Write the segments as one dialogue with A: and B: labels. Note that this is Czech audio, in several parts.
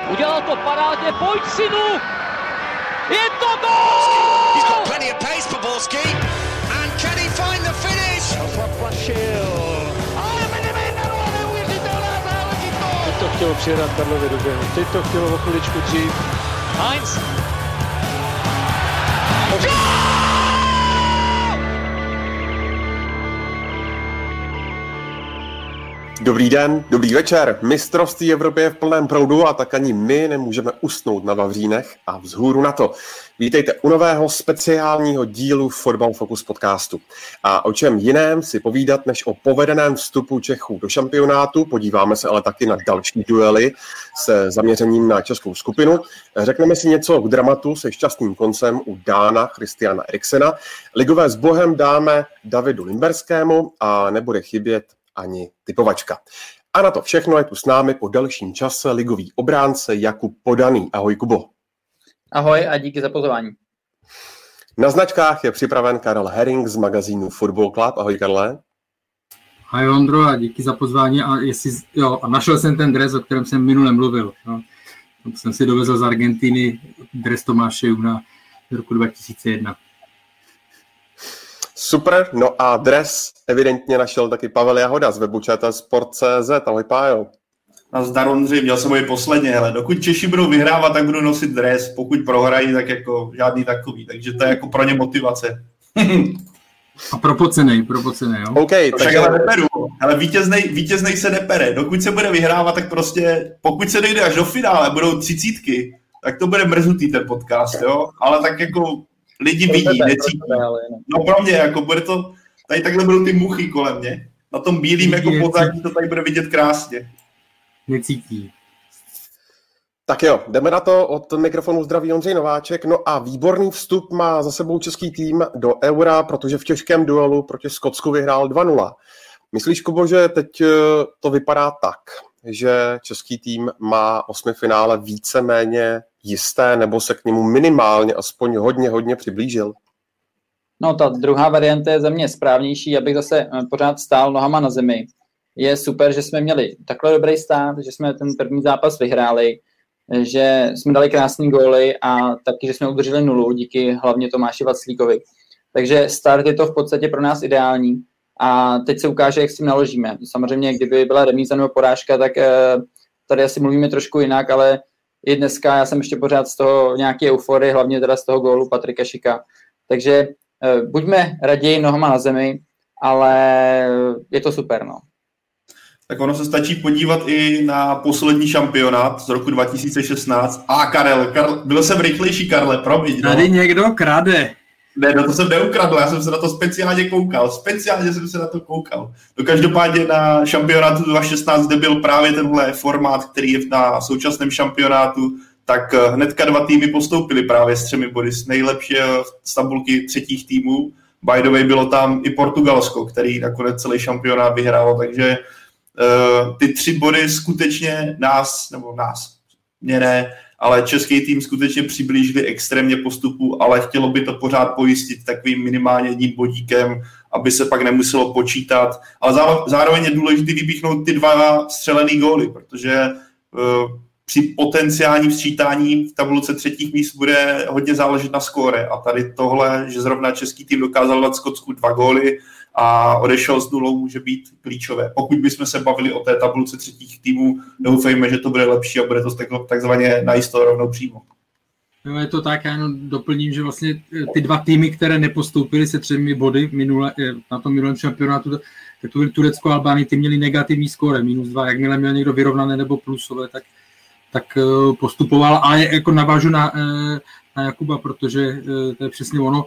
A: Udělal to parádně, pojď synu! Je to gól!
B: He's got plenty of pace for Borski. And can he find the finish?
A: Ale Medvedev, neuvěřitelná záležitost!
C: Teď to chtělo přijedat Karlovi do běhu, teď to chtělo o chviličku dřív.
A: Heinz!
D: Dobrý den, dobrý večer. Mistrovství Evropy je v plném proudu a tak ani my nemůžeme usnout na vavřínech a vzhůru na to. Vítejte u nového speciálního dílu Fotbal Focus podcastu. A o čem jiném si povídat, než o povedeném vstupu Čechů do šampionátu. Podíváme se ale taky na další duely se zaměřením na českou skupinu. Řekneme si něco k dramatu se šťastným koncem u Dána Christiana Eriksena. Ligové s Bohem dáme Davidu Limberskému a nebude chybět ani typovačka. A na to všechno je tu s námi po delším čase ligový obránce Jakub Podaný. Ahoj, Kubo.
E: Ahoj a díky za pozvání.
D: Na značkách je připraven Karel Herring z magazínu Football Club. Ahoj, Karle.
F: Ahoj, Ondro, a díky za pozvání. A našel jsem ten dres, o kterém jsem minule mluvil. Jsem si dovezl z Argentiny dres Tomáše Juna z roku 2001.
D: Super, no a dres evidentně našel taky Pavel Jahoda z webu ČTsport.cz. Ahoj, Pájo.
G: Nazdar, Ondřej, měl jsem ho i posledně, hele. Dokud Češi budou vyhrávat, tak budu nosit dres, pokud prohrají, tak jako žádný takový, takže to je jako pro ně motivace.
F: A propocenej, jo.
D: OK, takže...
G: ale neperu, ale vítěznej se nepere. Dokud se bude vyhrávat, tak prostě, pokud se dojde až do finále, budou 30, tak to bude mrzutý ten podcast, jo, ale tak jako lidi vidí, necítí. No pro mě, jako bude to, tady takhle budou ty muchy kolem mě. Na tom bílým jako pozadí to tady bude vidět krásně.
F: Necítí.
D: Tak jo, jdeme na to. Od mikrofonu zdraví Ondřej Nováček. No a výborný vstup má za sebou český tým do Eura, protože v těžkém duelu proti Skotsku vyhrál 2-0. Myslíš, Kubo, že teď to vypadá tak, že český tým má osmifinále víceméně jisté, nebo se k němu minimálně aspoň hodně přiblížil?
E: No, ta druhá varianta je za mě správnější, abych zase pořád stál nohama na zemi. Je super, že jsme měli takhle dobrý start, že jsme ten první zápas vyhráli, že jsme dali krásný góly a taky, že jsme udrželi 0 díky hlavně Tomáši Vaclíkovi. Takže start je to v podstatě pro nás ideální a teď se ukáže, jak s tím naložíme. Samozřejmě, kdyby byla remíza nebo porážka, tak tady asi mluvíme trošku jinak, ale i dneska já jsem ještě pořád z toho nějaké euforie, hlavně teda z toho gólu Patrika Šika. Takže buďme raději nohama na zemi, ale je to super, no.
G: Tak ono se stačí podívat i na poslední šampionát z roku 2016. Karel, byl jsem rychlejší, Karle, promiň. No.
F: Tady někdo krade.
G: Ne, no to jsem neukradl, já jsem se na to speciálně jsem se na to koukal. No každopádně na šampionátu 2016, kde byl právě tenhle formát, který je na současném šampionátu, tak hnedka 2 týmy postoupily právě s 3 body z nejlepší z tabulky 3 týmů. By the way, bylo tam i Portugalsko, který nakonec celý šampionát vyhrál, takže ty 3 body skutečně mě ne, ale český tým skutečně přiblížili extrémně postupu, ale chtělo by to pořád pojistit takovým minimálně 1 bodíkem, aby se pak nemuselo počítat, ale zároveň je důležité vypíchnout ty 2 střelený góly, protože při potenciálním sčítání v tabulce 3. míst bude hodně záležet na skóre a tady tohle, že zrovna český tým dokázal dát Skotsku 2 góly a odešel s 0, může být klíčové. Pokud bychom se bavili o té tabulce 3. týmů, doufejme, že to bude lepší a bude to takzvaně najisto rovnou přímo.
F: No, je to tak, já jenom doplním, že vlastně ty 2 týmy, které nepostoupily se 3 body na tom minulém šampionátu, tak to byly Turecko a Albánie, ty měli negativní skóre, -2, jakmile měl někdo vyrovnané nebo plusové, tak postupoval. A jako navážu na Jakuba, protože to je přesně ono.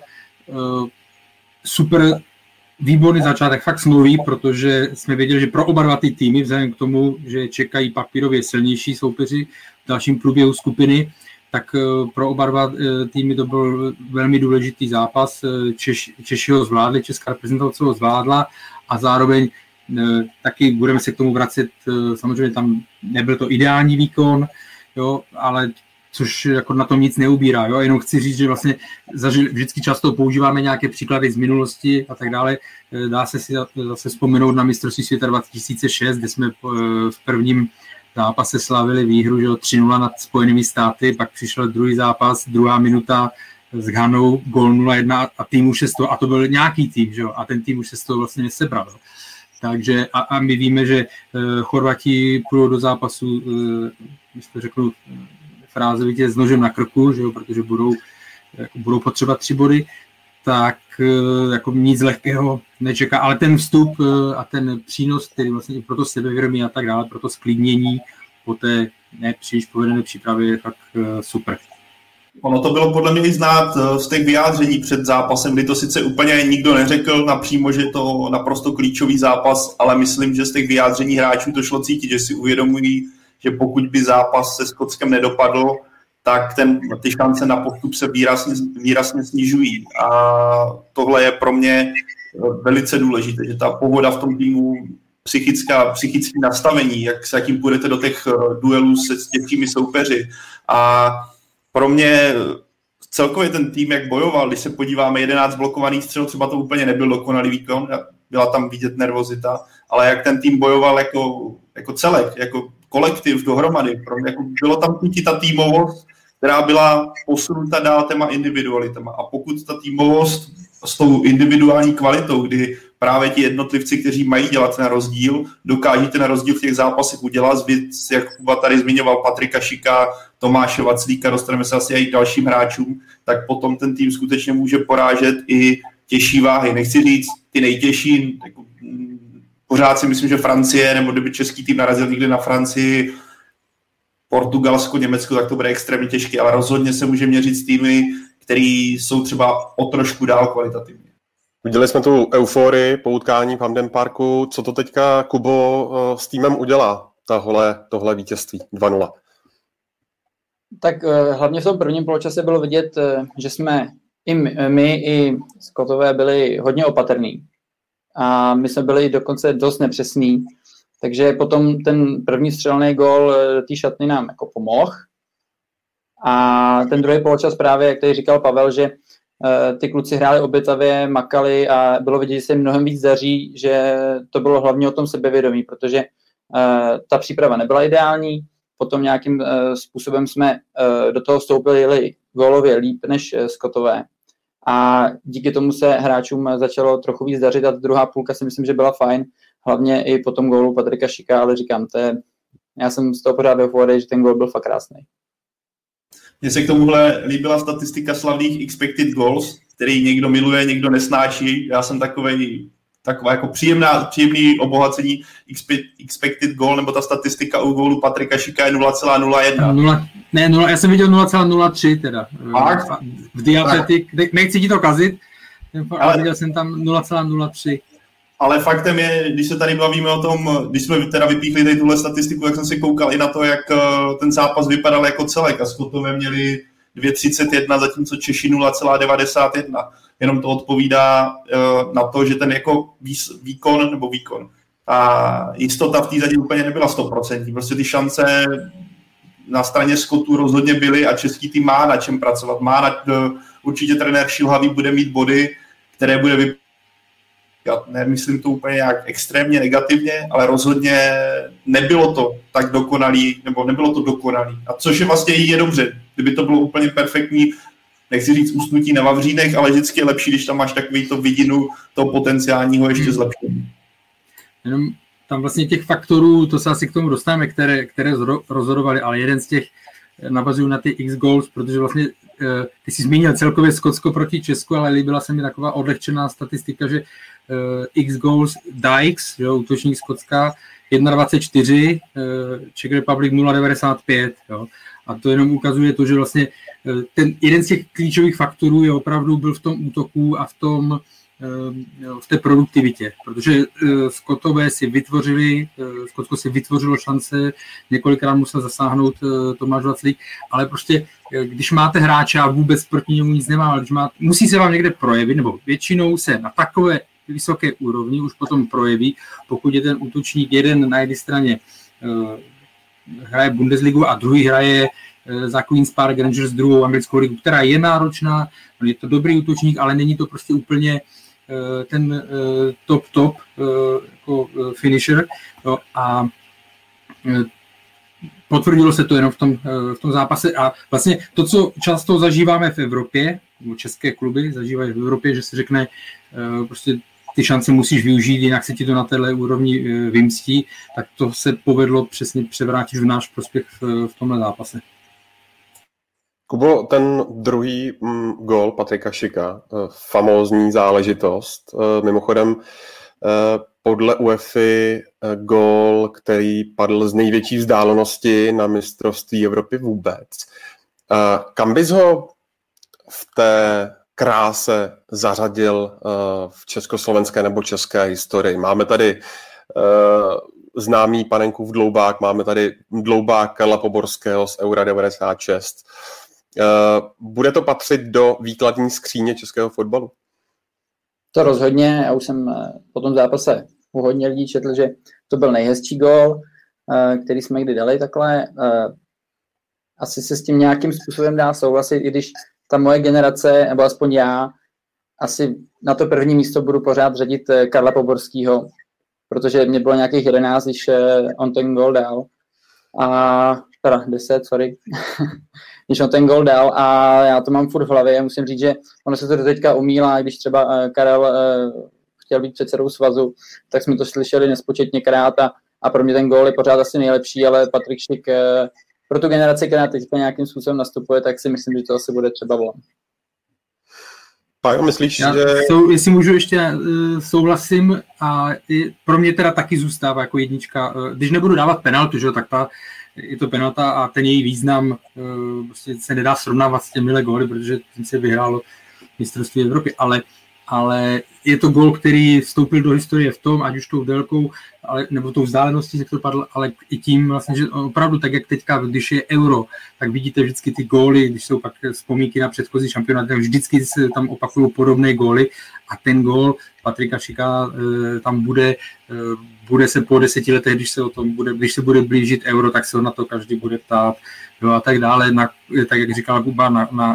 F: Super výborný začátek, fakt snový, protože jsme věděli, že pro oba 2 ty týmy, vzhledem k tomu, že čekají papírově silnější soupeři v dalším průběhu skupiny, tak pro oba 2 týmy to byl velmi důležitý zápas. Češi ho zvládli, česká reprezentace ho zvládla a zároveň taky budeme se k tomu vracet, samozřejmě tam nebyl to ideální výkon, jo, ale což jako na tom nic neubírá. Jo? Jenom chci říct, že vlastně vždycky často používáme nějaké příklady z minulosti a tak dále. Dá se si zase vzpomenout na mistrovství světa 2006, kde jsme v prvním zápase slavili výhru, že 3-0 nad Spojenými státy, pak přišel druhý zápas, druhá minuta s Ghanou, gól 0-1 a tým už se z toho, a to byl nějaký tým, že jo, a ten tým už se z toho vlastně nesebral. Takže a my víme, že Chorvati půjdou do zápasu, když to řeknu frázovitě, s nožem na krku, že jo, protože budou potřebovat 3 body, tak jako nic lehkého nečeká, ale ten vstup a ten přínos, který vlastně i pro to sebevědomí a tak dále, pro to sklidnění po té nepříliš povedené přípravě je fakt super.
G: Ono to bylo podle mě i znát z těch vyjádření před zápasem, kdy to sice úplně nikdo neřekl napřímo, že je to naprosto klíčový zápas, ale myslím, že z těch vyjádření hráčů to šlo cítit, že si uvědomují, že pokud by zápas se Skotskem nedopadl, tak ty šance na postup se výrazně snižují. A tohle je pro mě velice důležité, že ta pohoda v tom týmu, psychické nastavení, s jakým půjdete do těch duelů s těžkými soupeři. A pro mě celkově ten tým, jak bojoval, když se podíváme 11 blokovaných střel, třeba to úplně nebyl dokonalý výkon, byla tam vidět nervozita, ale jak ten tým bojoval jako celek, jako kolektiv dohromady, pro mě, jako bylo tam cítit ta týmovost, která byla posunuta dál těma individualitama. A pokud ta týmovost s tou individuální kvalitou, kdy právě ti jednotlivci, kteří mají dělat ten rozdíl, dokáží ten rozdíl v těch zápasech udělat, jak Kuba tady zmiňoval Patrika Šika, Tomáše Vaclíka, dostaneme se asi i k dalším hráčům, tak potom ten tým skutečně může porážet i těžší váhy. Nechci říct ty nejtěžší, jako, pořád si myslím, že Francie, nebo kdyby český tým narazil někde na Francii, Portugalsko, Německo, tak to bude extrémně těžké, ale rozhodně se může měřit s týmy, který jsou třeba o trošku dál kvalitativně.
D: Viděli jsme tu euforii po utkání v Hampden Parku. Co to teďka, Kubo, s týmem udělá, tohle vítězství 2-0?
E: Tak hlavně v tom prvním poločase bylo vidět, že jsme my i Skotové byli hodně opatrní. A my jsme byli dokonce dost nepřesní. Takže potom ten první střelný gól té šatny nám jako pomohl. A ten druhý poločas právě, jak tady říkal Pavel, že ty kluci hráli obětavě, makali a bylo vidět, že se jim mnohem víc daří, že to bylo hlavně o tom sebevědomí, protože ta příprava nebyla ideální, potom nějakým způsobem jsme do toho vstoupili gólově líp než Skotové. A díky tomu se hráčům začalo trochu víc dařit a ta druhá půlka si myslím, že byla fajn, hlavně i po tom gólu Patrika Šika, ale říkám, já jsem z toho pořád v euforii, že ten gól byl fakt krásný.
G: Mně se k tomuhle líbila statistika slavných expected goals, který někdo miluje, někdo nesnáší. Já jsem takový jako příjemný obohacení expected goal, nebo ta statistika u gólu Patrika Šika je 0,01.
F: Já jsem viděl 0,03 teda. V Diathletic, nechci ti to kazit, ale viděl jsem tam 0,03.
G: Ale faktem je, když se tady bavíme o tom, když jsme teda vypíchli tady tuhle statistiku, jak jsem si koukal i na to, jak ten zápas vypadal jako celek a Skotové měli 2,31, zatímco Češi 0,91. Jenom to odpovídá na to, že ten jako výkon, a jistota v té zadě úplně nebyla 100%. Prostě ty šance na straně Skotů rozhodně byly a český tým má na čem pracovat. Určitě trenér Šilhavý bude mít body, které bude vypadat. Já nemyslím to úplně nějak extrémně negativně, ale rozhodně nebylo to tak dokonalý, nebo nebylo to dokonalý. A což je vlastně je dobře. Kdyby to bylo úplně perfektní, nechci říct usnutí na vavřínech, ale vždycky je lepší, když tam máš takový to vidinu toho potenciálního ještě zlepšení.
F: Jenom tam vlastně těch faktorů, to se asi k tomu dostaneme, které rozhodovali, ale jeden z těch navazují na ty X-goals, protože vlastně ty jsi zmínil celkově Skotsko proti Česku, ale líbila se mi taková odlehčená statistika, že X-goals Dykes, útočník Skotska, 1,24, Czech Republic 0,95. Jo. A to jenom ukazuje to, že vlastně ten jeden z těch klíčových faktorů je opravdu byl v tom útoku a v té produktivitě, protože Skotové Skotsko si vytvořilo šance, několikrát musel zasáhnout Tomáš Vaclík, ale prostě když máte hráče a vůbec proti němu nic nemá, ale musí se vám někde projevit, nebo většinou se na takové vysoké úrovni už potom projeví, pokud je ten útočník jeden na jedné straně hraje Bundesligu a druhý hraje za Queen's Park Rangers druhou anglickou ligu, která je náročná, je to dobrý útočník, ale není to prostě úplně ten top jako finisher. No, a potvrdilo se to jenom v tom zápase a vlastně to, co často zažíváme v Evropě, nebo české kluby zažívají v Evropě, že se řekne prostě ty šance musíš využít, jinak se ti to na téhle úrovni vymstí, tak to se povedlo přesně převrátit v náš prospěch v tomhle zápase.
D: Kubo, ten druhý gól Patrika Šika, famózní záležitost, mimochodem podle UEFI gól, který padl z největší vzdálenosti na mistrovství Evropy vůbec. Kam bys ho v té kráse zařadil v československé nebo české historii? Máme tady známý Panenkův dloubák, máme tady dloubák Karla Poborského z Eura 96. Bude to patřit do výkladní skříně českého fotbalu?
E: To rozhodně, já už jsem po tom zápase u hodně lidí četl, že to byl nejhezčí gól, který jsme kdy dali takhle. Asi se s tím nějakým způsobem dá souhlasit, i když ta moje generace, nebo aspoň já, asi na to první místo budu pořád řadit Karla Poborského, protože mě bylo nějakých 11, když on ten gól dal. A teda 10, sorry. Když on ten gól dal a já to mám furt v hlavě, musím říct, že ono se to teďka umílá, když třeba Karel chtěl být předsedou svazu, tak jsme to slyšeli nespočetněkrát a pro mě ten gól je pořád asi nejlepší, ale Patrik Šik pro tu generaci, která teďka nějakým způsobem nastupuje, tak si myslím, že to asi bude třeba on.
D: Pájo, myslíš, že...
F: Jestli můžu ještě souhlasím a pro mě teda taky zůstává jako jednička. Když nebudu dávat penaltu, že, tak je to penalta a ten její význam prostě se nedá srovnávat s těmi góly, protože ten se vyhrál mistrovství Evropy, ale je to gól, který vstoupil do historie v tom, ať už tou délkou, nebo tou vzdáleností, jak to padlo, ale i tím vlastně, že opravdu tak, jak teďka, když je Euro, tak vidíte vždycky ty góly, když jsou pak vzpomínky na předchozí šampionát, tak vždycky se tam opakují podobné góly a ten gól Patrika Šika tam bude se po 10 letech, když se bude blížit Euro, tak se na to každý bude ptát, jo, a tak dále, tak jak říkala Kuba,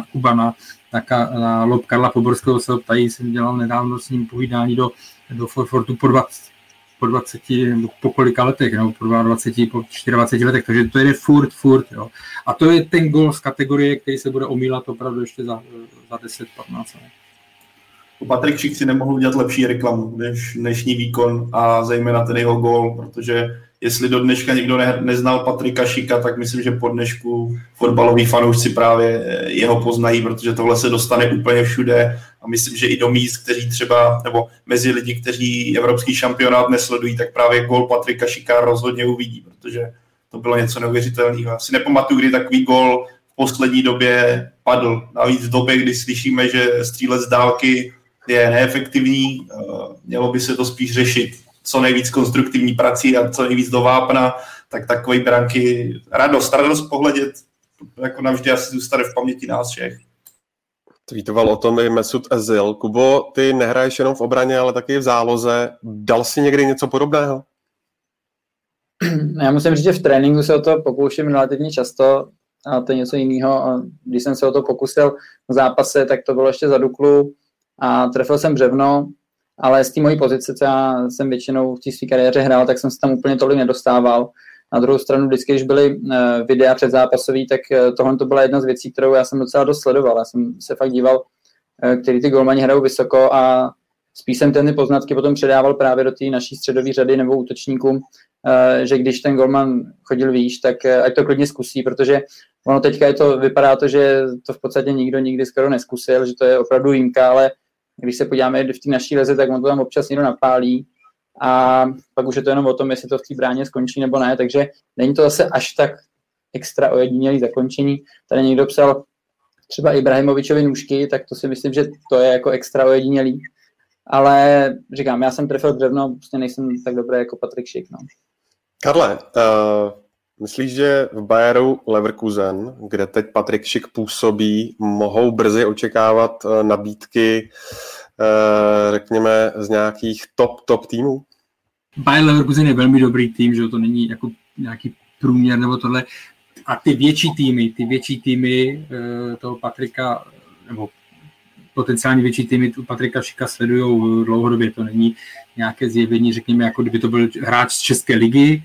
F: na lob Karla Poborského se ptají, jsem dělal nedávno s ním povídání do Fortu po 20, nebo po kolika letech, nebo po 22, po 24 letech, takže to jde furt, jo. A to je ten gól z kategorie, který se bude omílat opravdu ještě za 10-15 let.
G: Patrik Šik si nemohl udělat lepší reklamu než dnešní výkon a zejména ten jeho gól, protože jestli do dneška někdo neznal Patrika Šika, tak myslím, že po dnešku fotbaloví fanoušci právě jeho poznají, protože tohle se dostane úplně všude a myslím, že i do míst, kteří třeba, nebo mezi lidi, kteří evropský šampionát nesledují, tak právě gól Patrika Šika rozhodně uvidí, protože to bylo něco neuvěřitelného. Asi nepamatuju, kdy takový gól v poslední době padl. Navíc v době, kdy slyšíme, že střílec z dálky je neefektivní, mělo by se to spíš řešit co nejvíc konstruktivní prací a co nejvíc do vápna, tak takové branky, radost pohledět, jako navždy asi zůstane v paměti nás všech.
D: Tweetoval o tom i Mesut Özil. Kubo, ty nehraješ jenom v obraně, ale taky v záloze. Dal jsi někdy něco podobného?
E: Já musím říct, že v tréninku se o to pokouším relativně často a to je něco jiného. Když jsem se o to pokusil v zápase, tak to bylo ještě za Duklu a trefil jsem břevno, ale z té mojí pozice, co já jsem většinou v té své kariéře hrál, tak jsem se tam úplně tolik nedostával. Na druhou stranu, vždycky, když byly videa předzápasový, tak tohle to byla jedna z věcí, kterou já jsem docela dost sledoval. Já jsem se fakt díval, který ty golmani hrajou vysoko a spíš jsem ty poznatky potom předával právě do té naší středové řady nebo útočníkům, že když ten golman chodil výš, tak ať to klidně zkusí, protože ono teďka vypadá to, že to v podstatě nikdo nikdy skoro neskusil, že to je opravdu výjimka, ale když se podíváme v té naší lize, tak on to tam občas někdo napálí a pak už je to jenom o tom, jestli to v té bráně skončí nebo ne, takže není to zase až tak extra ojedinělý zakončení. Tady někdo psal třeba Ibrahimovičovi nůžky, tak to si myslím, že to je jako extra ojedinělý. Ale říkám, já jsem trefil břevno, prostě nejsem tak dobrý jako Patrik Šik. No.
D: Karle, myslíš, že v Bayeru Leverkusen, kde teď Patrik Šik působí, mohou brzy očekávat nabídky, řekněme, z nějakých top týmů?
F: Bayer Leverkusen je velmi dobrý tým, že to není jako nějaký průměr nebo tohle. A ty větší týmy toho Patrika, nebo potenciálně větší týmy Patrika Šika sledujou dlouhodobě. To není nějaké zjevení, řekněme, jako kdyby to byl hráč z České ligy,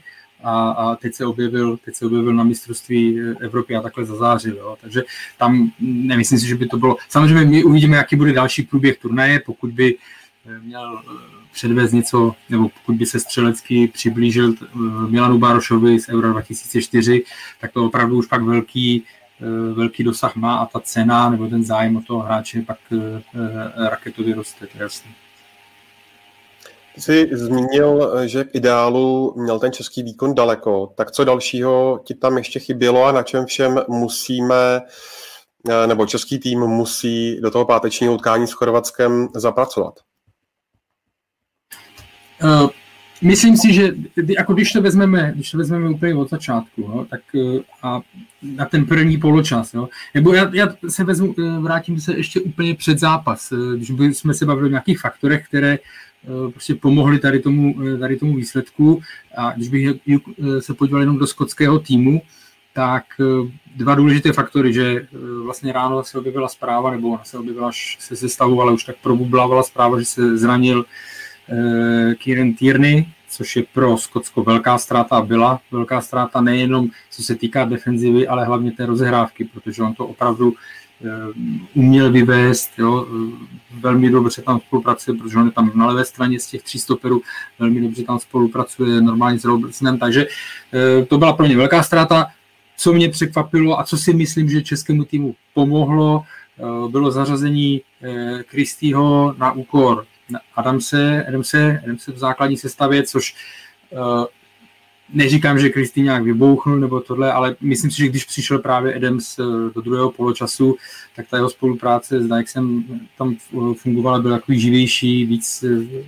F: a teď se objevil na mistrovství Evropy a takhle zazářil. Jo. Takže tam nemyslím si, že by to bylo. Samozřejmě my uvidíme, jaký bude další průběh turnaje, pokud by měl předvést něco, nebo pokud by se střelecky přiblížil Milanu Barošovi z Euro 2004, tak to opravdu už pak velký dosah má a ta cena nebo ten zájem o toho hráče pak raketově roste, to je jasný.
D: Ty jsi zmínil, že k ideálu měl ten český výkon daleko, tak co dalšího ti tam ještě chybělo a na čem všem musíme, nebo český tým musí do toho pátečního utkání s Chorvatskem zapracovat?
F: Myslím si, že jako když to vezmeme úplně od začátku, no, tak a na ten první poločas, no, nebo já se vrátím se ještě úplně před zápas, když jsme se bavili o nějakých faktorech, které prostě pomohly tady tomu výsledku, a když bych se podíval jenom do skotského týmu, tak dva důležité faktory, že vlastně ráno se objevila zpráva, nebo ona se objevila, až se sestavovala, už tak probublávala zpráva, že se zranil Kieran Tierney, což je pro Skotsko velká ztráta, byla velká ztráta nejenom co se týká defenzivy, ale hlavně té rozehrávky, protože on to opravdu uměl vyvést, jo, velmi dobře tam spolupracuje, protože on je tam na levé straně z těch 3 stoperů, velmi dobře tam spolupracuje normálně s Robertsonem, takže to byla pro mě velká ztráta. Co mě překvapilo a co si myslím, že českému týmu pomohlo, bylo zařazení Christieho na úkor Adamse v základní sestavě, což neříkám, že Christie nějak vybouchnul nebo tohle, ale myslím si, že když přišel právě Adams do druhého poločasu, tak ta jeho spolupráce s Dykesem tam fungovala, byl takový živější, víc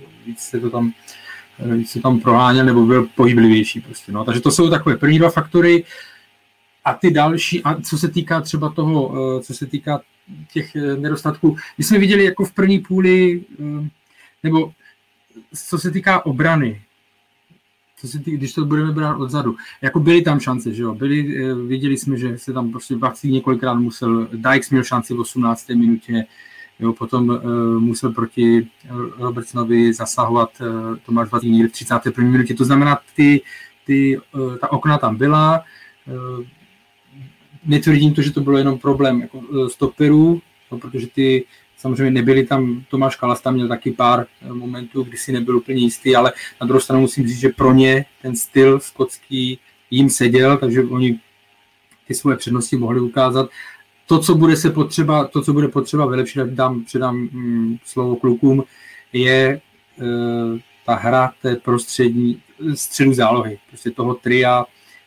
F: se tam proháněl nebo byl pohyblivější prostě, no. Takže to jsou takové první dva faktory a ty další, a co se týká třeba toho, co se týká těch nedostatků, my jsme viděli jako v první půli, nebo co se týká obrany, když to budeme brát odzadu, jako byly tam šance, že jo, viděli jsme, že se tam prostě Vacík několikrát musel, Dykes měl šanci v 18. minutě, jo, potom musel proti Robertsonovi zasahovat Tomáš Vacík někde v 31. minutě, to znamená, ta okna tam byla, netvrdím to, že to bylo jenom problém jako stoperů, protože ty samozřejmě nebyli tam, Tomáš Kalas tam měl taky pár momentů, kdy si nebyl úplně jistý, ale na druhou stranu musím říct, že pro ně ten styl skotský jim seděl, takže oni ty svoje přednosti mohli ukázat. To, co bude potřeba vylepšit, předám slovo klukům, je ta hra té středu zálohy, prostě toho tria,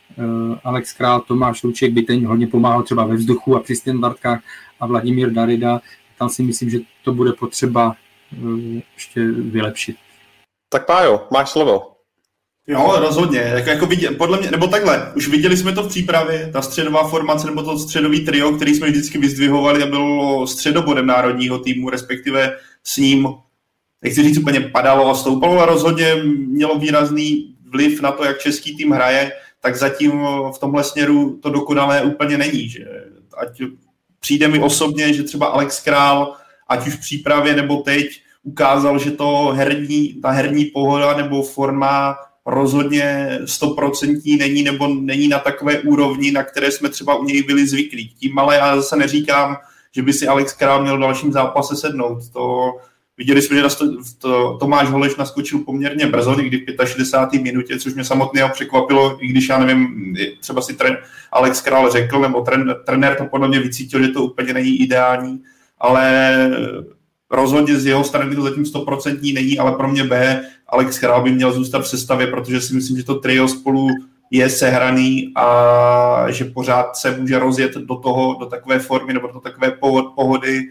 F: Alex Král, Tomáš Luček by ten hodně pomáhal třeba ve vzduchu a při standardkách a Vladimír Darida. Tam si myslím, že to bude potřeba ještě vylepšit.
D: Tak Pájo, máš slovo.
G: Jo, rozhodně. Podle mě, nebo takhle, už viděli jsme to v přípravě, ta středová formace nebo to středový trio, který jsme vždycky vyzdvihovali a bylo středobodem národního týmu, respektive s ním, nechci říct úplně padalo a stoupalo, a rozhodně mělo výrazný vliv na to, jak český tým hraje, tak zatím v tomhle směru to dokonalé úplně není. Že ať přijde mi osobně, že třeba Alex Král, ať už v přípravě nebo teď, ukázal, že ta herní pohoda nebo forma rozhodně 100% není, nebo není na takové úrovni, na které jsme třeba u něj byli zvyklí. Tím ale já zase neříkám, že by si Alex Král měl v dalším zápase sednout. Viděli jsme, že Tomáš Holeš naskočil poměrně brzo, někdy v 65. minutě, což mě samotného překvapilo, i když já nevím, třeba si Alex Král řekl, nebo trenér to podle mě vycítil, že to úplně není ideální, ale rozhodně z jeho strany to zatím 100% není, ale pro mě Alex Král by měl zůstat v sestavě, protože si myslím, že to trio spolu je sehraný a že pořád se může rozjet do takové formy nebo do takové pohody,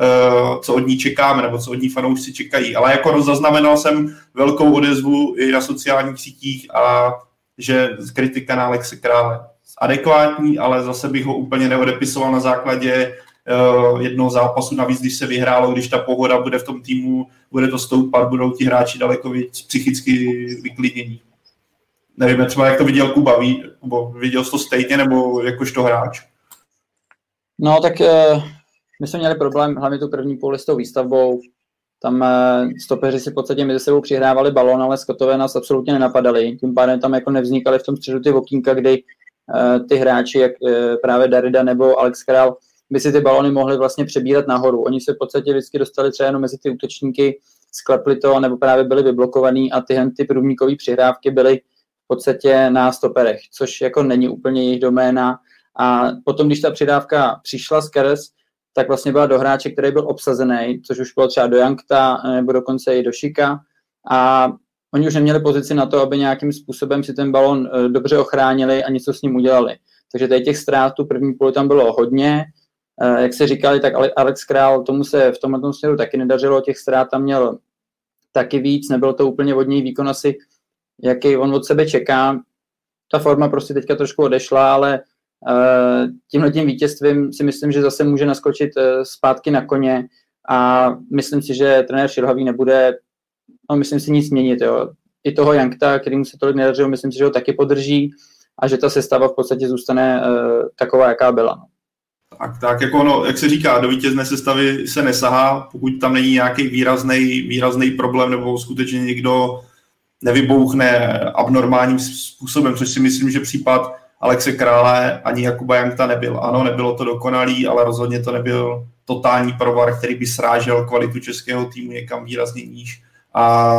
G: co od ní čekáme, nebo co od ní fanoušci čekají. Ale jako zaznamenal jsem velkou odezvu i na sociálních sítích a že kritika na Alexe Krále adekvátní, ale zase bych ho úplně neodepisoval na základě jednoho zápasu, navíc když se vyhrálo, když ta pohoda bude v tom týmu, bude to stoupat, budou ti hráči daleko víc psychicky vyklidnění. Nevím, třeba jak to viděl Kuba, viděl jsi to stejně, nebo jakožto hráč?
E: No tak my jsme měli problém hlavně tu první půli s tou výstavbou. Tam stopeři si v podstatě mezi sebou přihrávali balón, ale Skotové nás absolutně nenapadali. Tím pádem tam jako nevznikaly v tom středu ty okýnka, kdy ty hráči, jak právě Darida nebo Alex Král, by si ty balony mohli vlastně přebírat nahoru. Oni se v podstatě vždycky dostali třeba jenom mezi ty útočníky, sklepli to, nebo právě byli vyblokovaný a tyhle ty průnikové přihrávky byly v podstatě na stoperech, což jako není úplně jejich doména. A potom, když ta přidávka přišla skrz, tak vlastně byla do hráče, který byl obsazený, což už bylo třeba do Jankta nebo dokonce i do Šika. A oni už neměli pozici na to, aby nějakým způsobem si ten balon dobře ochránili a něco s ním udělali. Takže tady těch ztrátů první půl tam bylo hodně. Jak se říkali, tak Alex Král, tomu se v tomhle směru taky nedařilo, těch ztrát tam měl taky víc, nebylo to úplně od něj výkon asi, jaký on od sebe čeká. Ta forma prostě teďka trošku odešla, ale tímhletím vítězstvím si myslím, že zase může naskočit zpátky na koně a myslím si, že trenér Šilhavý nebude, myslím si, nic měnit. Jo. I toho Jankta, kterýmu se tolik nedařilo, myslím si, že ho taky podrží a že ta sestava v podstatě zůstane taková, jaká byla. No.
G: Tak jako jak se říká, do vítězné sestavy se nesahá, pokud tam není nějaký výrazný problém nebo skutečně někdo nevybouchne abnormálním způsobem, což si myslím, že případ Alexe Krále ani Jakuba Jankta nebyl. Ano, nebylo to dokonalý, ale rozhodně to nebyl totální provar, který by srážel kvalitu českého týmu někam výrazně níž. A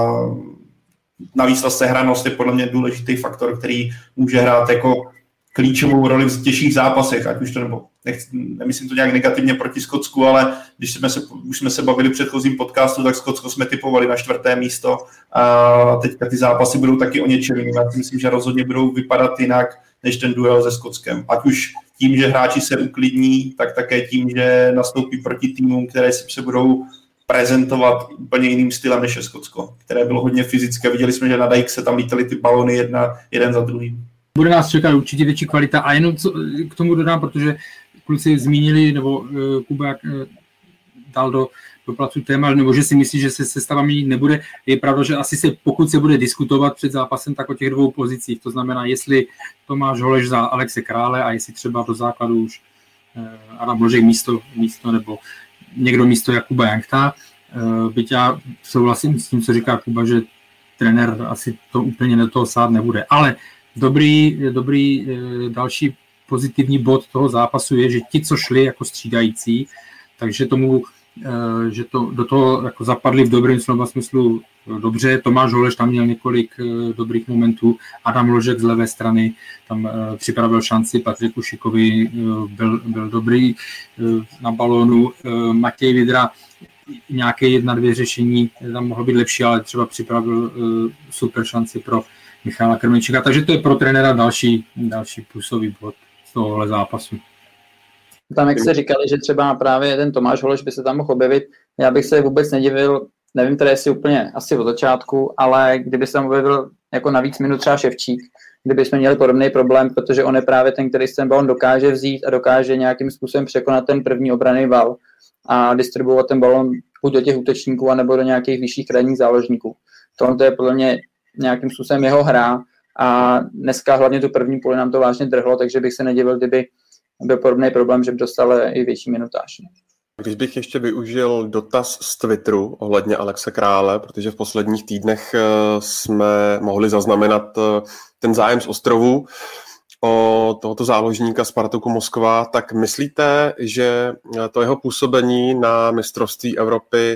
G: navíc ta sehranost je podle mě důležitý faktor, který může hrát jako klíčovou roli v těžších zápasech, ať už to nebo nemyslím to nějak negativně proti Skotsku, ale když už jsme se bavili v předchozím podcastu, tak Skotsko jsme typovali na 4. místo a teďka ty zápasy budou taky o něčem jiným. Já si myslím, že rozhodně budou vypadat jinak než ten duel se Skotskem. Ať už tím, že hráči se uklidní, tak také tím, že nastoupí proti týmům, které se budou prezentovat úplně jiným stylem než je Skotsko, které bylo hodně fyzické. Viděli jsme, že na Dijk se tam lítaly ty balony jeden za druhým.
F: Bude nás čekat určitě větší kvalita a jenom k tomu dodám, protože kluci zmínili, nebo Kuba dal do placu téma, nebo že si myslí, že se sestava měnit nebude. Je pravda, že asi pokud se bude diskutovat před zápasem, tak o těch dvou pozicích. To znamená, jestli Tomáš Holeš za Alexe Krále a jestli třeba do základu už Adam Bložek místo nebo někdo místo Jakuba Jankta. Byť já souhlasím s tím, co říká Kuba, že trenér asi to úplně do toho sát nebude. Ale dobrý další pozitivní bod toho zápasu je, že ti, co šli jako střídající, takže že do toho jako zapadli v dobrém slova smyslu dobře. Tomáš Holeš tam měl několik dobrých momentů, Adam Ložek z levé strany tam připravil šanci, Patrik Šikovi byl dobrý na balónu, Matěj Vidra nějaké 1-2 řešení tam mohlo být lepší, ale třeba připravil super šanci pro Michala Krmenčíka, takže to je pro trenéra další plusový bod z tohohle zápasu.
E: Tam, jak se říkali, že třeba právě ten Tomáš Holeš by se tam mohl objevit, já bych se vůbec nedivil, nevím teda jestli úplně asi od začátku, ale kdyby se tam objevil jako na víc minut třeba Ševčík, kdyby jsme měli podobný problém, protože on je právě ten, který ten balon dokáže vzít a dokáže nějakým způsobem překonat ten první obranný val a distribuovat ten balon buď do těch útočníků, anebo do nějakých vyšších krajních záložníků. To je podle mě nějakým způsobem jeho hra a dneska hlavně tu první půli nám to vážně drhlo, takže bych se nedivil, kdyby byl podobný problém, že by dostal i větší minutáž.
D: Když bych ještě využil dotaz z Twitteru ohledně Alexe Krále, protože v posledních týdnech jsme mohli zaznamenat ten zájem z ostrovů o tohoto záložníka Spartaku Moskva, tak myslíte, že to jeho působení na mistrovství Evropy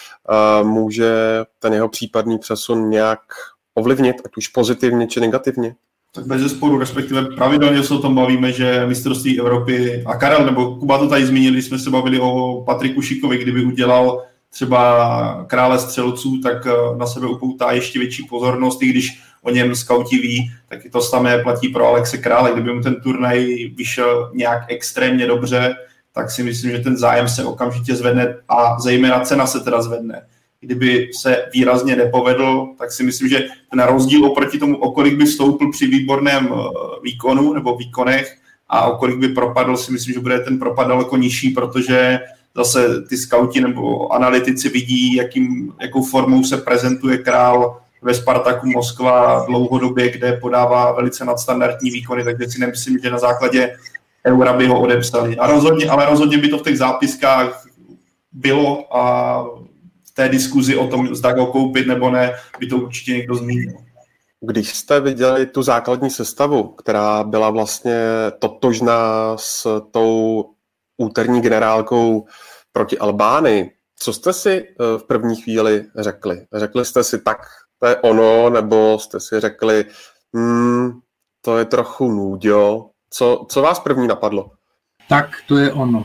D: může ten jeho případný přesun nějak ovlivnit, ať už pozitivně či negativně?
G: Tak bezesporu, respektive pravidelně se o tom bavíme, že mistrovství Evropy, a Karel nebo Kuba to tady zmínili, když jsme se bavili o Patriku Šikovi, kdyby udělal třeba Krále střelců, tak na sebe upoutá ještě větší pozornost, i když o něm skauti ví, tak i to samé platí pro Alexe Krále. Kdyby mu ten turnaj vyšel nějak extrémně dobře, tak si myslím, že ten zájem se okamžitě zvedne a zejména cena se teda zvedne. Kdyby se výrazně nepovedl, tak si myslím, že ten rozdíl oproti tomu, o kolik by stoupl při výborném výkonu nebo výkonech a o kolik by propadl, si myslím, že bude ten propad daleko nižší, protože zase ty skauti nebo analytici vidí, jakou formou se prezentuje Král ve Spartaku Moskva dlouhodobě, kde podává velice nadstandardní výkony, takže si nemyslím, že na základě eura by ho odepsali. Ale rozhodně by to v těch zápiskách bylo a té diskuzi o tom, zda ho koupit nebo ne, by to určitě někdo zmínil.
D: Když jste viděli tu základní sestavu, která byla vlastně totožná s tou úterní generálkou proti Albánii, co jste si v první chvíli řekli? Řekli jste si, tak to je ono, nebo jste si řekli, to je trochu nůďo. Co vás první napadlo?
F: Tak to je ono.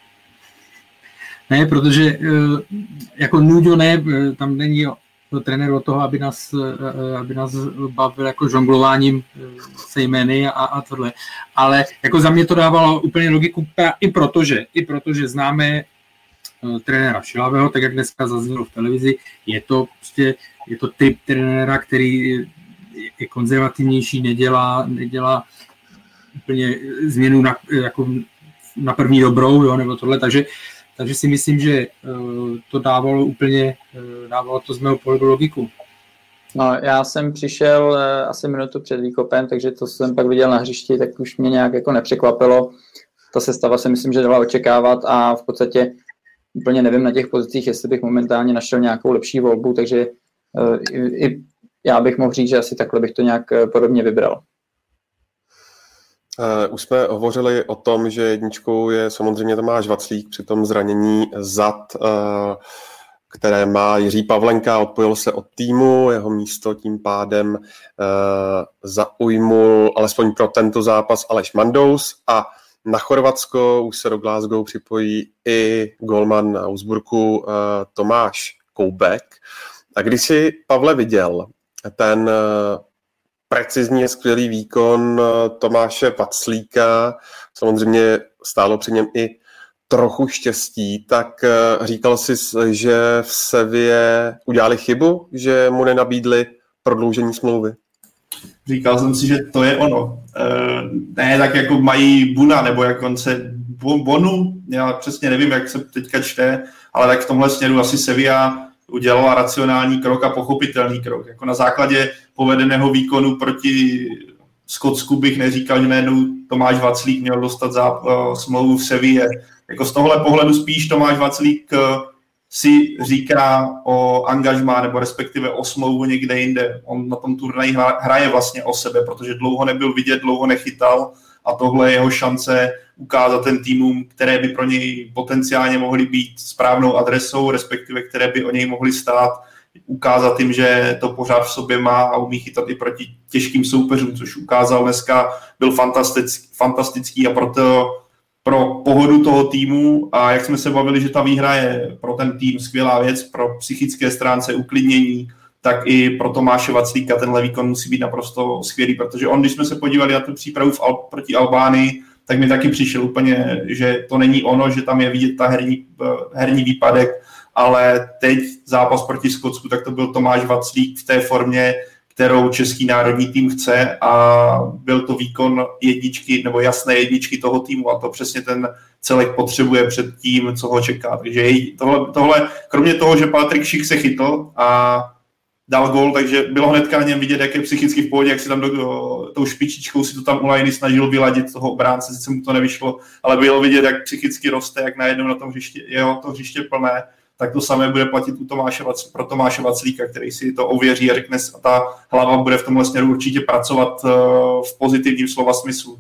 F: Ne, protože jako nůďo ne, tam není trenér od toho, aby nás bavil jako žonglováním se jmény a tohle. Ale jako za mě to dávalo úplně logiku i protože známe trenéra Šilavého, tak jak dneska zaznělo v televizi, je to typ trenéra, který je konzervativnější, nedělá úplně změnu na první dobrou, jo, nebo tohle, takže si myslím, že to dávalo to z mého pohledu logiku.
E: No, já jsem přišel asi minutu před výkopem, takže to jsem pak viděl na hřišti, tak už mě nějak jako nepřekvapilo. Ta sestava si myslím, že dala očekávat a v podstatě úplně nevím na těch pozicích, jestli bych momentálně našel nějakou lepší volbu, takže i já bych mohl říct, že asi takhle bych to nějak podobně vybral.
D: Už jsme hovořili o tom, že jedničkou je samozřejmě Tomáš Vaclík při tom zranění zad, které má Jiří Pavlenka, odpojil se od týmu, jeho místo tím pádem zaujmul alespoň pro tento zápas Aleš Mandous a na Chorvatsko už se do Glasgow připojí i golman na Augsburgu Tomáš Koubek. A když si, Pavle, viděl ten precizně skvělý výkon Tomáše Vaclíka, samozřejmě stálo při něm i trochu štěstí, tak říkal jsi, že v Sevě udělali chybu, že mu nenabídli prodloužení smlouvy?
G: Říkal jsem si, že to je ono. Ne tak jako mají Buna, nebo jak on se Bonu, já přesně nevím, jak se teďka čte, ale tak v tomhle směru asi Sevilla udělala racionální krok a pochopitelný krok. Jako na základě povedeného výkonu proti Skotsku bych neříkal, že najednou Tomáš Vaclík měl dostat smlouvu v Seville. Jako z tohle pohledu spíš Tomáš Vaclík si říká o angažmá nebo respektive o smlouvu někde jinde. On na tom turnaji hraje vlastně o sebe, protože dlouho nebyl vidět, dlouho nechytal a tohle je jeho šance ukázat ten týmům, které by pro něj potenciálně mohly být správnou adresou, respektive které by o něj mohly stát, ukázat jim, že to pořád v sobě má a umí chytat i proti těžkým soupeřům, což ukázal dneska, byl fantastický a pro pohodu toho týmu a jak jsme se bavili, že ta výhra je pro ten tým skvělá věc, pro psychické stránce uklidnění, tak i pro Tomáše Vaclíka tenhle výkon musí být naprosto skvělý, protože on, když jsme se podívali na tu přípravu proti Albánii, tak mi taky přišel úplně, že to není ono, že tam je vidět ta herní výpadek, ale teď zápas proti Skotsku, tak to byl Tomáš Vaclík v té formě, kterou český národní tým chce a byl to výkon jedničky nebo jasné jedničky toho týmu a to přesně ten celek potřebuje před tím, co ho čeká. Takže tohle kromě toho, že Patrik Šik se chytl a dal gól, takže bylo hnedka na něm vidět, jak je psychicky v pohodě, jak si tam tou špičičkou si to tam Ulajny snažil vyladit toho obránce, sice mu to nevyšlo, ale bylo vidět, jak psychicky roste, jak najednou na tom hřiště, to hřiště plné, tak to samé bude platit pro Tomáše Vaclíka, který si to ověří a řekne, a ta hlava bude v tomhle směru určitě pracovat v pozitivním slova smyslu.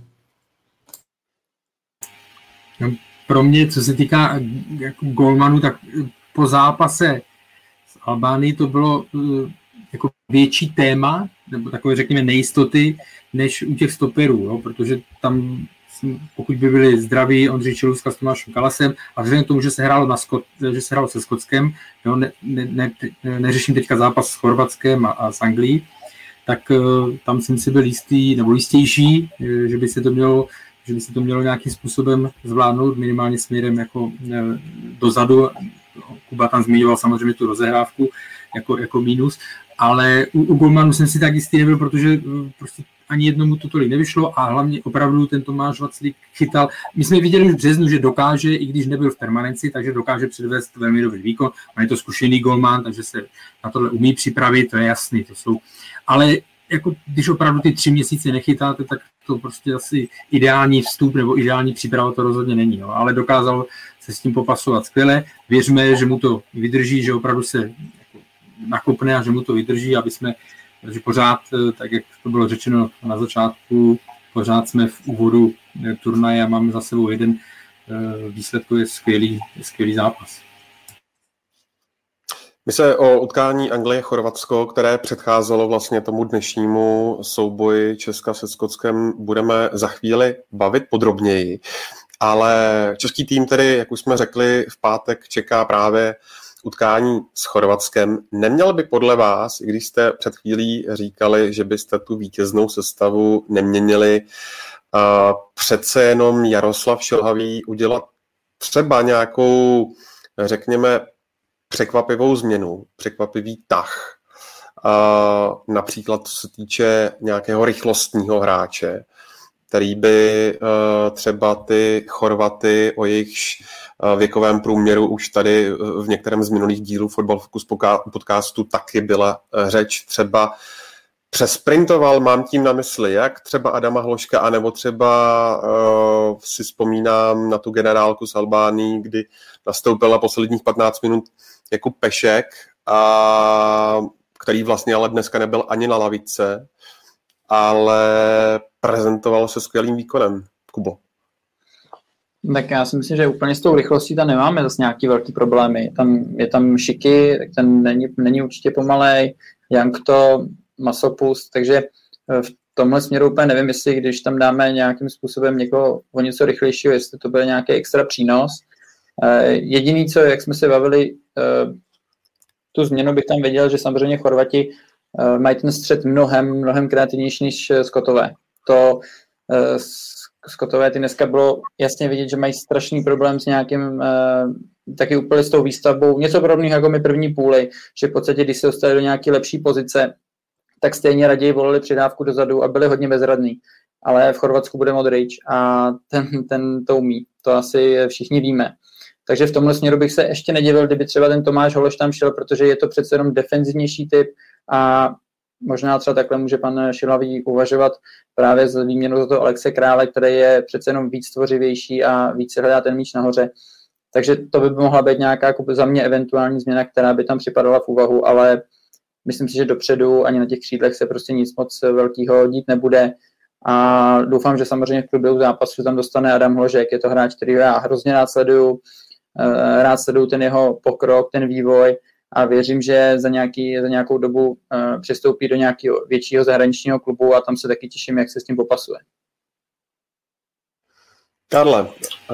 F: Pro mě, co se týká jako golmanu, tak po zápase s Albánií to bylo jako větší téma, nebo takové, řekněme, nejistoty, než u těch stoperů, jo? Protože tam, pokud by byli zdraví Ondřej Čeluska s Tomášem Kalasem a vzhledem k tomu, že se hrálo se Skotskem, jo? Neřeším teďka zápas s Chorvatskem a s Anglií, tak tam jsem si byl jistý, nebo jistější, že by se to mělo nějakým způsobem zvládnout, minimálně směrem jako dozadu. Kuba tam zmiňoval samozřejmě tu rozehrávku jako mínus, ale u golmanu jsem si tak jistý nebyl, protože prostě ani jednomu to tolik nevyšlo a hlavně opravdu ten Tomáš Vaclík chytal. My jsme viděli už v březnu, že dokáže, i když nebyl v permanenci, takže dokáže předvést velmi dobrý výkon. On je to zkušený golman, takže se na tohle umí připravit, to je jasný. Ale jako když opravdu ty 3 měsíce nechytáte, tak to prostě asi ideální vstup nebo ideální příprava to rozhodně není. Jo. Ale dokázal se s tím popasovat skvěle. Věřme, že mu to vydrží, že opravdu se jako nakopne a že mu to vydrží, že pořád, tak jak to bylo řečeno na začátku, pořád jsme v úvodu turnaje a máme za sebou jeden výsledkově skvělý zápas.
D: My se o utkání Anglie-Chorvatsko, které předcházelo vlastně tomu dnešnímu souboji Česka se Skotskem, budeme za chvíli bavit podrobněji. Ale český tým tedy, jak už jsme řekli, v pátek čeká právě utkání s Chorvatskem. Neměl by podle vás, i když jste před chvílí říkali, že byste tu vítěznou sestavu neměnili, přece jenom Jaroslav Šilhavý udělat třeba nějakou, řekněme, překvapivou změnu, překvapivý tah. Například co se týče nějakého rychlostního hráče, který by třeba ty Chorvaty o jejichž věkovém průměru už tady v některém z minulých dílů Fotbal Focus podcastu taky byla řeč, třeba přesprintoval, mám tím na mysli, jak třeba Adama Hloška, anebo třeba si vzpomínám na tu generálku z Albánii, kdy nastoupil na posledních 15 minut jako pešek, který vlastně ale dneska nebyl ani na lavice, ale prezentoval se skvělým výkonem. Kubo.
E: Tak já si myslím, že úplně s tou rychlostí tam nemáme zase nějaký velký problémy. Je tam Šiky, tak ten není určitě pomalej, Jankto, Masopust, takže v tomhle směru úplně nevím, jestli když tam dáme nějakým způsobem někoho o něco rychlejšího, jestli to bude nějaký extra přínos. Jediný, co, jak jsme se bavili, tu změnu bych tam věděl, že samozřejmě Chorvati mají ten střed mnohem kreativnější než Skotové. To Skotové ty dneska bylo jasně vidět, že mají strašný problém s nějakým taky úplně s tou výstavbou. Něco podobného jako my první půli, že v podstatě, když se dostali do nějaké lepší pozice, tak stejně raději volili přidávku dozadu a byli hodně bezradní. Ale v Chorvatsku bude Modrić a ten to umí. To asi všichni víme. Takže v tomhle směru bych se ještě nedivil, kdyby třeba ten Tomáš Hološ tam šel, protože je to přece jenom defenzivnější typ a možná třeba takhle může pan Šilhavý uvažovat právě z výměnou za toho Alexe Krále, který je přece jenom víc tvořivější a víc se hledá ten míč nahoře. Takže to by mohla být nějaká za mě eventuální změna, která by tam připadala v úvahu, ale myslím si, že dopředu ani na těch křídlech se prostě nic moc velkého dít nebude. A doufám, že samozřejmě v průběhu zápasu tam dostane Adam Hložek. Je to hráč, který já hrozně rád sleduju ten jeho pokrok, ten vývoj a věřím, že za nějakou dobu přestoupí do nějakého většího zahraničního klubu a tam se taky těším, jak se s tím popasuje.
D: Karle.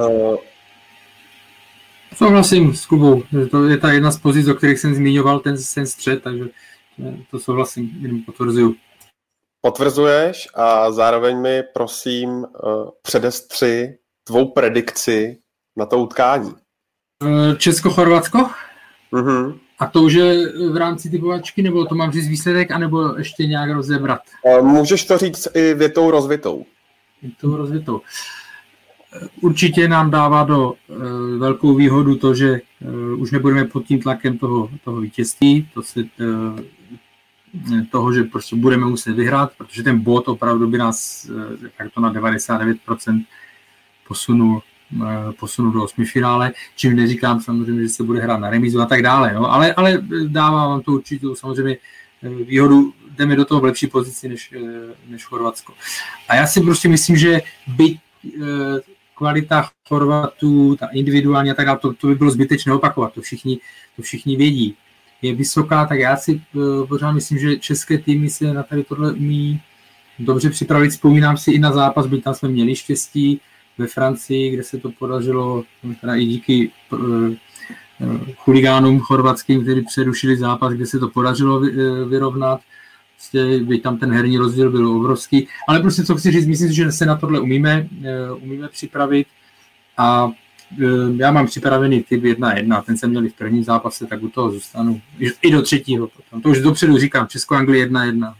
F: Souhlasím s Kubou. To je ta jedna z pozic, o kterých jsem zmiňoval, ten střed, takže to souhlasím, jenom potvrzuju.
D: Potvrzuješ a zároveň mi prosím předestři tvou predikci na to utkání.
F: Česko-Chorvatsko?
D: Mhm.
F: A to už je v rámci typovačky, nebo to mám říct výsledek, anebo ještě nějak rozebrat?
D: Můžeš to říct i větou rozvitou.
F: Určitě nám dává do velkou výhodu to, že už nebudeme pod tím tlakem toho vítězství, toho, že prostě budeme muset vyhrát, protože ten bod opravdu by nás takto na 99% posunul do 8. finále, čím neříkám samozřejmě, že se bude hrát na remízu a tak dále, no? ale dává vám to určitou samozřejmě výhodu, jdeme do toho v lepší pozici než Chorvatsko. A já si prostě myslím, že byť kvalita Chorvatů, ta individuální a tak dále, to by bylo zbytečné opakovat, to všichni vědí. Je vysoká, tak já si pořád myslím, že české týmy se na tady tohle umí dobře připravit. Vzpomínám si i na zápas, byť tam jsme měli štěstí ve Francii, kde se to podařilo, teda i díky chuligánům chorvatským, kteří přerušili zápas, kde se to podařilo vyrovnat. Prostě, byť tam ten herní rozdíl byl obrovský. Ale prostě co chci říct, myslím si, že se na tohle umíme připravit a já mám připravený typ 1-1, ten jsem měl v prvním zápase, tak u toho zůstanu. I do třetího potom. To už dopředu říkám, Česko-Anglie 1-1.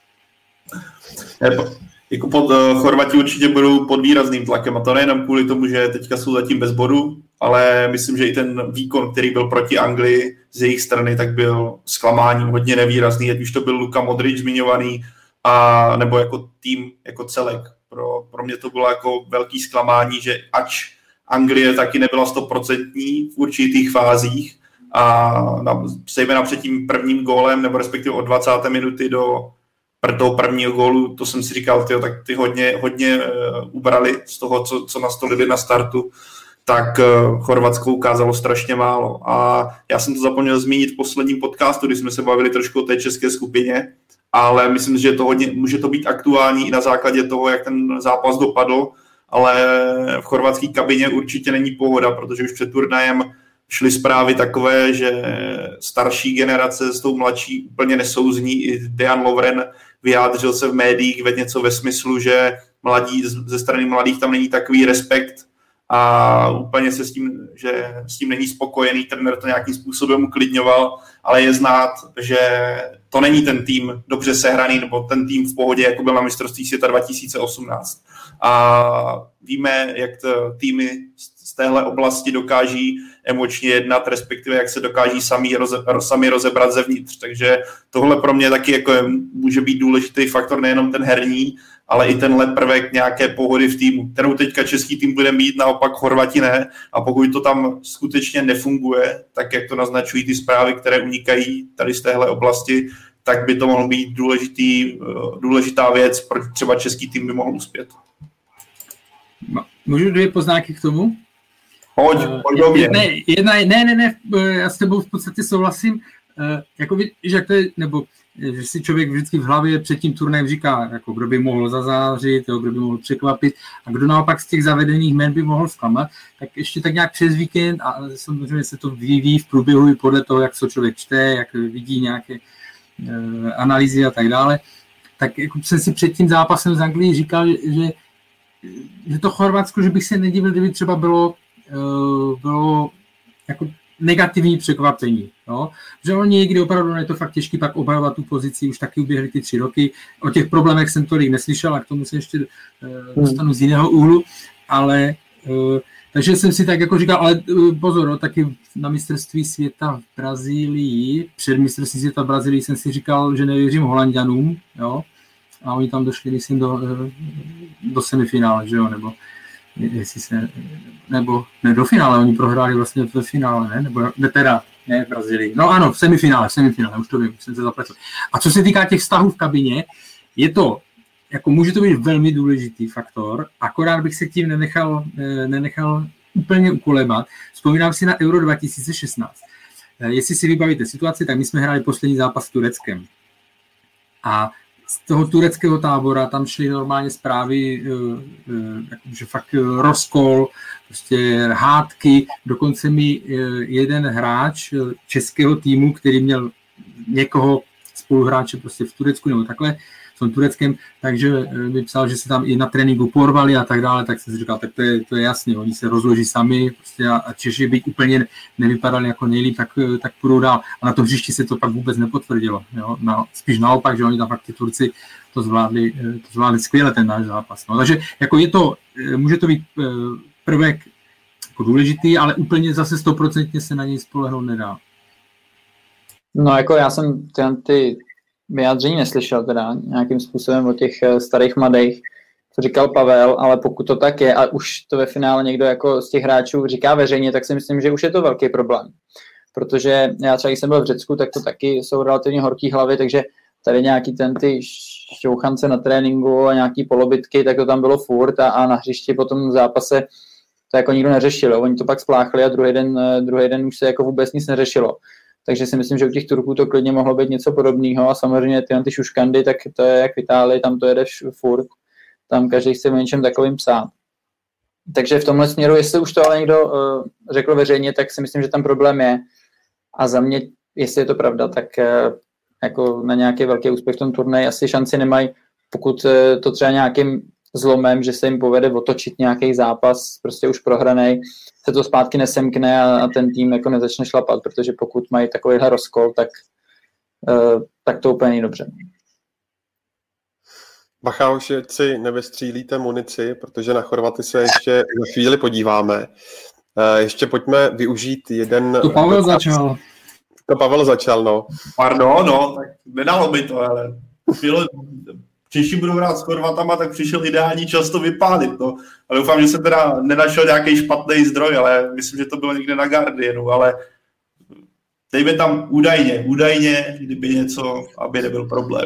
G: Jako Chorvati určitě budou pod výrazným tlakem a to nejenom kvůli tomu, že teďka jsou zatím bez bodu, ale myslím, že i ten výkon, který byl proti Anglii z jejich strany, tak byl zklamáním hodně nevýrazný, ať už to byl Luka Modrić zmiňovaný, a nebo jako tým, jako celek. Pro mě to bylo jako velký zklamání, že ač Anglie taky nebyla 100% v určitých fázích a zejména před tím prvním gólem, nebo respektive od 20. minuty do toho prvního gólu, to jsem si říkal, tak ty hodně ubrali z toho, co nastolili na startu, tak Chorvatsko ukázalo strašně málo. A já jsem to zapomněl zmínit v posledním podcastu, kdy jsme se bavili trošku o té české skupině, ale myslím, že může to být aktuální i na základě toho, jak ten zápas dopadl, ale v chorvatské kabině určitě není pohoda, protože už před turnajem šly zprávy takové, že starší generace s tou mladší úplně nesouzní. I Dejan Lovren vyjádřil se v médiích něco ve smyslu, že ze strany mladých tam není takový respekt a úplně se s tím není spokojený. Trenér to nějakým způsobem uklidňoval, ale je znát, že to není ten tým dobře sehraný nebo ten tým v pohodě, jako byl na mistrovství světa 2018. A víme, jak týmy z téhle oblasti dokáží emočně jednat, respektive jak se dokáží sami rozebrat zevnitř. Takže tohle pro mě taky jako může být důležitý faktor, nejenom ten herní, ale i tenhle prvek nějaké pohody v týmu, kterou teďka český tým bude mít, naopak Chorvati ne. A pokud to tam skutečně nefunguje, tak jak to naznačují ty zprávy, které unikají tady z téhle oblasti, tak by to mohlo být důležitá věc, proč třeba český tým by mohl uspět.
F: Můžu 2 poznámky k tomu?
G: Pojď do mě.
F: Ne, já s tebou v podstatě souhlasím, jako že to je, nebo že si člověk vždycky v hlavě před tím turnajem říká, jako kdo by mohl zazářit, kdo by mohl překvapit a kdo naopak z těch zavedených jmen by mohl zklamat, tak ještě tak nějak přes víkend a samozřejmě se to vyvíjí v průběhu i podle toho, jak se člověk čte, jak vidí nějaké analýzy a tak dále, tak jako jsem si před tím zápasem z Anglii říkal, že to Chorvatsko, že bych se nedivil, kdyby třeba bylo jako negativní překvapení. No? Že oni někdy opravdu je to fakt těžký pak obhajovat tu pozici, už taky uběhly ty 3 roky. O těch problémech jsem tolik neslyšel a k tomu se ještě dostanu z jiného úhlu, ale takže jsem si tak jako říkal, ale pozor, taky na mistrovství světa v Brazílii, před mistrovství světa v Brazílii jsem si říkal, že nevěřím Holanďanům, jo, a oni tam došli, myslím, do semifinále, že jo, nebo ne do finále, oni prohráli vlastně ve finále, ne v Brazílii. No ano, v semifinále, už to vím, jsem se zapletl. A co se týká těch vztahů v kabině, je to, jako může to být velmi důležitý faktor, akorát bych se tím nenechal úplně ukolebat. Vzpomínám si na Euro 2016. Jestli si vybavíte situaci, tak my jsme hráli poslední zápas s Tureckem. A z toho tureckého tábora tam šly normálně zprávy, že fakt rozkol, prostě hádky, dokonce mi jeden hráč českého týmu, který měl někoho spoluhráče prostě v Turecku nebo takhle, v tom Tureckém, takže mi psal, že se tam i na tréninku porvali a tak dále, tak jsem si říkal, tak to je jasně, oni se rozloží sami prostě a Češi by úplně nevypadali jako nejlíp, tak půjdou dál. A na tom hřišti se to pak vůbec nepotvrdilo. Jo? Spíš naopak, že oni tam fakt ty Turci to zvládli skvěle ten náš zápas. No, takže jako může to být prvek jako důležitý, ale úplně zase 100% se na něj spolehnout nedá.
E: No jako já jsem ty vyjádření neslyšel teda nějakým způsobem o těch starých mladých, co říkal Pavel, ale pokud to tak je a už to ve finále někdo jako z těch hráčů říká veřejně, tak si myslím, že už je to velký problém. Protože já třeba, když jsem byl v Řecku, tak to taky jsou relativně horký hlavy, takže tady nějaký ty šťouchance na tréninku a nějaký polobitky, tak to tam bylo furt a na hřišti po tom zápase to jako nikdo neřešil. Oni to pak spláchli a druhý den už se jako vůbec nic neřešilo. Takže si myslím, že u těch Turků to klidně mohlo být něco podobného a samozřejmě ty šuškandy, tak to je jak v Itálii, tam to jede furt, tam každý chce o něčem takovým psát. Takže v tomhle směru, jestli už to ale někdo řekl veřejně, tak si myslím, že tam problém je a za mě, jestli je to pravda, tak jako na nějaký velký úspěch v tom turnaji asi šanci nemají, pokud to třeba nějakým zlomem, že se jim povede otočit nějaký zápas, prostě už prohranej, se to zpátky nesemkne a ten tým jako nezačne šlapat, protože pokud mají takovýhle rozkol, tak to úplně není dobře.
D: Bacha, už si nevystřílíte munici, protože na Chorvaty se ještě za chvíli podíváme. Ještě pojďme využít jeden...
F: To
D: Pavel začal, no.
G: Pardon, no, tak nedalo by to, ale Češi budou hrát s Chorvatama, tak přišel ideální čas to vypálit. No. Ale doufám, že jsem teda nenašel nějaký špatný zdroj, ale myslím, že to bylo někde na Guardianu, ale dejme tam údajně, kdyby něco, aby nebyl problém.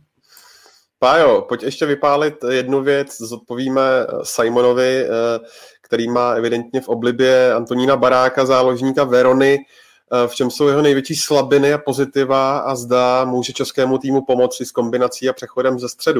D: Pájo, pojď ještě vypálit jednu věc, zodpovíme Simonovi, který má evidentně v oblibě Antonína Baráka, záložníka Verony. V čem jsou jeho největší slabiny a pozitiva a zda může českému týmu pomoci s kombinací a přechodem ze středu?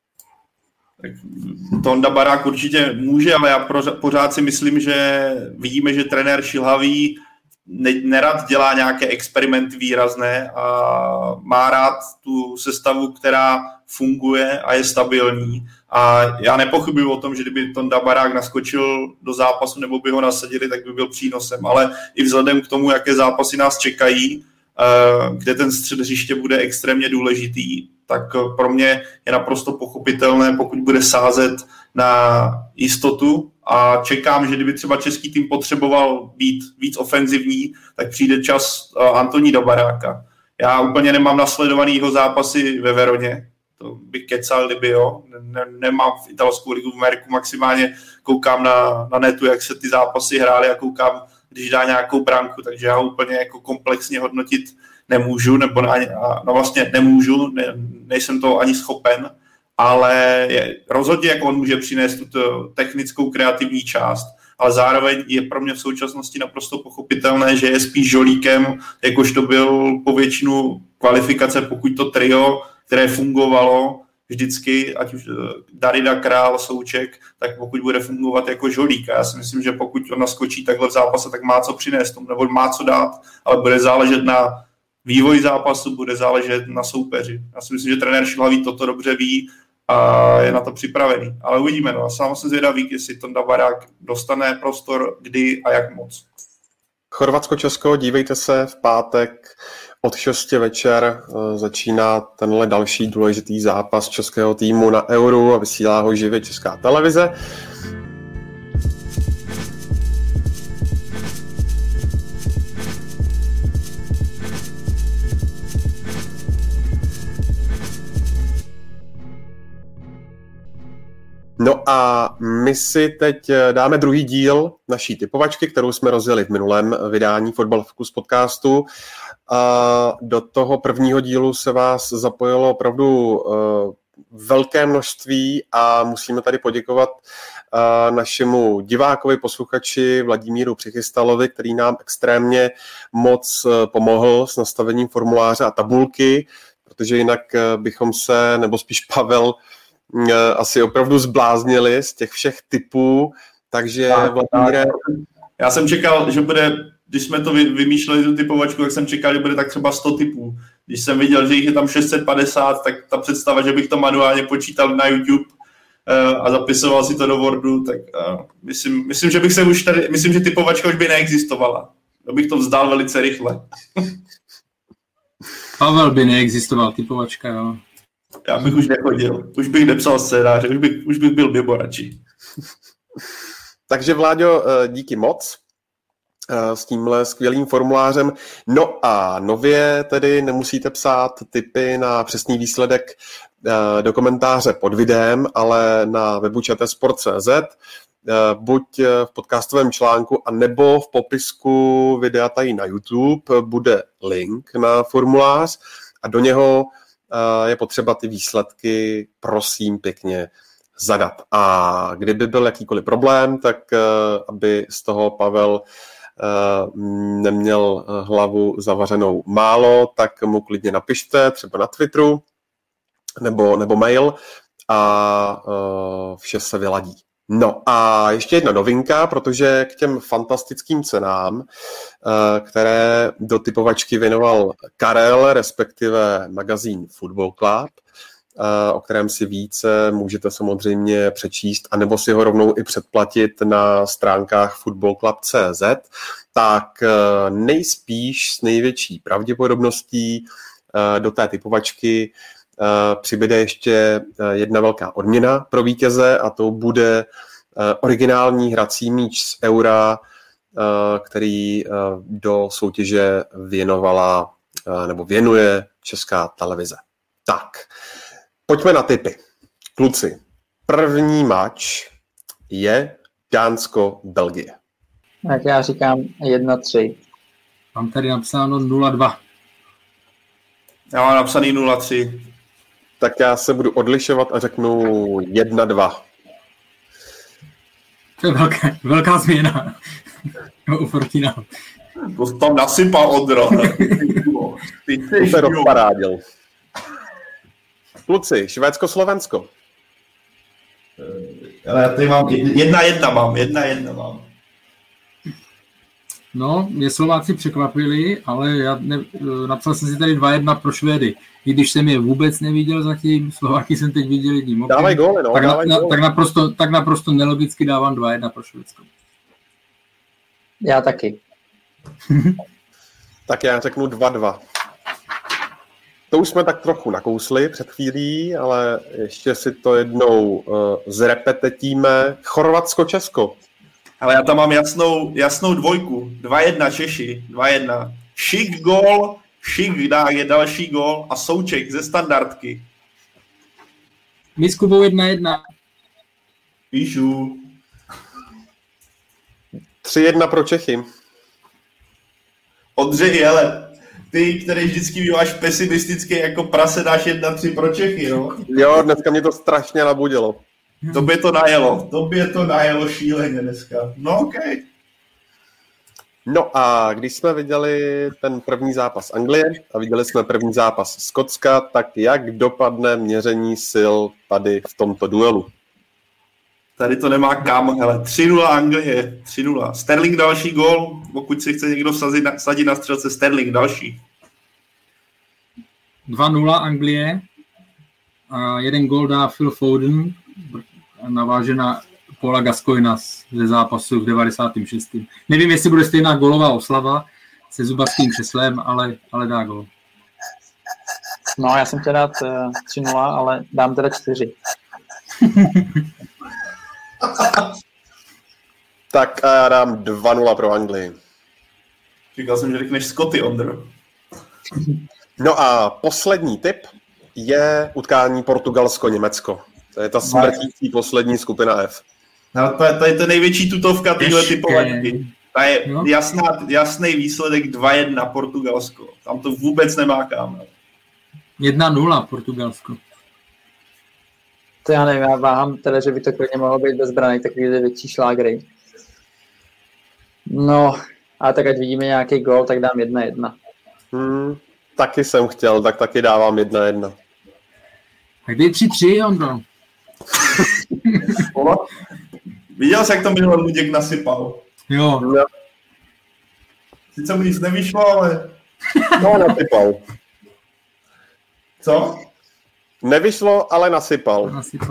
G: Tak Tonda Barák určitě může, ale já pořád si myslím, že vidíme, že trenér Šilhavý nerad dělá nějaké experimenty výrazné a má rád tu sestavu, která funguje a je stabilní. A já nepochybuji o tom, že kdyby Tonda Barák naskočil do zápasu nebo by ho nasadili, tak by byl přínosem. Ale i vzhledem k tomu, jaké zápasy nás čekají, kde ten střed hřiště bude extrémně důležitý, tak pro mě je naprosto pochopitelné, pokud bude sázet na jistotu a čekám, že kdyby třeba český tým potřeboval být víc ofenzivní, tak přijde čas Antonína Baráka. Já úplně nemám nasledovaný jeho zápasy ve Veroně, to bych kecal, kdyby jo. Nemám v italskou ligu v Ameriku, maximálně koukám na netu, jak se ty zápasy hrály a koukám, když dá nějakou branku, takže já úplně jako komplexně hodnotit nemůžu, nebo vlastně nemůžu, nejsem to ani schopen, ale rozhodně jako on může přinést tuto technickou kreativní část, ale zároveň je pro mě v současnosti naprosto pochopitelné, že je spíš žolíkem, jakož to byl po většinu kvalifikace, pokud to trio, které fungovalo vždycky, ať už Darida, Král, Souček, tak pokud bude fungovat jako žolík. A já si myslím, že pokud on naskočí takhle v zápase, tak má co přinést tomu, nebo má co dát, ale bude záležet na vývoj zápasu, bude záležet na soupeři. Já si myslím, že trenér Šilhavý toto dobře ví a je na to připravený. Ale uvidíme, no. A sám jsem zvědavý, jestli Tonda Barák dostane prostor, kdy a jak moc.
D: Chorvatsko-Česko, dívejte se v pátek od 6 večer. Začíná tenhle další důležitý zápas českého týmu na Euru a vysílá ho živě Česká televize. No a my si teď dáme druhý díl naší typovačky, kterou jsme rozjeli v minulém vydání Fotbal Focus podcastu. A do toho prvního dílu se vás zapojilo opravdu velké množství a musíme tady poděkovat našemu divákovi, posluchači Vladimíru Přichystalovi, který nám extrémně moc pomohl s nastavením formuláře a tabulky, protože jinak bychom se, nebo spíš Pavel, asi opravdu zbláznili z těch všech typů, takže Vladimíre...
G: Já jsem čekal, že bude, když jsme to vymýšleli tu typovačku, tak jsem čekal, že bude tak třeba 100 typů. Když jsem viděl, že jich je tam 650, tak ta představa, že bych to manuálně počítal na YouTube a zapisoval si to do Wordu, tak myslím, že bych se už tady, myslím, že typovačka už by neexistovala. To bych to vzdal velice rychle.
F: Pavel by neexistoval, typovačka, jo.
G: Já bych už nechodil, už bych nepsal scénáře, už bych byl mimo radši.
D: Takže Vláďo, díky moc s tímhle skvělým formulářem. No a nově tedy nemusíte psát tipy na přesný výsledek do komentáře pod videem, ale na webu čtsport.cz, buď v podcastovém článku, anebo v popisku videa tady na YouTube bude link na formulář a do něho je potřeba ty výsledky, prosím, pěkně zadat. A kdyby byl jakýkoliv problém, tak aby z toho Pavel neměl hlavu zavařenou málo, tak mu klidně napište, třeba na Twitteru nebo mail a vše se vyladí. No a ještě jedna novinka, protože k těm fantastickým cenám, které do typovačky věnoval Karel, respektive magazín Football Club, o kterém si více můžete samozřejmě přečíst, anebo si ho rovnou i předplatit na stránkách footballclub.cz, tak nejspíš s největší pravděpodobností do té typovačky přibude ještě jedna velká odměna pro vítěze a to bude originální hrací míč z Eura, který do soutěže věnovala nebo věnuje Česká televize. Tak, Pojďme na tipy. Kluci, první mač je Dánsko-Belgie.
E: Tak já říkám 1-3.
F: Mám tady napsáno 0-2.
G: Já mám napsaný 0-3.
D: Tak já se budu odlišovat a řeknu 1-2.
F: To je velká změna. U Fortina.
G: To tam nasypal Ondro.
D: Ty se rozparádil. Kluci, Švédsko-Slovensko.
G: Ale já tady mám 1-1 mám.
F: No, mě Slováci překvapili, ale napsal jsem si tady 2-1 pro Švédy. I když jsem je vůbec neviděl zatím, Slováky jsem teď viděl jedním okem.
D: Dávaj góly, no.
F: Tak naprosto nelogicky dávám 2-1 pro Švédsko.
E: Já taky.
D: Tak já řeknu 2-2. To už jsme tak trochu nakousli před chvílí, ale ještě si to jednou zrepetetíme. Chorvatsko-Česko.
G: Ale já tam mám jasnou dvojku. 2-1 Češi. 2-1. Šik gól, Šik dá je další gól a Souček ze standardky.
F: My s Kubou 1-1.
G: Píšu.
D: 3-1 pro Čechy.
G: Ondřej, hele, ty, který vždycky býváš pesimistický jako prase, dáš 1-3 pro Čechy, no?
D: Jo, dneska mě to strašně nabudilo.
G: Tobě to najelo šíleně dneska. No okej. Okay.
D: No a když jsme viděli ten první zápas Anglie a viděli jsme první zápas Skotska, tak jak dopadne měření sil tady v tomto duelu?
G: Tady to nemá kam, hele, 3-0 Anglie, 3-0. Sterling další gól, pokud si chce někdo sadit na střelce, Sterling další.
F: 2-0 Anglie a jeden gól dá Phil Foden, naváže na Paula Gascoigna ze zápasu v 96. Nevím, jestli bude stejná gólová oslava se zubařským křeslem, ale dá gól.
E: No, já jsem chtěl dát 3-0, ale dám teda 4.
D: Tak a já dám 2-0 pro Anglii.
G: Říkal jsem, že řekneš Skoty, Ondro.
D: No a poslední tip je utkání Portugalsko-Německo. To je ta smrtící poslední skupina F.
G: No, to je to největší tutovka téhle typovačky. To je jasný výsledek 2-1 Portugalsko. Tam to vůbec nemá kam.
F: 1-0 Portugalsko.
E: To já nevím, já váhám teda, že by to klidně mohlo být bezbraný, takový větší šlágry. No, a tak ať vidíme nějaký gól, tak dám 1-1.
D: Taky jsem chtěl, tak taky dávám 1-1.
F: Tak dej 3-3, Ondro.
G: Viděl jsi, jak to minulý Luděk nasypal?
F: Jo.
G: Sice mu nic nevyšlo, ale...
D: No, nasypal.
G: Co?
D: Nevyšlo, ale nasypal.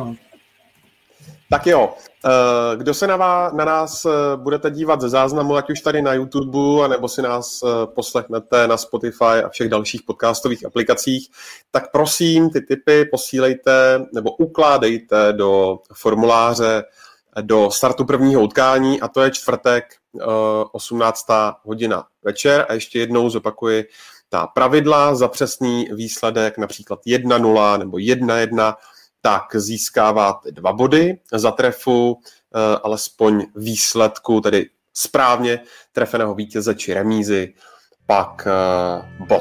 D: Tak jo, kdo se na nás budete dívat ze záznamu, ať už tady na YouTube, anebo si nás poslechnete na Spotify a všech dalších podcastových aplikacích, tak prosím ty tipy posílejte nebo ukládejte do formuláře do startu prvního utkání, a to je čtvrtek 18. hodina večer. A ještě jednou zopakuji ta pravidla za přesný výsledek, například 1-0 nebo 1-1, tak získáváte 2 body za trefu, alespoň výsledku, tedy správně trefeného vítěze či remízy, pak bod.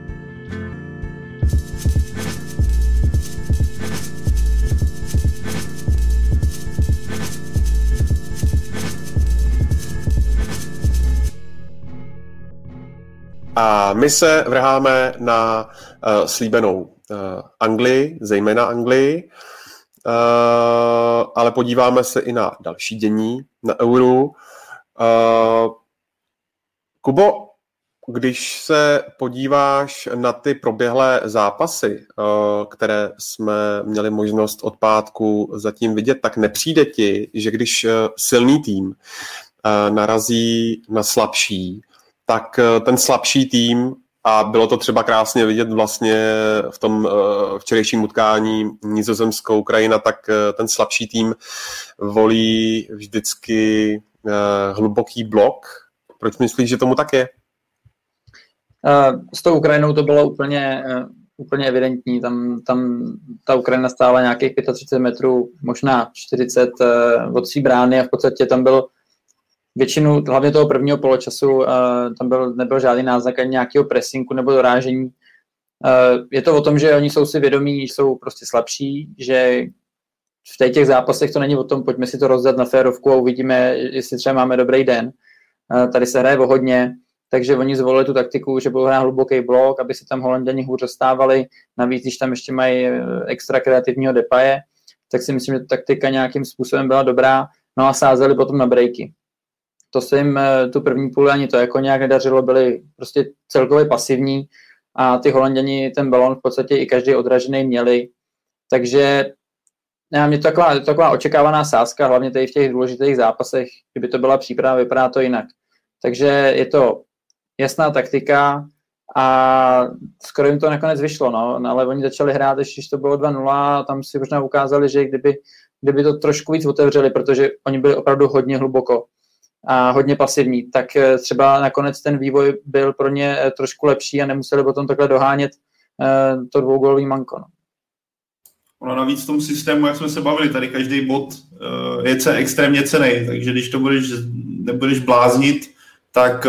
D: A my se vrháme na slíbenou Anglii, zejména Anglii, ale podíváme se i na další dění na Euru. Kubo, když se podíváš na ty proběhlé zápasy, které jsme měli možnost od pátku zatím vidět, tak nepřijde ti, že když silný tým narazí na slabší, tak ten slabší tým, a bylo to třeba krásně vidět vlastně v tom včerejším utkání Nizozemsko-Ukrajina, tak ten slabší tým volí vždycky hluboký blok. Proč myslíš, že tomu tak je?
E: S tou Ukrajinou to bylo úplně evidentní. Tam ta Ukrajina stála nějakých 35 metrů, možná 40 od svý brány a v podstatě tam byl většinu, hlavně toho prvního poločasu, tam nebyl žádný náznak ani nějakého pressinku nebo dorážení. Je to o tom, že oni jsou si vědomí, že jsou prostě slabší, že v těch zápasech to není o tom, pojďme si to rozdat na férovku a uvidíme, jestli třeba máme dobrý den. Tady se hraje o hodně, takže oni zvolili tu taktiku, že budou hrát hluboký blok, aby se tam Holanďani hůř dostávali. Navíc, když tam ještě mají extra kreativního Depaye, tak si myslím, že ta taktika nějakým způsobem byla dobrá. No a sázeli potom na breaky. To se jim tu první půli ani to jako nějak nedařilo, byli prostě celkově pasivní a ty Holanďani ten balon v podstatě i každý odražený měli. Takže mě to taková očekávaná sázka, hlavně tady v těch důležitých zápasech, kdyby to byla příprava, vypadá to jinak. Takže je to jasná taktika a skoro jim to nakonec vyšlo, no, ale oni začali hrát, když to bylo 2-0 a tam si možná ukázali, že kdyby to trošku víc otevřeli, protože oni byli opravdu hodně hluboko a hodně pasivní, tak třeba nakonec ten vývoj byl pro ně trošku lepší a nemuseli potom takhle dohánět to dvougólový manko. No.
G: Ono navíc v tom systému, jak jsme se bavili, tady každý bod je extrémně cenný, takže když to nebudeš bláznit, tak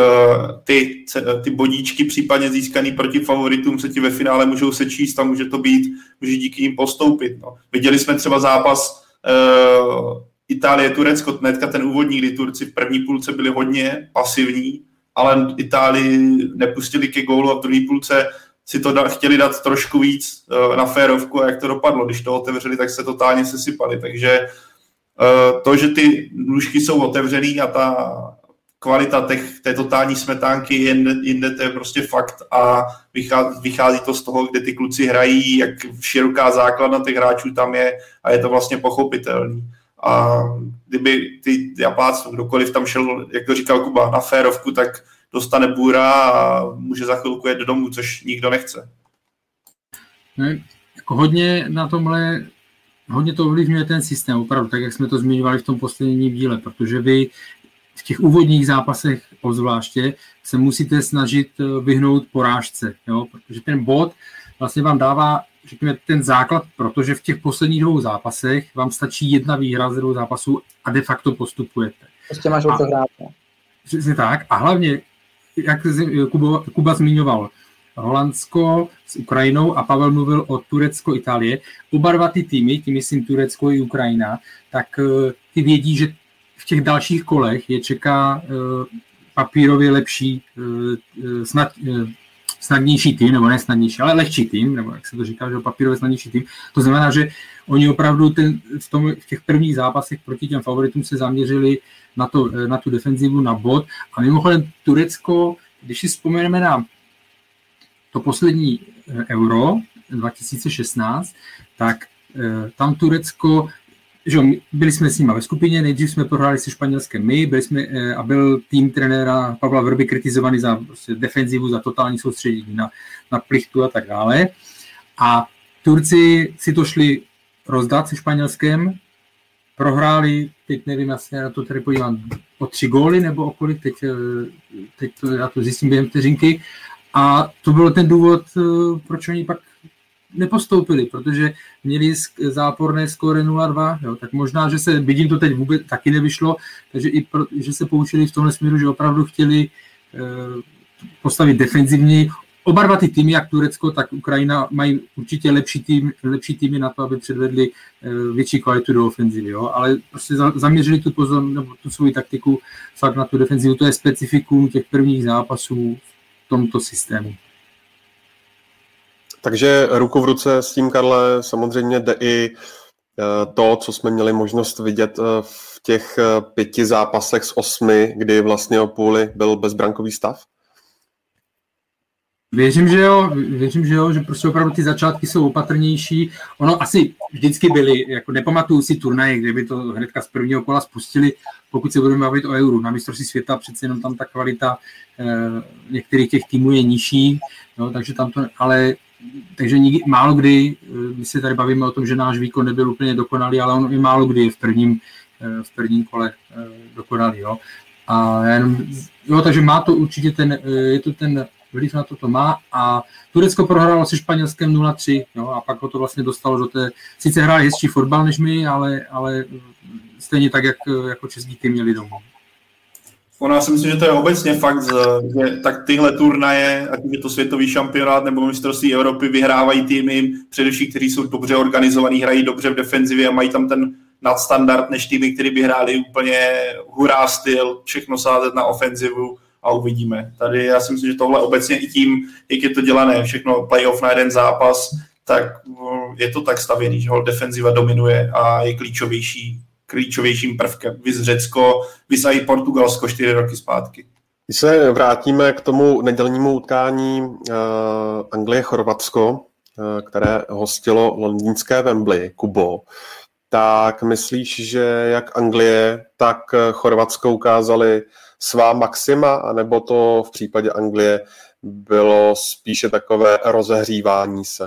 G: ty bodíčky případně získaný proti favoritům se ti ve finále můžou sečíst a může díky nim postoupit. No. Viděli jsme třeba zápas Itálie-Turecko, hnedka ten úvodní, kdy Turci v první půlce byli hodně pasivní, ale Itálii nepustili ke gólu a v druhé půlce si to chtěli dát trošku víc na férovku a jak to dopadlo. Když to otevřeli, tak se totálně sesypali. Takže to, že ty nůžky jsou otevřený a ta kvalita té totální smetánky jinde, to je prostě fakt a vychází to z toho, kde ty kluci hrají, jak široká základna těch hráčů tam je a je to vlastně pochopitelný. A kdyby já plácnu, kdokoliv tam šel, jak to říkal Kuba, na férovku, tak dostane bůra a může za chvilku jet domů, což nikdo nechce.
F: No, jako hodně to ovlivňuje ten systém, opravdu, tak jak jsme to zmiňovali v tom posledním díle, protože vy v těch úvodních zápasech obzvláště se musíte snažit vyhnout porážce, jo? Protože ten bod vlastně vám dává, řekněme, ten základ, protože v těch posledních dvou zápasech vám stačí jedna výhra z dvou zápasů a de facto postupujete.
E: Prostě máš o co hrát.
F: Přesně tak. A hlavně, jak Kuba zmiňoval, Holandsko s Ukrajinou a Pavel mluvil o Turecko-Itálie. Oba dva ty týmy, tím myslím Turecko i Ukrajina, tak ty vědí, že v těch dalších kolech je čeká papírově lepší, snadnější tým, nebo ne snadnější, ale lehčí tým, nebo jak se to říká, že papírově snadnější tým. To znamená, že oni opravdu v těch prvních zápasech proti těm favoritům se zaměřili na tu defenzivu, na bod. A mimochodem Turecko, když si vzpomeneme na to poslední Euro 2016, tak tam Turecko, že byli jsme s nimi ve skupině, nejdřív jsme prohráli se Španělskem a byl tým trenéra Pavla Vrby kritizovaný za prostě defenzivu, za totální soustředění na plichtu a tak dále. A Turci si to šli rozdat se Španělskem, prohráli, teď nevím, asi na to tady podívám, o 3 góly nebo o kolik, teď já to zjistím během vteřinky. A to byl ten důvod, proč oni pak nepostoupili, protože měli záporné skóre 0-2, jo, tak možná, že se, vidím to teď vůbec taky nevyšlo, takže že se poučili v tomhle směru, že opravdu chtěli postavit defenzivně. Oba dva ty týmy, jak Turecko, tak Ukrajina, mají určitě lepší týmy na to, aby předvedli větší kvalitu do ofenzivy, jo, ale prostě zaměřili tu pozornost, nebo tu svou taktiku fakt na tu defenzivu, to je specifikum těch prvních zápasů v tomto systému.
D: Takže ruku v ruce s tím, Karle, samozřejmě jde i to, co jsme měli možnost vidět v těch 5 zápasech z 8, kdy vlastně o půli byl bezbrankový stav?
F: Věřím, že jo, že prostě opravdu ty začátky jsou opatrnější. Ono asi vždycky byly, jako nepamatuju si turnaje, kde by to hnedka z prvního kola spustili, pokud se budeme bavit o Euru. Na mistrovství světa přece jenom tam ta kvalita některých těch týmů je nižší, no, takže tam to, ale takže málo kdy, my se tady bavíme o tom, že náš výkon nebyl úplně dokonalý, ale on i málo kdy je v prvním kole dokonalý, jo. A jenom, jo, takže má to určitě je to ten vliv na to má a Turecko prohrálo se Španělskem 0-3, jo, a pak ho to vlastně dostalo do té, sice hráli hezčí fotbal než my, ale stejně tak, jako český tým měli domů.
G: Já si myslím, že to je obecně fakt, že tak tyhle turnaje, ať je to světový šampionát nebo mistrovství Evropy, vyhrávají týmy, především, kteří jsou dobře organizovaní, hrají dobře v defenzivě a mají tam ten nadstandard než týmy, který by hráli úplně hurá styl, všechno sázet na ofenzivu a uvidíme. Tady já si myslím, že tohle obecně i tím, jak je to dělané, všechno playoff na jeden zápas, tak je to tak stavěný, že defenziva dominuje a je klíčovějším prvkem. Vys Řecko, vys i Portugalsko 4 roky zpátky.
D: Když se vrátíme k tomu nedělnímu utkání Anglie-Chorvatsko, které hostilo londýnské Wembley, Kubo, tak myslíš, že jak Anglie, tak Chorvatsko ukázali svá maxima, anebo to v případě Anglie bylo spíše takové rozehřívání se?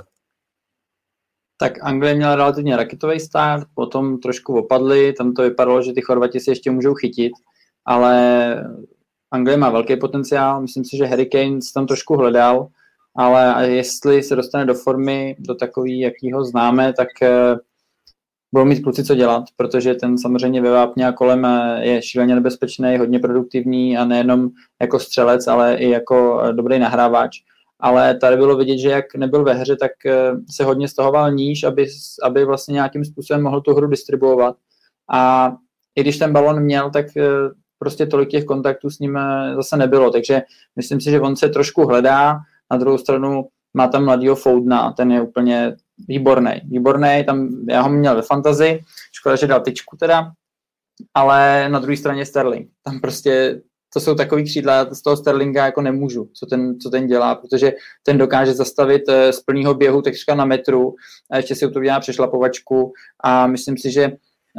E: Tak Anglie měla relativně raketový start, potom trošku opadly, tam to vypadalo, že ty Chorvati si ještě můžou chytit, ale Anglie má velký potenciál, myslím si, že Harry Kane tam trošku hledal, ale jestli se dostane do formy, do takový, jaký ho známe, tak budou mít kluci co dělat, protože ten samozřejmě ve vápně a kolem je šíleně nebezpečný, hodně produktivní a nejenom jako střelec, ale i jako dobrý nahrávač. Ale tady bylo vidět, že jak nebyl ve hře, tak se hodně stahoval níž, aby vlastně nějakým způsobem mohl tu hru distribuovat. A i když ten balon měl, tak prostě tolik těch kontaktů s ním zase nebylo. Takže myslím si, že on se trošku hledá. Na druhou stranu má tam mladýho Foudna, ten je úplně výborný, tam já ho měl ve fantasy, škoda, že dal tyčku teda, ale na druhé straně Sterling. Tam prostě to jsou takový křídla, z toho Sterlinga jako nemůžu, co ten dělá, protože ten dokáže zastavit z plného běhu takřka na metru a ještě si to udělá přešlapovačku a myslím si, že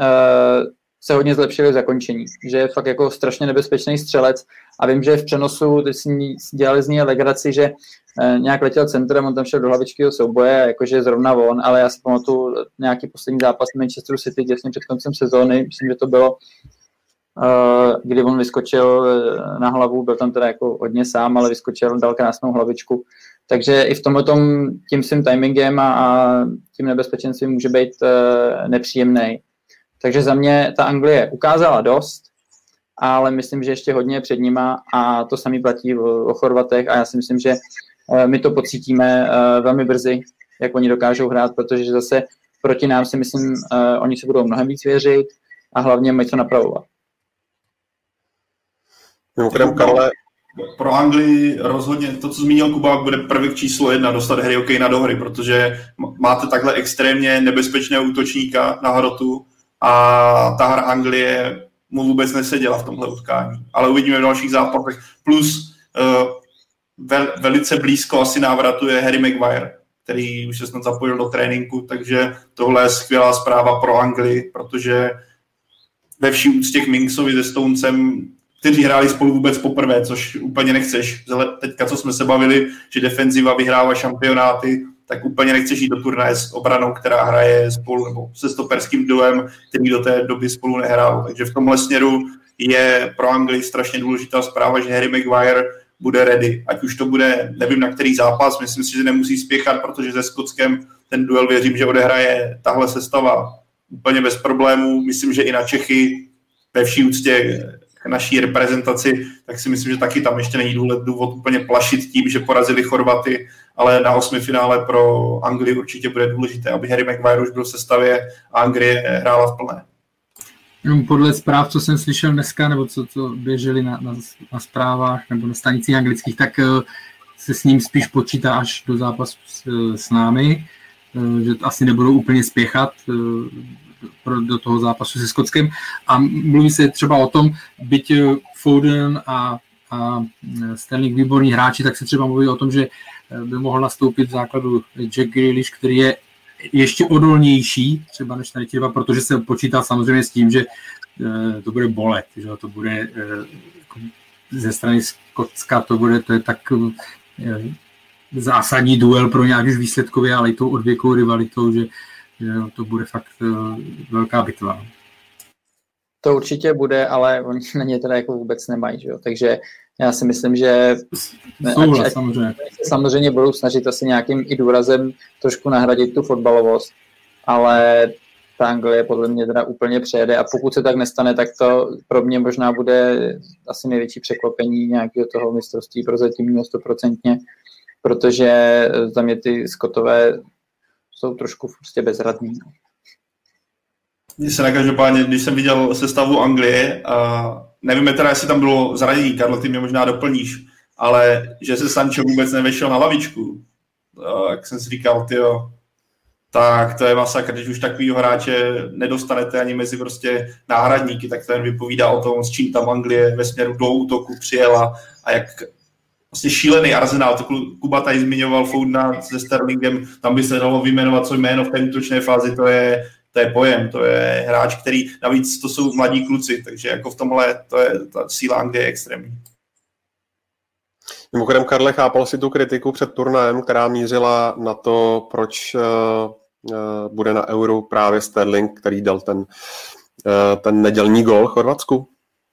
E: se hodně zlepšili v zakončení, že je fakt jako strašně nebezpečný střelec a vím, že v přenosu teď si dělali z něj legraci, že nějak letěl centrem, on tam šel do hlavičkého souboje, jakože zrovna on, ale já si pamatuju nějaký poslední zápas Manchesteru City těsně před koncem sezóny, myslím, že to bylo, kdy on vyskočil na hlavu, byl tam teda jako hodně sám, ale vyskočil, dal krásnou hlavičku. Takže i v tomhletom tím svým timingem a tím nebezpečenstvím může být nepříjemný. Takže za mě ta Anglie ukázala dost, ale myslím, že ještě hodně před nima a to samý platí o Chorvatech a já si myslím, že my to pocítíme velmi brzy, jak oni dokážou hrát, protože zase proti nám si myslím, oni se budou mnohem víc věřit a hlavně mají co napravovat.
D: Karle.
G: Pro Anglii rozhodně to, co zmínil Kuba, bude prvek číslo 1 dostat Harryho Kanea do hry, protože máte takhle extrémně nebezpečného útočníka na hrotu a ta hra Anglie mu vůbec neseděla v tomhle utkání. Ale uvidíme v dalších zápasech. Plus velice blízko asi návratu je Harry Maguire, který už se snad zapojil do tréninku, takže tohle je skvělá zpráva pro Anglii, protože ve vší úctě k Minksovi se Stonesem, kteří hráli spolu vůbec poprvé, což úplně nechceš. Teďka, co jsme se bavili, že defenziva vyhrává šampionáty, tak úplně nechceš jít do turnaje s obranou, která hraje spolu, nebo se stoperským duem, který do té doby spolu nehrál. Takže v tomhle směru je pro Anglii strašně důležitá zpráva, že Harry Maguire bude ready. Ať už to bude, nevím na který zápas, myslím si, že nemusí spěchat, protože se Skotskem ten duel věřím, že odehraje tahle sestava úplně bez problémů. Myslím, že i na Čechy ve vší úctě k naší reprezentaci, tak si myslím, že taky tam ještě není důvod úplně plašit tím, že porazili Chorvaty, ale na 8. finále pro Anglii určitě bude důležité, aby Harry Maguire už byl v sestavě a Anglie hrála v plné.
F: Jenom podle zpráv, co jsem slyšel dneska, nebo co běželi na zprávách nebo na stanicích anglických, tak se s ním spíš počítá až do zápasu s námi, že asi nebudou úplně spěchat do toho zápasu se Skotskem. A mluví se třeba o tom, byť Foden a Sterling výborní hráči, tak se třeba mluví o tom, že by mohl nastoupit v základu Jack Grealish, který je ještě odolnější, třeba než tady dva, protože se počítá samozřejmě s tím, že to bude bolet, že to bude ze strany Skotska, to je tak zásadní duel pro nějak už výsledkově, ale i tou odvěkou rivalitou, že to bude fakt velká bitva.
E: To určitě bude, ale oni na ně teda jako vůbec nemají, že jo? Takže Já si myslím, že samozřejmě budou snažit asi nějakým i důrazem trošku nahradit tu fotbalovost, ale ta Anglie podle mě teda úplně přejede a pokud se tak nestane, tak to pro mě možná bude asi největší překvapení nějakého toho mistrovství prozatímního 100%, protože za mě ty Skotové jsou trošku prostě bezradní.
G: Mně se každopádně, když jsem viděl sestavu Anglie, nevím teda, jestli tam bylo zranění, Karlo, ty mě možná doplníš, ale že se Sancho vůbec nevešel na lavičku, jak jsem si říkal, tyjo, tak to je masakr, když už takovýho hráče nedostanete ani mezi prostě náhradníky, tak to jen vypovídá o tom, s čím tam Anglie ve směru do útoku přijela a jak vlastně šílený arzenál, to Kuba tady zmiňoval Foudena se Sterlingem, tam by se dalo vyjmenovat co jméno v té útočné fázi, to je pojem, to je hráč, který, navíc to jsou mladí kluci, takže jako v tomhle to je ta síla Anglie extrémní.
D: Mimochodem, Karle, chápal si tu kritiku před turnajem, která mířila na to, proč bude na Euro právě Sterling, který dal ten nedělní gól Chorvatsku?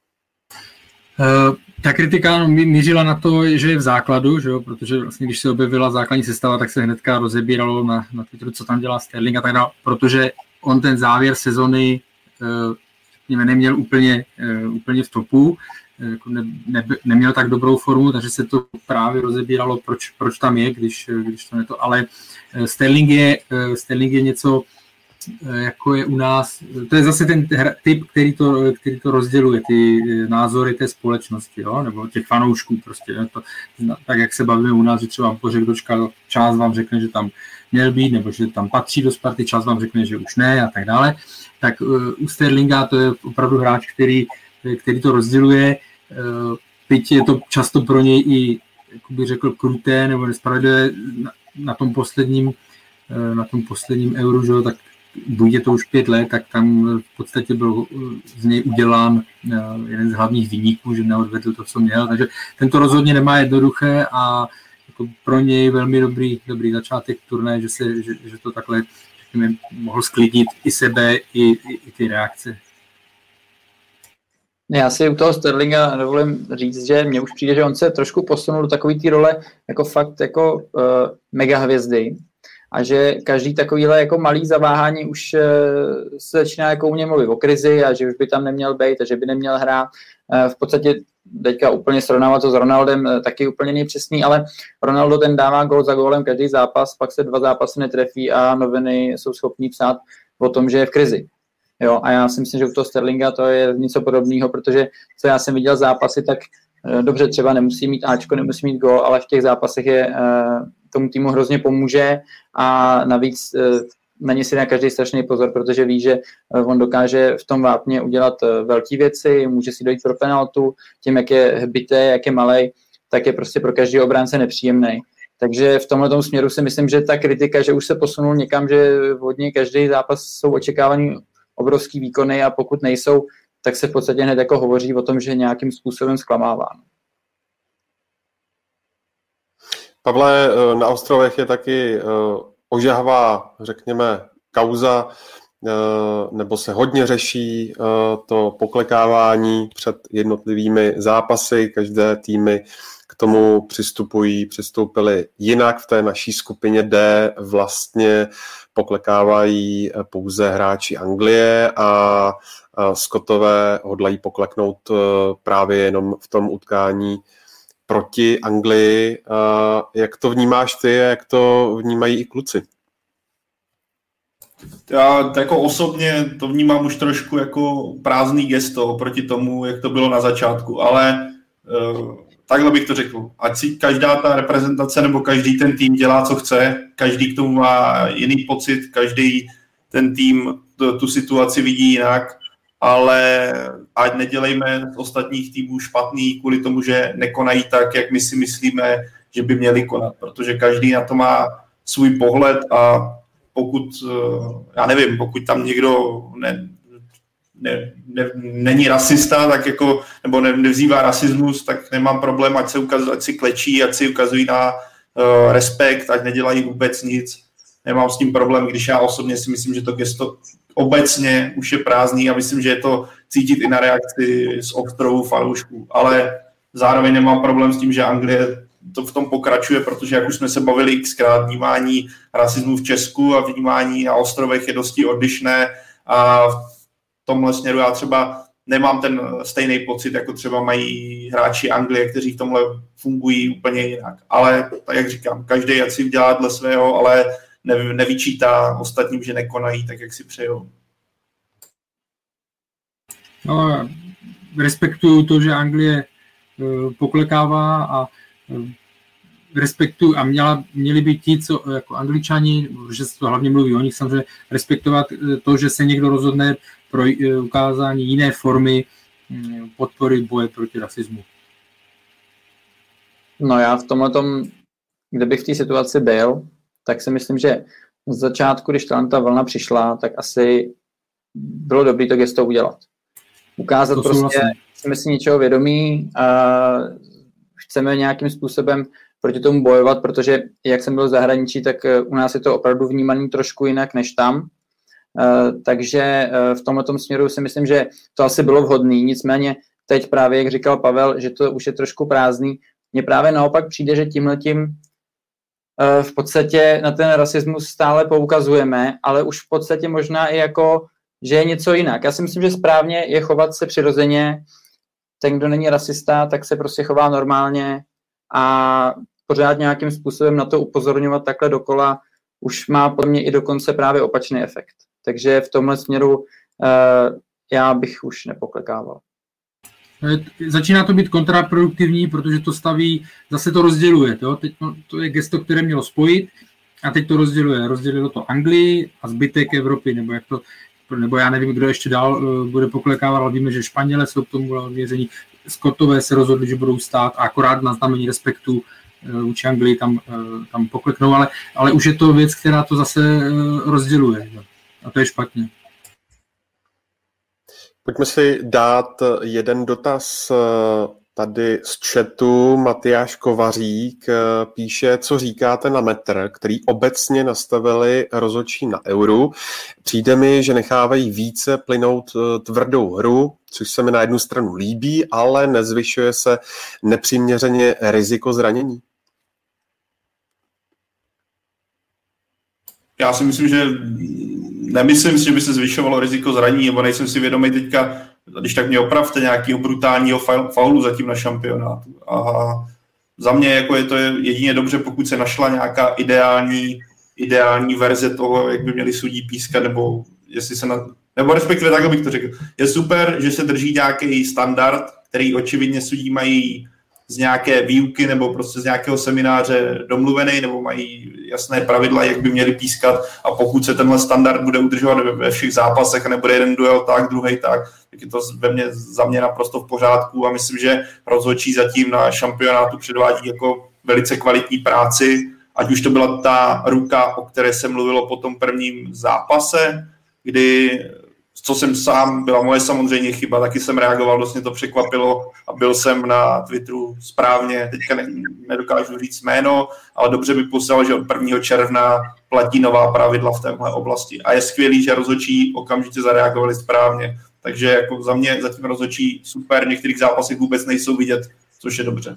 F: Ta kritika mířila na to, že je v základu, že jo? Protože vlastně, když se objevila základní sestava, tak se hnedka rozebíralo na Twitteru, co tam dělá Sterling a tak dále, protože on ten závěr sezony neměl úplně v topu, neměl tak dobrou formu, takže se to právě rozebíralo, proč tam je, když to ne to, ale Sterling je něco, jako je u nás, to je zase ten typ, který to rozděluje, ty názory té společnosti, jo? Nebo těch fanoušků prostě, to, tak jak se bavíme u nás, že třeba pořekdočka, část vám řekne, že tam měl být, nebo že tam patří do Sparty, část vám řekne, že už ne a tak dále, tak u Sterlinga to je opravdu hráč, který to rozděluje, byť je to často pro něj i, jak bych řekl, kruté nebo nespravedlivé na tom posledním Euru, že, tak buď je to už 5 let, tak tam v podstatě byl z něj udělán jeden z hlavních viníků, že neodvedl to, co měl, takže tento rozhodně nemá jednoduché a jako pro něj velmi dobrý začátek turnaje, že to takhle mohl sklidnit i sebe, i ty reakce.
E: Já si u toho Sterlinga dovolím říct, že mně už přijde, že on se trošku posunul do takové té role jako fakt jako mega hvězdy a že každý takovýhle jako malý zaváhání už se začíná jako u mě mluvit o krizi a že už by tam neměl být a že by neměl hrát. V podstatě teďka úplně srovnávat to s Ronaldem taky úplně nejpřesný, ale Ronaldo ten dává gól za gólem každý zápas, pak se 2 zápasy netrefí a noviny jsou schopní psát o tom, že je v krizi. Jo, a já si myslím, že u toho Sterlinga to je něco podobného, protože co já jsem viděl zápasy, tak dobře, třeba nemusí mít Ačko, nemusí mít gól, ale v těch zápasech je tomu týmu hrozně pomůže a navíc na ně si dá každý strašný pozor, protože ví, že on dokáže v tom vápně udělat velké věci, může si dojít pro penaltu, tím, jak je hbité, jak je malej, tak je prostě pro každý obránce nepříjemný. Takže v tomhletom směru si myslím, že ta kritika, že už se posunul někam, že od něj každý zápas jsou očekávaný obrovský výkony a pokud nejsou, tak se v podstatě hned jako hovoří o tom, že nějakým způsobem zklamává.
D: Pavle, na ostrovech je taky ožahavá, řekněme, kauza, nebo se hodně řeší to poklekávání před jednotlivými zápasy. Každé týmy k tomu přistoupili jinak. V té naší skupině D vlastně poklekávají pouze hráči Anglie a Skotové hodlají pokleknout právě jenom v tom utkání proti Anglii. Jak to vnímáš ty a jak to vnímají i kluci?
G: Já jako osobně to vnímám už trošku jako prázdný gesto oproti tomu, jak to bylo na začátku, ale takhle bych to řekl. Ať si každá ta reprezentace nebo každý ten tým dělá, co chce, každý k tomu má jiný pocit, každý ten tým tu situaci vidí jinak, ale ať nedělejme z ostatních týmů špatný kvůli tomu, že nekonají tak, jak my si myslíme, že by měli konat, protože každý na to má svůj pohled a pokud, já nevím, pokud tam někdo není rasista, tak jako, nebo nevzývá rasismus, tak nemám problém, ať si klečí, ať si ukazují na respekt, ať nedělají vůbec nic. Nemám s tím problém, když já osobně si myslím, že to gesto obecně už je prázdný a myslím, že je to cítit i na reakci z ostrovů fanoušků. Ale zároveň nemám problém s tím, že Anglie to v tom pokračuje, protože jak už jsme se bavili xkrát, vnímání rasismu v Česku a vnímání na ostrovech je dosti odlišné a v tomhle směru já třeba nemám ten stejný pocit, jako třeba mají hráči Anglie, kteří v tomhle fungují úplně jinak. Ale tak jak říkám, každý ať si dělá dle svého, ale nevyčítá ostatním, že nekonají tak, jak si přejou.
F: No, respektuju to, že Anglie poklekává a respektuju a měli by ti, co jako Angličani, že se to hlavně mluví o nich, samozřejmě respektovat to, že se někdo rozhodne pro ukázání jiné formy podpory boje proti rasismu.
E: No já v tomhletom, kdybych v té situaci byl, tak si myslím, že z začátku, když ta vlna přišla, tak asi bylo dobré to gesto udělat. Ukázat to prostě, jsme si něčeho vědomí a chceme nějakým způsobem proti tomu bojovat, protože jak jsem byl v zahraničí, tak u nás je to opravdu vnímaný trošku jinak než tam. Takže v tomto směru si myslím, že to asi bylo vhodné. Nicméně teď právě, jak říkal Pavel, že to už je trošku prázdný. Mně právě naopak přijde, že tímhletím v podstatě na ten rasismus stále poukazujeme, ale už v podstatě možná i jako, že je něco jinak. Já si myslím, že správně je chovat se přirozeně. Ten, kdo není rasista, tak se prostě chová normálně a pořád nějakým způsobem na to upozorňovat takhle dokola už má podle mě i dokonce právě opačný efekt. Takže v tomhle směru já bych už nepoklekával.
F: Začíná to být kontraproduktivní, protože to staví, zase to rozděluje. Teď to je gesto, které mělo spojit a teď to rozděluje. Rozdělilo to Anglii a zbytek Evropy, nebo já nevím, kdo ještě dál bude poklekávat, ale víme, že Španělé jsou k tomu odměření. Skotové se rozhodli, že budou stát a akorát na znamení respektu vůči Anglii tam pokleknou, ale už je to věc, která to zase rozděluje. A to je špatně.
D: Pojďme si dát jeden dotaz tady z chatu. Matyáš Kovařík píše, co říkáte na metr, který obecně nastavili rozhodčí na Euru. Přijde mi, že nechávají více plynout tvrdou hru, což se mi na jednu stranu líbí, ale nezvyšuje se nepřiměřeně riziko zranění.
G: Já si myslím, že nemyslím si, že by se zvyšovalo riziko zranění, nebo nejsem si vědomý teďka, když tak mě opravte, nějakého brutálního faulu zatím na šampionátu. A za mě jako je to jedině dobře, pokud se našla nějaká ideální verze toho, jak by měli sudí pískat, nebo jestli se nebo respektive takhle bych to řekl. Je super, že se drží nějaký standard, který očividně sudí mají z nějaké výuky nebo prostě z nějakého semináře domluvený, nebo mají jasné pravidla, jak by měli pískat, a pokud se tenhle standard bude udržovat ve všech zápasech a nebude jeden duel tak, druhý tak je to za mě naprosto v pořádku a myslím, že rozhodčí zatím na šampionátu předvádí jako velice kvalitní práci, ať už to byla ta ruka, o které se mluvilo po tom prvním zápase, kdy co jsem sám, byla moje samozřejmě chyba, taky jsem reagoval, dost mě to překvapilo a byl jsem na Twitteru správně, teďka nedokážu říct jméno, ale dobře by poslal, že od 1. června platí nová pravidla v téhle oblasti a je skvělý, že rozhodčí okamžitě zareagovali správně, takže jako za mě zatím rozhodčí super, v některých zápasech vůbec nejsou vidět, což je dobře.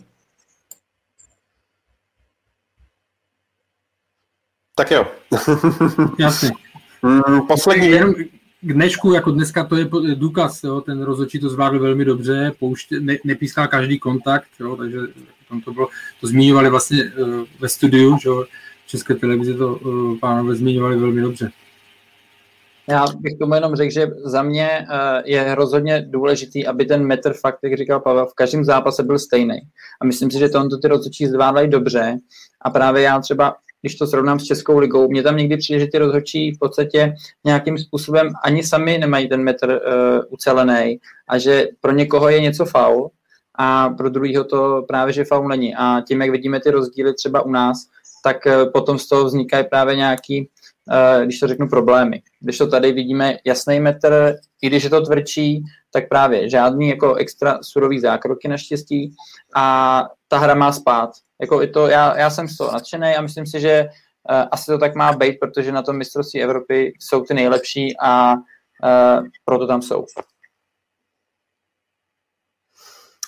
D: Tak jo.
F: Jasně.
D: Poslední.
F: K dnešku, jako dneska to je důkaz, jo, ten rozhodčí to zvládl velmi dobře, nepíská každý kontakt, jo, takže tam to zmiňovali vlastně ve studiu, že v České televizi to pánové zmiňovali velmi dobře.
E: Já bych tomu jenom řekl, že za mě je rozhodně důležitý, aby ten metr fakt, jak říkal Pavel, v každém zápase byl stejný. A myslím si, že tohle ty rozhodčí zvládají dobře a právě já třeba, když to srovnám s Českou ligou, mně tam někdy přijde, že ty rozhodčí v podstatě nějakým způsobem ani sami nemají ten metr ucelený a že pro někoho je něco faul a pro druhýho to právě, že faul není. A tím, jak vidíme ty rozdíly třeba u nás, tak potom z toho vznikají právě nějaký, když to řeknu, problémy. Když to tady vidíme jasný metr, i když je to tvrdší, tak právě žádný jako extra surový zákroky naštěstí a ta hra má spát. Jako i to, já jsem z toho nadšený a myslím si, že asi to tak má být, protože na tom mistrovství Evropy jsou ty nejlepší a proto tam jsou.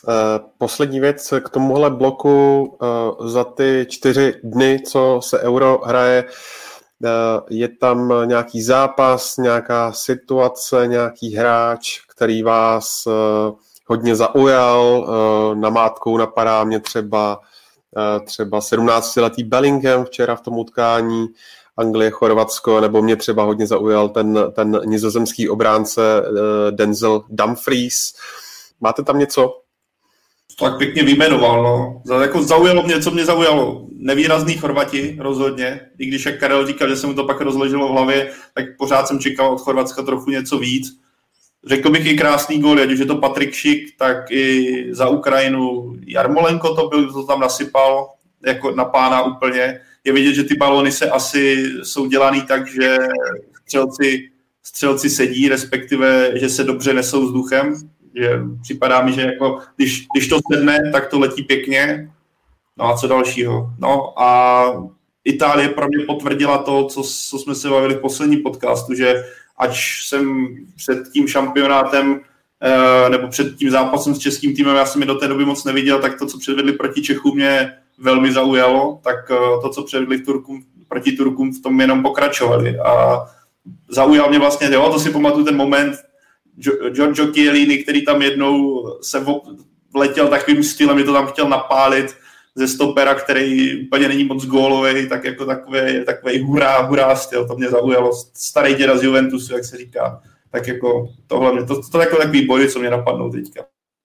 D: Poslední věc k tomuhle bloku za ty 4 dny, co se Euro hraje, je tam nějaký zápas, nějaká situace, nějaký hráč, který vás hodně zaujal. Namátkou napadá mě třeba 17letý Bellingham včera v tom utkání Anglie-Chorvatsko, nebo mě třeba hodně zaujal ten nizozemský obránce Denzel Dumfries. Máte tam něco?
G: Tak pěkně vyjmenoval, no. Jako zaujalo mě, co mě zaujalo. Nevýrazný Chorvati rozhodně. I když, jak Karel říkal, že se mu to pak rozložilo v hlavě, tak pořád jsem čekal od Chorvatska trochu něco víc. Řekl bych i krásný gól, ať už je to Patrik Šik, tak i za Ukrajinu Jarmolenko to byl, to tam nasypal jako na pána úplně. Je vidět, že ty balóny se asi jsou dělaný tak, že střelci sedí, respektive, že se dobře nesou vzduchem. Že připadá mi, že jako, když to sedne, tak to letí pěkně. No a co dalšího? No a Itálie pro mě potvrdila to, co jsme se bavili v posledním podcastu, že ač jsem před tím šampionátem nebo před tím zápasem s českým týmem, já jsem je do té doby moc neviděl, tak to, co předvedli proti Čechům, mě velmi zaujalo, tak to, co předvedli proti Turkům, v tom jenom pokračovali. A zaujal mě vlastně, jo, to si pamatuju ten moment, Giorgio Chiellini, který tam jednou se vletěl takovým stylem, že to tam chtěl napálit ze stopera, který úplně není moc gólovej, tak jako takový hurá styl, to mě zaujalo. Starý děda z Juventusu, jak se říká. Tak jako tohle mě, to jako takový boj, co mě napadnou teďka.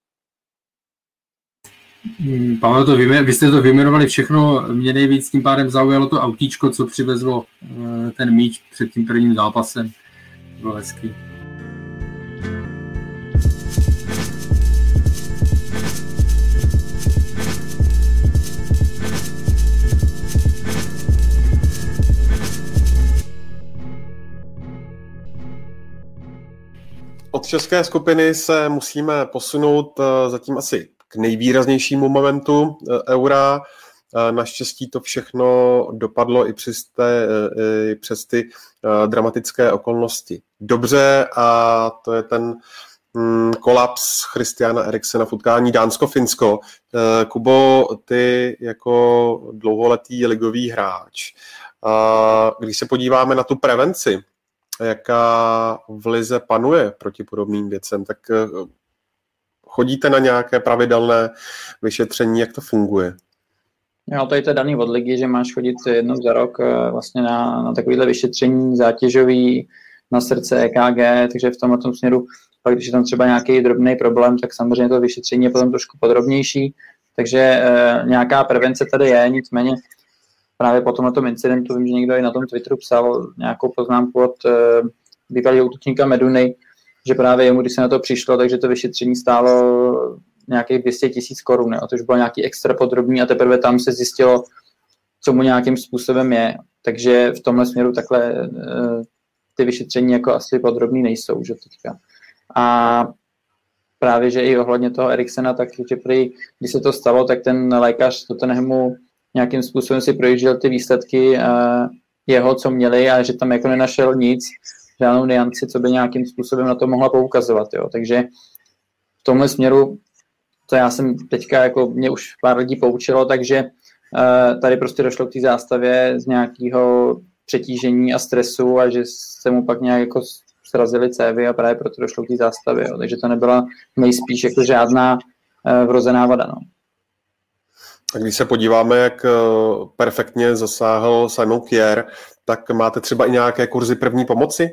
F: Pavel, vy jste to vyjmenovali všechno, mě nejvíc tím pádem zaujalo to autíčko, co přivezlo ten míč před tím prvním zápasem. Bylo hezký.
D: Od české skupiny se musíme posunout zatím asi k nejvýraznějšímu momentu Eura. Naštěstí to všechno dopadlo i přes ty dramatické okolnosti dobře a to je ten kolaps Christiana Eriksena v utkání Dánsko-Finsko. Kubo, ty jako dlouholetý ligový hráč, když se podíváme na tu prevenci, jaká v lize panuje proti podobným věcem, tak chodíte na nějaké pravidelné vyšetření, jak to funguje?
E: Jo, to je to daný od ligy, že máš chodit jednou za rok vlastně na takovéhle vyšetření zátěžový na srdce EKG, takže v tomhle směru, pak když je tam třeba nějaký drobný problém, tak samozřejmě to vyšetření je potom trošku podrobnější, takže nějaká prevence tady je, nicméně právě po tomto incidentu vím, že někdo i na tom Twitteru psal nějakou poznámku od bývalého útočníka Meduny, že právě jemu, když se na to přišlo, takže to vyšetření stálo nějakých 200 000 korun. To už bylo nějaký extra podrobný a teprve tam se zjistilo, co mu nějakým způsobem je. Takže v tomhle směru takhle ty vyšetření jako asi podrobný nejsou. Že teďka. A právě, že i ohledně toho Eriksena, tak když se to stalo, tak ten lékař Tottenhamu nějakým způsobem si projížděl ty výsledky jeho, co měli a že tam jako nenašel nic, žádnou nianci, co by nějakým způsobem na to mohla poukazovat. Jo. Takže v tomhle směru, to já jsem teďka, jako mě už pár lidí poučilo, takže tady prostě došlo k té zástavě z nějakého přetížení a stresu a že se mu pak nějak jako srazily cévy a právě proto došlo k té zástavě. Jo. Takže to nebyla nejspíš jako žádná vrozená vada. No.
D: A když se podíváme, jak perfektně zasáhl Simon Kjær, tak máte třeba i nějaké kurzy první pomoci?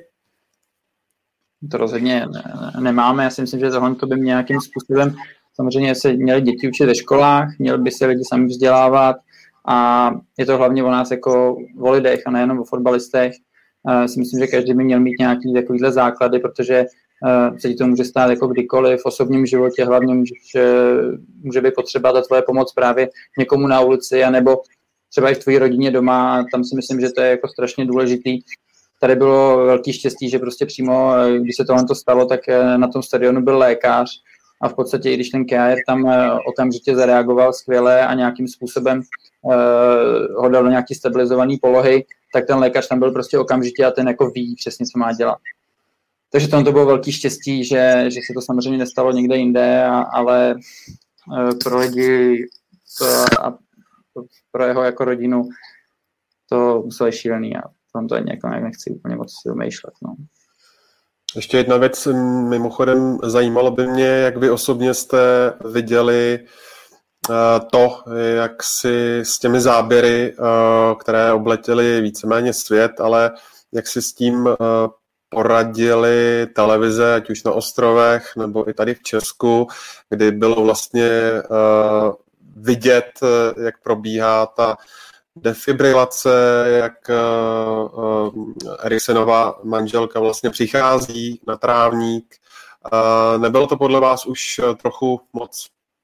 E: To rozhodně nemáme. Já si myslím, že tohle to by nějakým způsobem, samozřejmě se měli děti učit ve školách, měli by se lidi sami vzdělávat a je to hlavně o nás jako o lidech a nejenom o fotbalistech. Si myslím, že každý by měl mít nějaký takovýhle základy, protože se ti to může stát jako kdykoliv v osobním životě, hlavně může být potřeba ta tvoje pomoc právě někomu na ulici, anebo třeba i v tvojí rodině doma, tam si myslím, že to je jako strašně důležitý. Tady bylo velký štěstí, že prostě přímo, když se tohle stalo, tak na tom stadionu byl lékař a v podstatě, i když ten Kjær tam okamžitě zareagoval skvěle a nějakým způsobem ho dal do nějaký stabilizovaný polohy, tak ten lékař tam byl prostě okamžitě a ten jako ví přesně, co má dělat. Takže to bylo velký štěstí, že se to samozřejmě nestalo někde jinde, ale pro lidi a pro jeho jako rodinu to muselo šílený a tam to ani jako nechci úplně moc vymýšlet. No. Ještě jedna věc, mimochodem zajímalo by mě, jak vy osobně jste viděli to, jak si s těmi záběry, které obletěly víceméně svět, ale jak si s tím poradili televize, ať už na ostrovech, nebo i tady v Česku, kdy bylo vlastně vidět, jak probíhá ta defibrilace, jak Eriksenova manželka vlastně přichází na trávník. Nebylo to podle vás už trochu moc?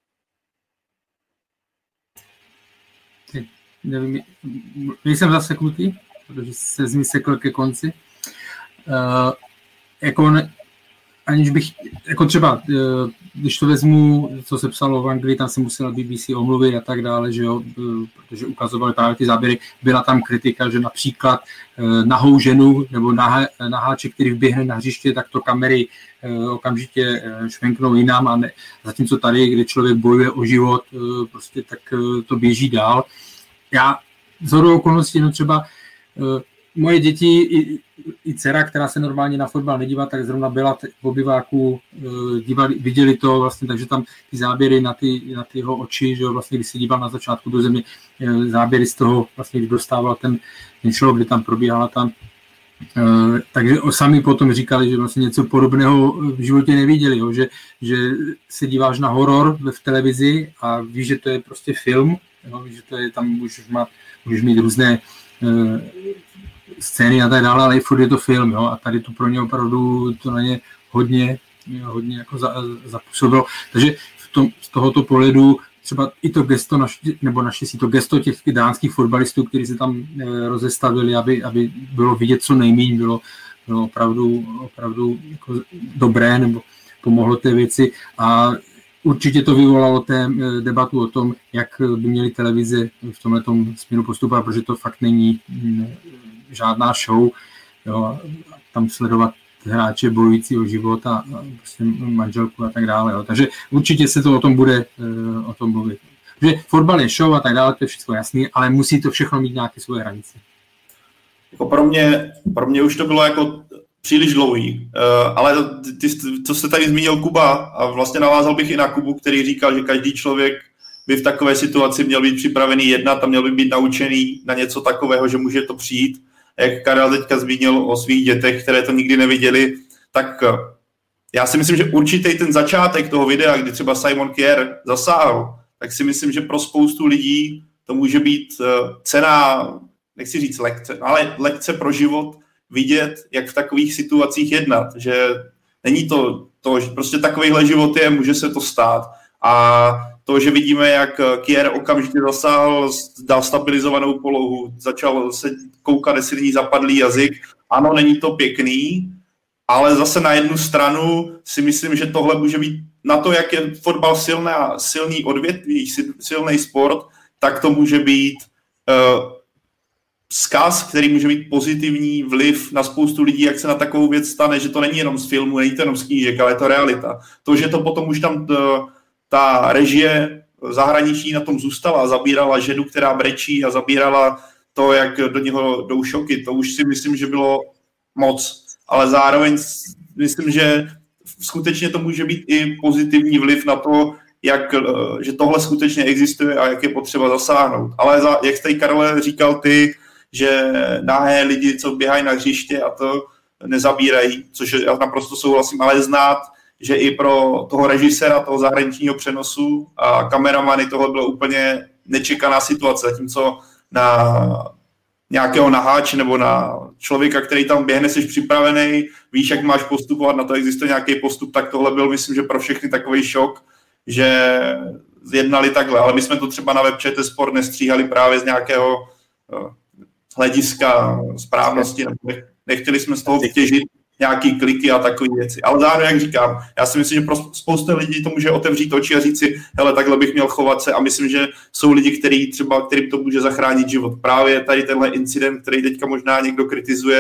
F: Nevím, nejsem zaseknutý, protože se z ní sekl ke konci. Aniž bych, jako třeba, když to vezmu, co se psalo v Anglii, tam se musela BBC omluvit a tak dále, že jo, protože ukazovali právě ty záběry, byla tam kritika, že například nahou ženu nebo naháček, který vběhne na hřiště, tak to kamery okamžitě švenknou jinam a ne, zatímco tady, kde člověk bojuje o život, prostě tak to běží dál. Já shodou okolností, no třeba moje děti i dcera, která se normálně na fotbal nedívá, tak zrovna byla v obyváku, viděli to vlastně, takže tam ty záběry na ty jeho oči, že jo, vlastně když se díval na začátku do země, záběry z toho, vlastně když dostával ten člověk, kdy tam probíhala tam, takže sami potom říkali, že vlastně něco podobného v životě neviděli, jo, že se díváš na horor v televizi a víš, že to je prostě film, jo, víš, že to je, tam můžeš mít různé scény a tak dále, ale i furt je to film, jo, a tady to pro ně opravdu to na ně hodně jako zapůsobilo. Takže z tohoto pohledu třeba i to gesto, nebo naštěstí to gesto těch dánských fotbalistů, kteří se tam rozestavili, aby bylo vidět co nejméně, bylo opravdu jako dobré, nebo pomohlo té věci a určitě to vyvolalo debatu o tom, jak by měly televize v tomhletom směru postupovat, protože to fakt není žádná show, jo, tam sledovat hráče bojující o život a prostě manželku a tak dále. Jo. Takže určitě se to o tom bude o tom mluvit. Že fotbal je show a tak dále, to je všechno jasný, ale musí to všechno mít nějaké svoje hranice.
G: Jako pro mě už to bylo jako příliš dlouhý, ale co se tady zmínil Kuba a vlastně navázal bych i na Kubu, který říkal, že každý člověk by v takové situaci měl být připravený jednat a měl by být naučený na něco takového, že může to přijít. Jak Karel teďka zmínil o svých dětech, které to nikdy neviděli, tak já si myslím, že určitě ten začátek toho videa, kdy třeba Simon Kjær zasáhl, tak si myslím, že pro spoustu lidí to může být cenná, nechci říct lekce, ale lekce pro život, vidět, jak v takových situacích jednat, že není to že prostě takovýhle život je, může se to stát. A to, že vidíme, jak Kjær okamžitě zasáhl, dal stabilizovanou polohu, začal se koukat, jestli není zapadlý jazyk. Ano, není to pěkný, ale zase na jednu stranu si myslím, že tohle může být na to, jak je fotbal silný odvětví, silný sport, tak to může být vzkaz, který může mít pozitivní vliv na spoustu lidí, jak se na takovou věc stane, že to není jenom z filmu, není to jenom z knížek, ale je to realita. To, že to potom už tam ta režie zahraničí na tom zůstala a zabírala ženu, která brečí a zabírala to, jak do něho jdou šoky, to už si myslím, že bylo moc. Ale zároveň myslím, že skutečně to může být i pozitivní vliv na to, že tohle skutečně existuje a jak je potřeba zasáhnout. Ale jak jste, Karole, říkal ty, že nahé lidi, co běhají na hřiště a to nezabírají, což já naprosto souhlasím, ale znát, že i pro toho režiséra, toho zahraničního přenosu a kameramany tohle bylo úplně nečekaná situace, zatímco na nějakého naháče nebo na člověka, který tam běhne, jsi připravený, víš, jak máš postupovat, na to existuje nějaký postup, tak tohle byl, myslím, že pro všechny takový šok, že jednali takhle, ale my jsme to třeba na web ČT Sport nestříhali právě z nějakého hlediska správnosti, nebo nechtěli jsme z toho vytěžit nějaký kliky a takové věci. Ale zároveň, jak říkám, já si myslím, že pro spoustu lidí to může otevřít oči a říct si, hele, takhle bych měl chovat se, a myslím, že jsou lidi, kterým to může zachránit život. Právě tady tenhle incident, který teďka možná někdo kritizuje,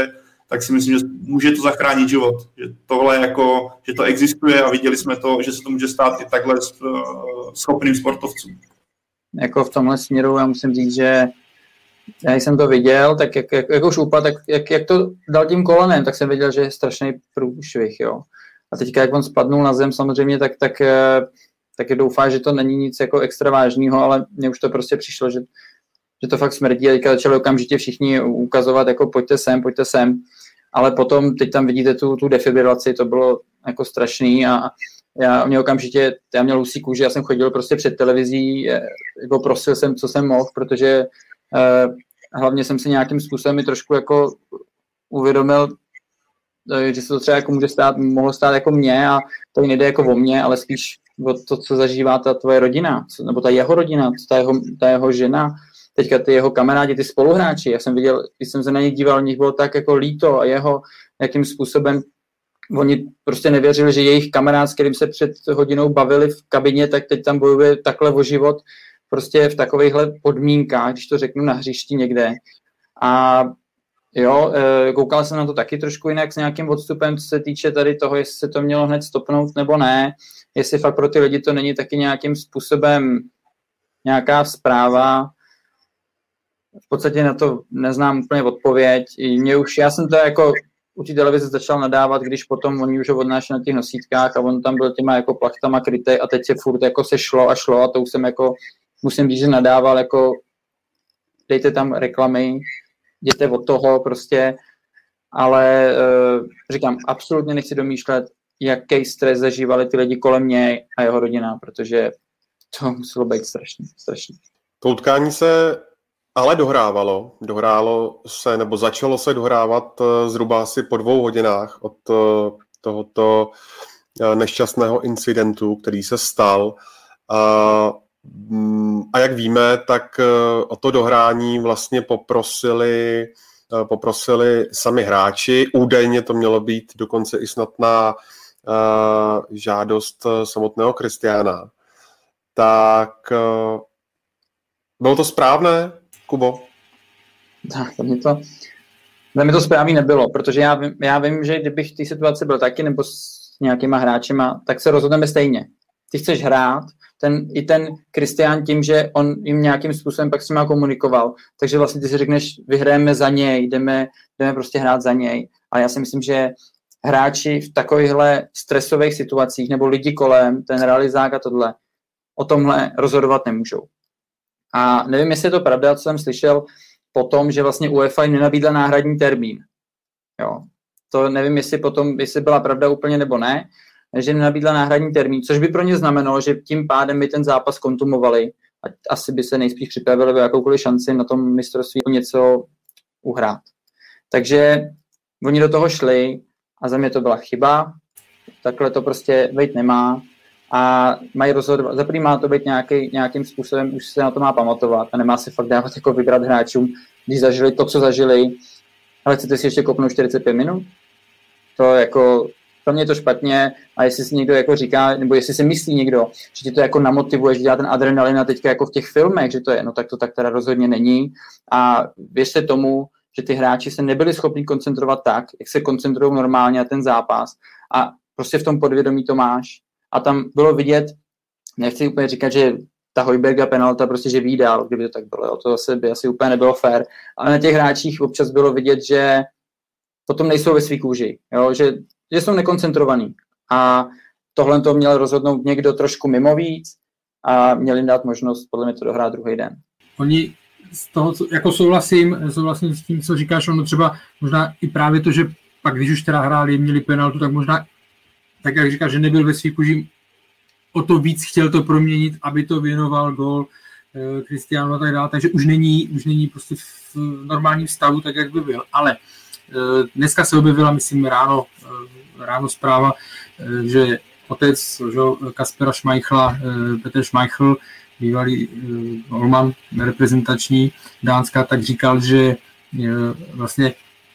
G: tak si myslím, že může to zachránit život. Že tohle jako, že to existuje a viděli jsme to, že se to může stát i takhle schopným sportovcům.
E: Jako v tomhle směru já musím říct, že já jsem to viděl, tak jak už upad, jak to dal tím kolenem, tak jsem viděl, že je strašný průšvih, jo. A teďka, jak on spadnul na zem, samozřejmě, tak doufám, že to není nic jako extra vážného, ale mně už to prostě přišlo, že to fakt smrdí a teďka začali okamžitě všichni ukazovat, jako pojďte sem, ale potom teď tam vidíte tu defibrilaci, to bylo jako strašný a já měl husí kůži, já jsem chodil prostě před televizí, jako prosil jsem, co jsem mohl, protože hlavně jsem si nějakým způsobem i trošku jako uvědomil, že se to třeba jako mohlo stát jako mě a to nejde jako o mě, ale spíš o to, co zažívá ta tvoje rodina, nebo ta jeho rodina, ta jeho žena, teďka ty jeho kamarádi, ty spoluhráči, já jsem viděl, když jsem se na ně díval, nich bylo tak jako líto a jeho, jakým způsobem oni prostě nevěřili, že jejich kamarád, s kterým se před hodinou bavili v kabině, tak teď tam bojuje takhle o život, prostě v takovýchhle podmínkách, když to řeknu na hřišti někde. A jo, koukal jsem na to taky trošku jinak s nějakým odstupem, co se týče tady toho, jestli se to mělo hned stopnout nebo ne, jestli fakt pro ty lidi to není taky nějakým způsobem nějaká zpráva. V podstatě na to neznám úplně odpověď. Já jsem to jako u té televize začal nadávat, když potom oni už ho odnášeli na těch nosítkách a on tam byl těma jako plachtama krytej a teď se furt jako se šlo a to už jsem jako, musím říct, že nadával jako dejte tam reklamy, jděte od toho prostě, ale říkám, absolutně nechci domýšlet, jaký stres zažívali ty lidi kolem něj a jeho rodina, protože to muselo být strašný.
D: To utkání se ale dohrálo se, nebo začalo se dohrávat zhruba asi po 2 hodinách od tohoto nešťastného incidentu, který se stal. A jak víme, tak o to dohrání vlastně poprosili sami hráči. Údajně to mělo být dokonce i snad na žádost samotného Cristiana. Tak bylo to správné, Kubo?
E: Za mě to správný nebylo, protože já vím, že kdybych v té situaci byl taky nebo s nějakýma hráčima, tak se rozhodneme stejně. Ty chceš hrát, ten Cristian tím, že on jim nějakým způsobem pak s nima komunikoval, takže vlastně ty si řekneš, vyhrajeme za něj, jdeme prostě hrát za něj. A já si myslím, že hráči v takovýchhle stresových situacích nebo lidi kolem, ten realizák a tohle, o tomhle rozhodovat nemůžou. A nevím, jestli je to pravda, co jsem slyšel potom, že vlastně UEFA jim nenabídla náhradní termín. Jo. To nevím, jestli byla pravda úplně nebo ne, že nenabídla náhradní termín, což by pro ně znamenalo, že tím pádem by ten zápas kontumovali a asi by se nejspíš připravili o jakoukoliv šanci na tom mistrovství něco uhrát. Takže oni do toho šli a za mě to byla chyba, takhle to prostě být nemá a mají rozhodovat, za první má to být nějakým způsobem, už se na to má pamatovat a nemá se fakt dávat jako vybrat hráčům, když zažili to, co zažili, ale chcete si ještě kopnout 45 minut? To jako, pro mě je to špatně a jestli si někdo jako říká, nebo jestli si myslí někdo, že ti to jako namotivuje, že dělá ten adrenalin a teďka jako v těch filmech, že to je, no tak to tak teda rozhodně není a věřte tomu, že ty hráči se nebyli schopni koncentrovat tak, jak se koncentrují normálně na ten zápas a prostě v tom podvědomí to máš. A tam bylo vidět, nechci úplně říkat, že ta Hojberga penalta prostě, že výdal, kdyby to tak bylo, jo. To zase by asi úplně nebylo fair, ale na těch hráčích občas bylo vidět, že potom nejsou ve svý kůži, jo. Že jsou nekoncentrovaní a tohle to měl rozhodnout někdo trošku mimo víc a měl jim dát možnost podle mě to dohrát druhý den.
F: Oni z toho, jako souhlasím s tím, co říkáš, ono třeba možná i právě to, že pak když už teda hráli, měli penaltu, tak možná tak jak říkáš, že nebyl ve svých kůži, o to víc chtěl to proměnit, aby to věnoval gól Cristiano a tak dále, takže už není prostě v normálním stavu, tak jak by byl. Ale dneska se objevila, myslím, ráno zpráva, že otec Kaspera Schmeichla, Petr Schmeichel, bývalý golman reprezentační Dánska, tak říkal, že vlastně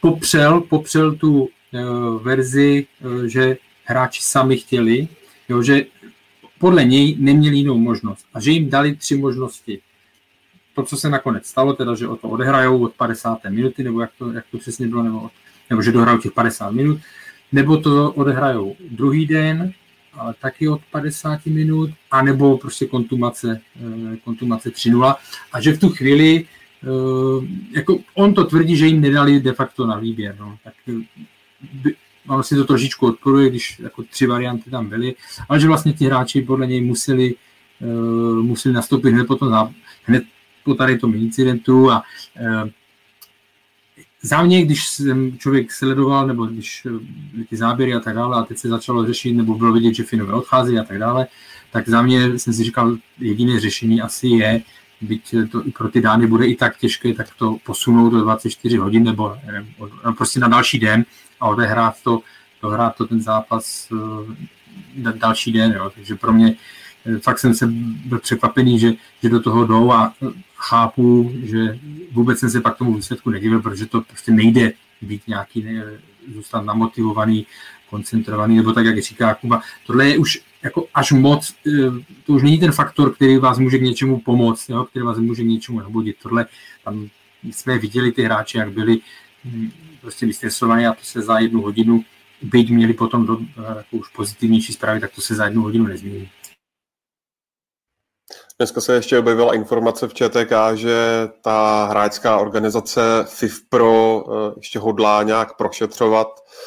F: popřel tu verzi, že hráči sami chtěli, jo, že podle něj neměli jinou možnost a že jim dali 3 možnosti. to, co se nakonec stalo, teda, že o to odehrajou od 50. minuty, nebo jak to přesně bylo, nebo že dohrajou těch 50 minut, nebo to odehrajou druhý den, ale taky od 50 minut, anebo prostě kontumace 3-0. A že v tu chvíli, jako on to tvrdí, že jim nedali de facto na výběr. No. Tak vlastně to trošičku odporuje, když jako 3 varianty tam byly, ale že vlastně ti hráči podle něj museli nastoupit hned po tady tom incidentu a za mě, když jsem člověk sledoval, nebo když ty záběry a tak dále, a teď se začalo řešit, nebo bylo vidět, že Finové odchází a tak dále, tak za mě jsem si říkal, jediné řešení asi je, byť to i pro ty Dány bude i tak těžké, tak to posunout do 24 hodin, nebo prostě na další den a dohrát to ten zápas další den. Jo. Takže pro mě fakt jsem se byl překvapený, že do toho jdou a chápu, že vůbec jsem se pak tomu výsledku nedivil, protože to prostě nejde být nějaký, zůstat namotivovaný, koncentrovaný, nebo tak, jak říká Kuba. Tohle je už jako až moc, to už není ten faktor, který vás může k něčemu pomoct, jo, který vás může k něčemu nabudit. Tohle, tam jsme viděli ty hráči, jak byli prostě vystresovaní a to se za 1 hodinu, byť měli potom jako už pozitivnější zprávy, tak to se za 1 hodinu nezmění.
D: Dneska se ještě objevila informace v ČTK, že ta hráčská organizace FIFPro ještě hodlá nějak prošetřovat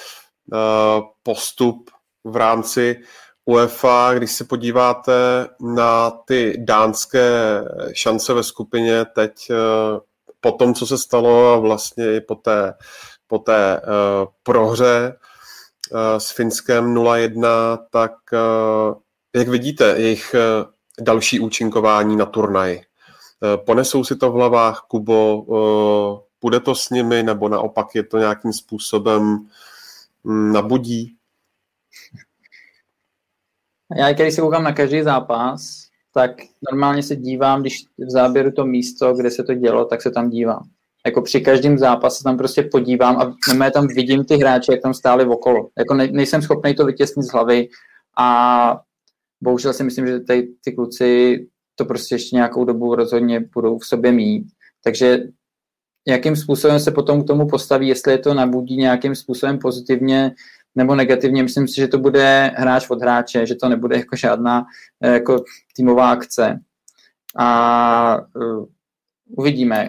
D: postup v rámci UEFA. Když se podíváte na ty dánské šance ve skupině teď po tom, co se stalo vlastně i po té prohře s Finskem 0-1, tak jak vidíte jejich další účinkování na turnaji? Ponesou si to v hlavách, Kubo? Půjde to s nimi, nebo naopak je to nějakým způsobem nabudí?
E: Já, když se koukám na každý zápas, tak normálně se dívám, když v záběru to místo, kde se to dělo, tak se tam dívám. Jako při každém zápase tam prostě podívám a tam vidím ty hráče, jak tam stáli okolo. Jako nejsem schopný to vytěsnit z hlavy a bohužel si myslím, že ty kluci to prostě ještě nějakou dobu rozhodně budou v sobě mít. Takže jakým způsobem se potom k tomu postaví, jestli je to nabudí nějakým způsobem pozitivně nebo negativně, myslím si, že to bude hráč od hráče, že to nebude jako žádná jako týmová akce. A uvidíme.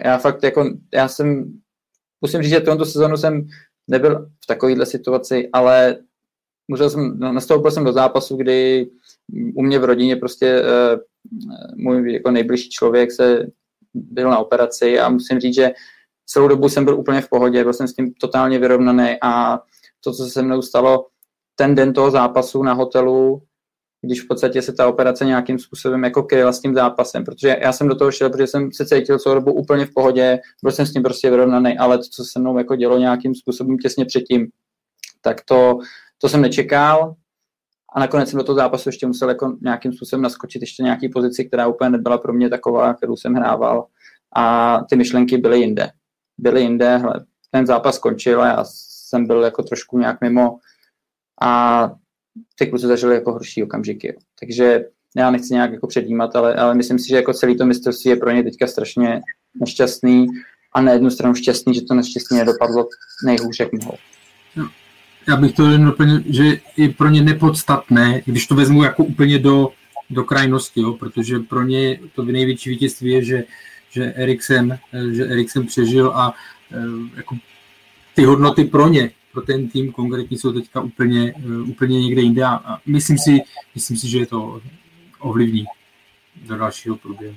E: Musím říct, že tohoto sezonu jsem nebyl v takovéhle situaci, ale nastoupil jsem do zápasu, kdy u mě v rodině prostě můj jako nejbližší člověk byl na operaci a musím říct, že celou dobu jsem byl úplně v pohodě, byl jsem s tím totálně vyrovnaný a to, co se mnou stalo ten den toho zápasu na hotelu, když v podstatě se ta operace nějakým způsobem jako kryla s tím zápasem, protože já jsem do toho šel, protože jsem se cítil celou dobu úplně v pohodě, byl jsem s tím prostě vyrovnaný, ale to, co se mnou jako dělo nějakým způsobem těsně předtím, tak to jsem nečekal a nakonec jsem do toho zápasu ještě musel jako nějakým způsobem naskočit ještě nějaký pozici, která úplně nebyla pro mě taková, kterou jsem hrával a ty myšlenky byly jinde, ten zápas skončil a já jsem byl jako trošku nějak mimo a ty kluci zažili jako horší okamžiky. Jo. Takže já nechci nějak jako předjímat, ale myslím si, že jako celý to mistrovství je pro ně teďka strašně nešťastný a na jednu stranu šťastný, že to nešťastně nedopadlo nejhůř, jak mohlo.
F: Já bych to jen doplnil, že je pro ně nepodstatné, když to vezmu jako úplně do krajnosti, jo, protože pro ně to největší vítězství je, že Eriksen přežil a jako ty hodnoty pro ten tým konkrétní jsou teďka úplně někde jinde a myslím si, že je to ovlivní do dalšího průběhu.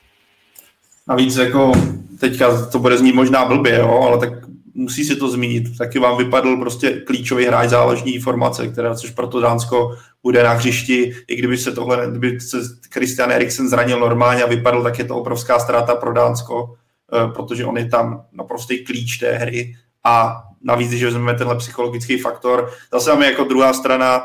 G: Navíc jako teďka to bude znít možná blbě, jo, ale tak musí si to zmínit. Taky vám vypadl prostě klíčový hráč záložní formace, což proto Dánsko bude na hřišti. I kdyby se Christian Eriksen zranil normálně a vypadl, tak je to obrovská ztráta pro Dánsko, protože on je tam naprostý klíč té hry a navíc, když vezmeme tenhle psychologický faktor, zase máme jako druhá strana,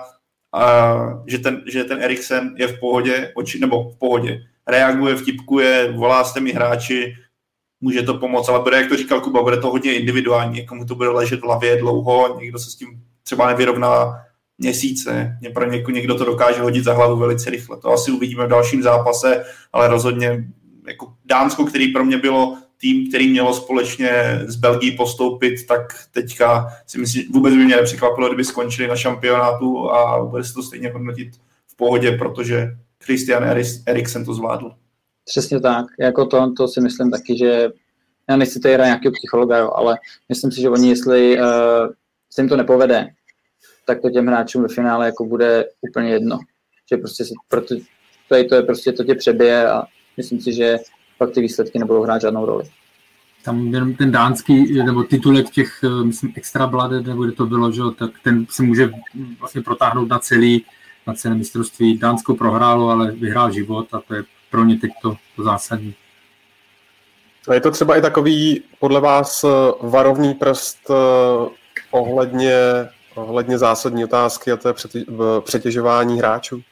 G: že ten Eriksen je v pohodě, reaguje, vtipkuje, volá s těmi hráči, může to pomoct, ale bude, jak to říkal Kuba, bude to hodně individuální, někomu to bude ležet v hlavě dlouho, někdo se s tím třeba nevyrovná měsíce, někdo to dokáže hodit za hlavu velice rychle. To asi uvidíme v dalším zápase, ale rozhodně jako Dánsko, který pro mě bylo tým, který mělo společně s Belgií postoupit, tak teďka si myslím, vůbec by mě nepřekvapilo, kdyby skončili na šampionátu a bude se to stejně hodnotit v pohodě, protože Christian Eriksen to zvládl.
E: Přesně tak, jako to si myslím taky, že já nechci tady hrát nějakého psychologa, jo, ale myslím si, že oni, jestli se jim to nepovede, tak to těm hráčům ve finále jako bude úplně jedno. Že prostě to je prostě to tě přebije a myslím si, že pak ty výsledky nebudou hrát žádnou roli.
F: Tam jenom ten dánský, nebo titulek těch, myslím, Extra Blooded, nebo kde to bylo, že, tak ten se může vlastně protáhnout na celé mistrovství. Dánsko prohrálo, ale vyhrál život a to je pro ně teď to zásadní.
D: A je to třeba i takový, podle vás, varovný prst ohledně zásadní otázky, a to je přetěžování hráčů?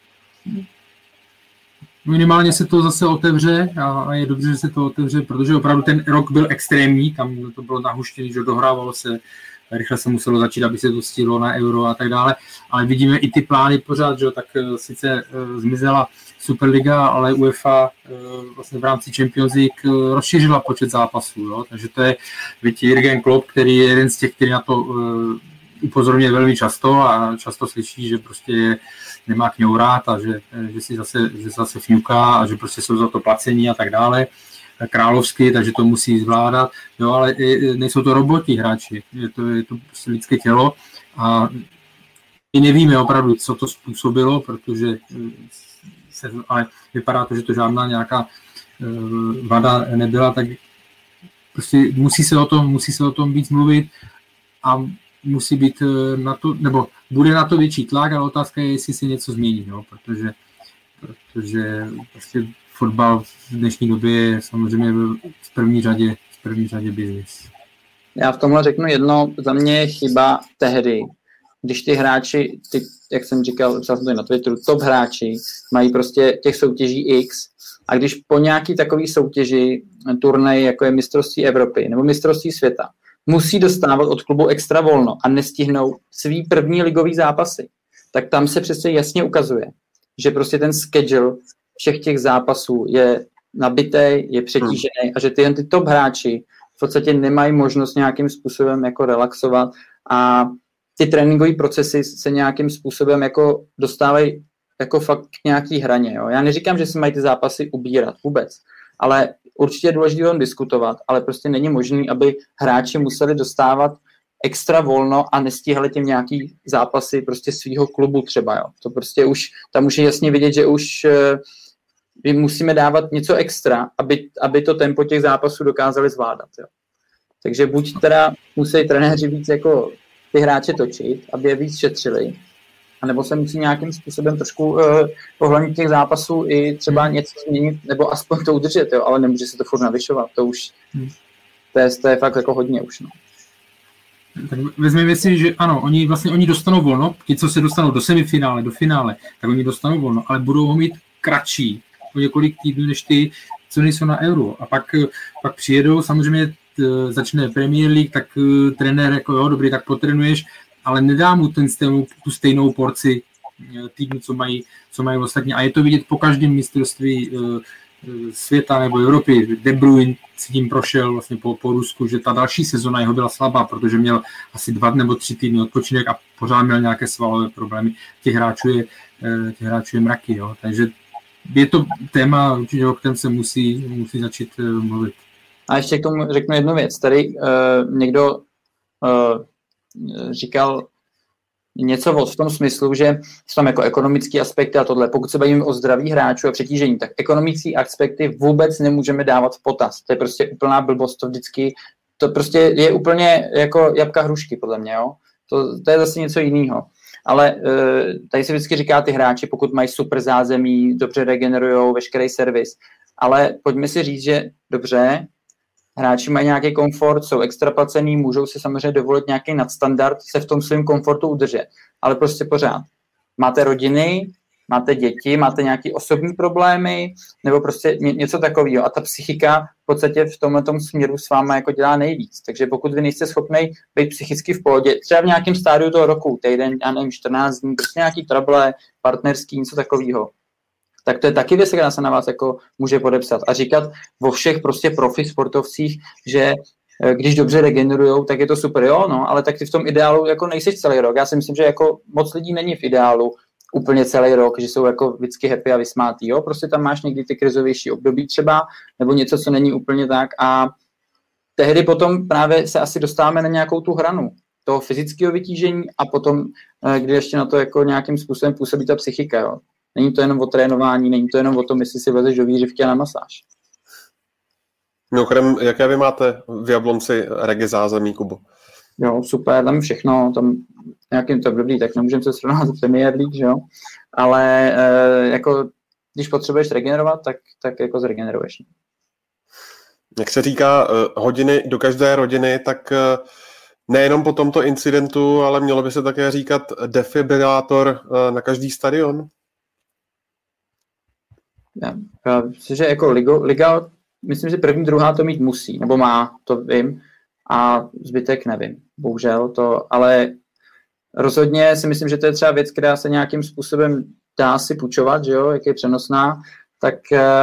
F: Minimálně se to zase otevře a je dobře, že se to otevře, protože opravdu ten rok byl extrémní, tam to bylo nahuštěný, že dohrávalo se, rychle se muselo začít, aby se to stihlo na Euro a tak dále, ale vidíme i ty plány pořád, že tak sice zmizela Superliga, ale UEFA vlastně v rámci Champions League rozšířila počet zápasů, jo? Takže to je Jürgen Klopp, který je jeden z těch, který na to upozorňuje velmi často a často slyší, že prostě nemá kňourát a že si zase fňuká a že prostě jsou za to placení a tak dále. Královsky, takže to musí zvládat. Jo, ale nejsou to roboti hráči, je to prostě lidské tělo a my nevíme opravdu, co to způsobilo, protože ale vypadá to, že to žádná nějaká vada nebyla, tak prostě musí se o tom víc mluvit a musí být na to, nebo bude na to větší tlak, ale otázka je, jestli se něco změní, no, protože prostě fotbal v dnešní době je samozřejmě v první řadě business.
E: Já v tomhle řeknu jedno, za mě je chyba tehdy, když ty hráči, jak jsem říkal, psal jsem to i na Twitteru, top hráči mají prostě těch soutěží X a když po nějaký takový soutěži, turnaj, jako je mistrovství Evropy nebo mistrovství světa, musí dostávat od klubu extra volno a nestihnou svý první ligový zápasy, tak tam se přece jasně ukazuje, že prostě ten schedule všech těch zápasů je nabitej, je přetížený a že ty top hráči v podstatě nemají možnost nějakým způsobem jako relaxovat a ty tréninkové procesy se nějakým způsobem jako dostávají jako fakt k nějaký hraně. Jo. Já neříkám, že se mají ty zápasy ubírat vůbec, ale určitě je důležité o tom diskutovat, ale prostě není možné, aby hráči museli dostávat extra volno a nestíhali tím nějaký zápasy prostě svýho klubu třeba. Jo. To prostě tam už je jasně vidět, že už my musíme dávat něco extra, aby to tempo těch zápasů dokázali zvládat. Jo. Takže buď teda musí trenéři víc jako ty hráče točit, aby je víc šetřili, anebo se musí nějakým způsobem trošku pohlavnit těch zápasů i třeba něco změnit, nebo aspoň to udržet, jo, ale nemůže se to furt navyšovat, to už to je fakt jako hodně už. No.
F: Tak vezměme si, že ano, oni dostanou volno, ti, co se dostanou do semifinále, do finále, tak oni dostanou volno, ale budou ho mít kratší o několik týdnů než ty, co nejsou na Euro. A pak přijedou, samozřejmě začne Premier League, tak trenér jako jo, dobrý, tak potrenuješ, ale nedá mu tu stejnou porci týdnu, co mají ostatní. A je to vidět po každém mistrovství světa nebo Evropy. De Bruyne si tím prošel vlastně po Rusku, že ta další sezona jeho byla slabá, protože měl asi 2 nebo 3 týdny odpočinek a pořád měl nějaké svalové problémy. Těch hráčů je mraky. Jo. Takže je to téma, určitě, o kterém se musí začít mluvit.
E: A ještě k tomu řeknu jednu věc. Tady někdo říkal něco v tom smyslu, že jsou tam jako ekonomické aspekty a tohle. Pokud se bavíme o zdraví hráčů a přetížení, tak ekonomické aspekty vůbec nemůžeme dávat v potaz. To je prostě úplná blbost. To prostě je úplně jako jabka hrušky, podle mě. Jo? To je zase něco jiného. Ale tady se vždycky říká ty hráči, pokud mají super zázemí, dobře regenerujou, veškerý servis. Ale pojďme si říct, že dobře, hráči mají nějaký komfort, jsou extra placený, můžou si samozřejmě dovolit nějaký nadstandard, se v tom svém komfortu udržet. Ale prostě pořád. Máte rodiny, máte děti, máte nějaké osobní problémy, nebo prostě něco takového. A ta psychika v podstatě v tomhletom směru s váma jako dělá nejvíc. Takže pokud vy nejste schopni být psychicky v pohodě, třeba v nějakém stádiu toho roku, týden, já nevím, 14 dní, prostě nějaký trable, partnerský, něco takového, tak to je taky věc, která se na vás jako může podepsat. A říkat o všech prostě profi sportovcích, že když dobře regenerujou, tak je to super, jo, no, ale tak ty v tom ideálu jako nejseš celý rok. Já si myslím, že jako moc lidí není v ideálu úplně celý rok, že jsou jako vždycky happy a vysmátý, jo, prostě tam máš někdy ty krizovější období třeba, nebo něco, co není úplně tak a tehdy potom právě se asi dostáváme na nějakou tu hranu toho fyzického vytížení a potom, kdy ještě na to jako nějakým způsobem působí ta psychika, jo. Není to jenom o trénování, není to jenom o tom, jestli si vezeš do výřivky a na masáž.
D: Mimochodem, jaké vy máte v Jablonci regi zázemí, Kubo?
E: Jo, super, tam všechno, tam nějakým to dobrý, tak nemůžeme se srovnat s Premier League, že jo, ale jako když potřebuješ regenerovat, tak jako zregeneruješ.
D: Jak se říká, hodiny do každé rodiny, tak nejenom po tomto incidentu, ale mělo by se také říkat defibrilátor na každý stadion?
E: Já myslím, že jako liga, myslím, že první, druhá to mít musí, nebo má, to vím, a zbytek nevím, bohužel to, ale rozhodně si myslím, že to je třeba věc, která se nějakým způsobem dá si půjčovat, že jo, jak je přenosná, tak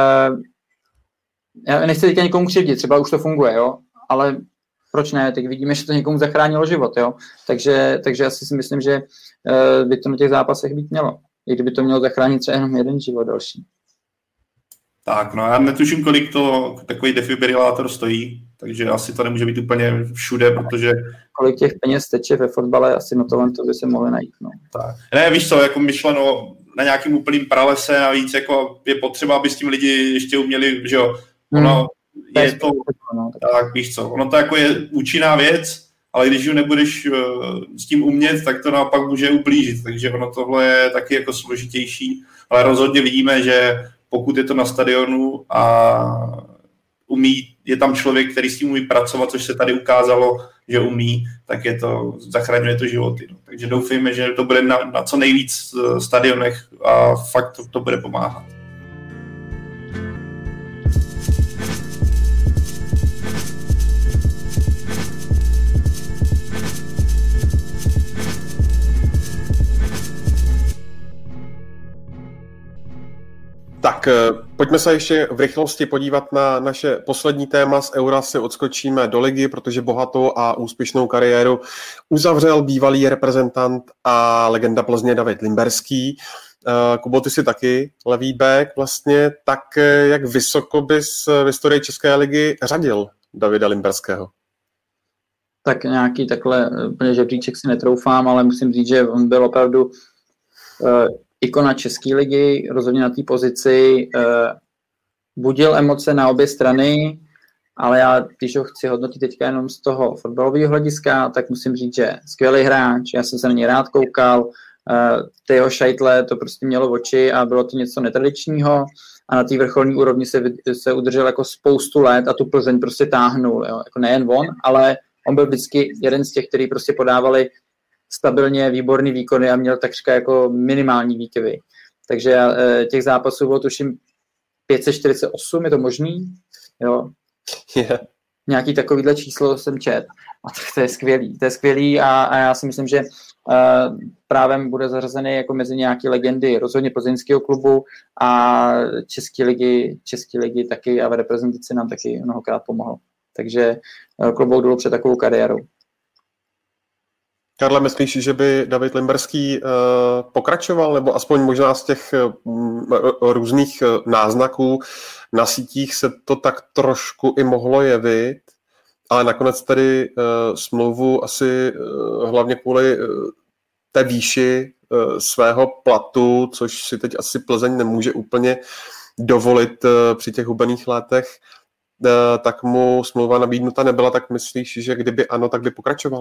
E: já nechci teďka někomu křivdit, třeba už to funguje, jo, ale proč ne, teď vidíme, že to někomu zachránilo život, jo, takže asi si myslím, že by to na těch zápasech být mělo, i kdyby to mělo zachránit třeba jenom jeden život další.
G: Tak, no já netuším, kolik to takový defibrilátor stojí, takže asi to nemůže být úplně všude, protože...
E: Kolik těch peněz teče ve fotbale, asi na tohle to by se mohli najít, no. Tak.
G: Ne, víš co, jako myšleno na nějakým úplným pralese, navíc jako je potřeba, aby s tím lidi ještě uměli, že jo, ono je to, tak víš co, ono to jako je účinná věc, ale když ji nebudeš s tím umět, tak to naopak může ublížit, takže ono tohle je taky jako složitější, ale rozhodně vidíme, že pokud je to na stadionu a je tam člověk, který s tím umí pracovat, což se tady ukázalo, že umí, tak zachraňuje to životy. No. Takže doufejme, že to bude na co nejvíc stadionech a fakt to bude pomáhat.
D: Tak pojďme se ještě v rychlosti podívat na naše poslední téma. Z Eura si odskočíme do ligy, protože bohatou a úspěšnou kariéru uzavřel bývalý reprezentant a legenda Plzně David Limberský. Kubo, ty jsi taky levý back vlastně, tak jak vysoko bys v historii České ligy řadil Davida Limberského?
E: Tak nějaký takhle úplně žebříček si netroufám, ale musím říct, že on byl opravdu ikona České ligy, rozhodně na té pozici, budil emoce na obě strany, ale já, když ho chci hodnotit teďka jenom z toho fotbalového hlediska, tak musím říct, že skvělý hráč, já jsem se na něj rád koukal, ty jeho šajtle, to prostě mělo oči a bylo to něco netradičního a na té vrcholní úrovni se udržel jako spoustu let a tu Plzeň prostě táhnul, jo. Jako nejen on, ale on byl vždycky jeden z těch, kteří prostě podávali stabilně výborný výkony a měl takřka jako minimální výkyvy. Takže těch zápasů bylo tuším 548, je to možný? Jo.
D: Yeah.
E: Nějaký takovýhle číslo jsem čet. A tak to je skvělý a já si myslím, že právě bude zařazený jako mezi nějaké legendy rozhodně plzeňského klubu a České ligy taky a v reprezentaci nám taky mnohokrát pomohl. Takže klobouk dolů před takovou kariérou.
D: Karle, myslíš, že by David Limberský pokračoval, nebo aspoň možná z těch různých náznaků na sítích se to tak trošku i mohlo jevit, ale nakonec tedy smlouvu asi hlavně kvůli té výši svého platu, což si teď asi Plzeň nemůže úplně dovolit při těch hubených letech, tak mu smlouva nabídnuta nebyla, tak myslíš, že kdyby ano, tak by pokračoval?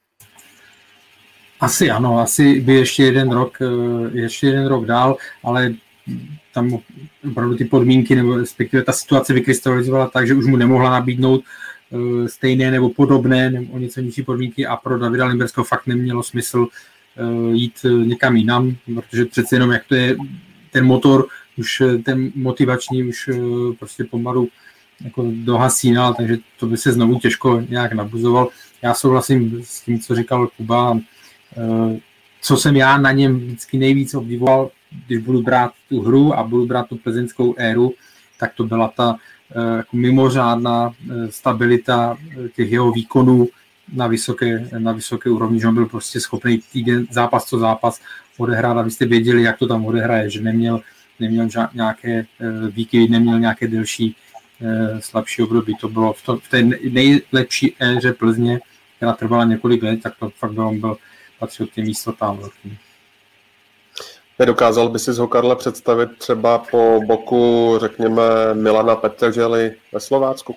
F: Asi ano, asi by ještě jeden rok dál, ale tam opravdu ty podmínky nebo respektive ta situace vykrystalizovala tak, že už mu nemohla nabídnout stejné nebo podobné nebo o něco nižší podmínky a pro Davida Limberského fakt nemělo smysl jít někam jinam, protože přece jenom jak to je ten motor, už ten motivační už prostě pomalu jako dohasínal, takže to by se znovu těžko nějak nabuzoval. Já souhlasím s tím, co říkal Kuba. Co jsem já na něm vždycky nejvíc obdivoval, když budu brát tu hru a budu brát tu plzeňskou éru, tak to byla ta jako mimořádná stabilita těch jeho výkonů na vysoké úrovni, že on byl prostě schopný týden zápas co zápas odehrát, abyste věděli, jak to tam odehraje, že neměl nějaké výkyvy, neměl nějaké delší slabší období. To bylo v té nejlepší éře Plzně, která trvala několik let, tak to fakt patřil k těm jistotám velkým.
D: Nedokázal by si ho, Karle, představit třeba po boku, řekněme, Milana Petržely ve Slovácku?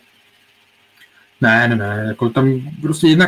F: Ne, jako tam prostě jednak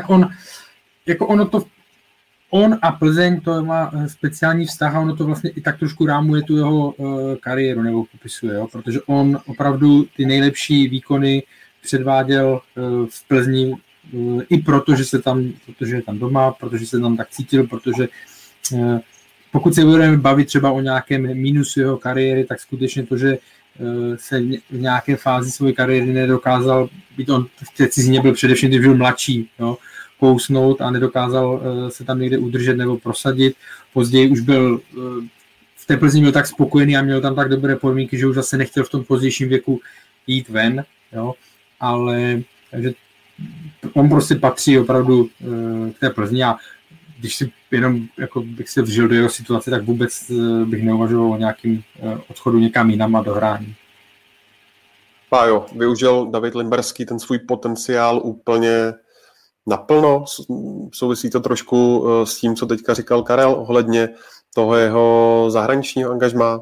F: on a Plzeň to má speciální vztah a ono to vlastně i tak trošku rámuje tu jeho kariéru nebo popisuje, jo? Protože on opravdu ty nejlepší výkony předváděl v Plzni i protože je tam doma, protože se tam tak cítil, protože pokud se budeme bavit třeba o nějakém mínusu jeho kariéry, tak skutečně to, že se v nějaké fázi své kariéry nedokázal být, on v té cizině byl především, když byl mladší, jo, kousnout a nedokázal se tam někde udržet nebo prosadit. Později už byl v té Plzni byl tak spokojený a měl tam tak dobré podmínky, že už zase nechtěl v tom pozdějším věku jít ven, jo, ale takže on prostě patří opravdu k té Plzni a když si jenom jako bych se vžil do jeho situace, tak vůbec bych neuvažoval o nějakým odchodu někam jinam a dohrání.
D: Pájo, využil David Limberský ten svůj potenciál úplně naplno? Souvisí to trošku s tím, co teďka říkal Karel ohledně toho jeho zahraničního angažmá?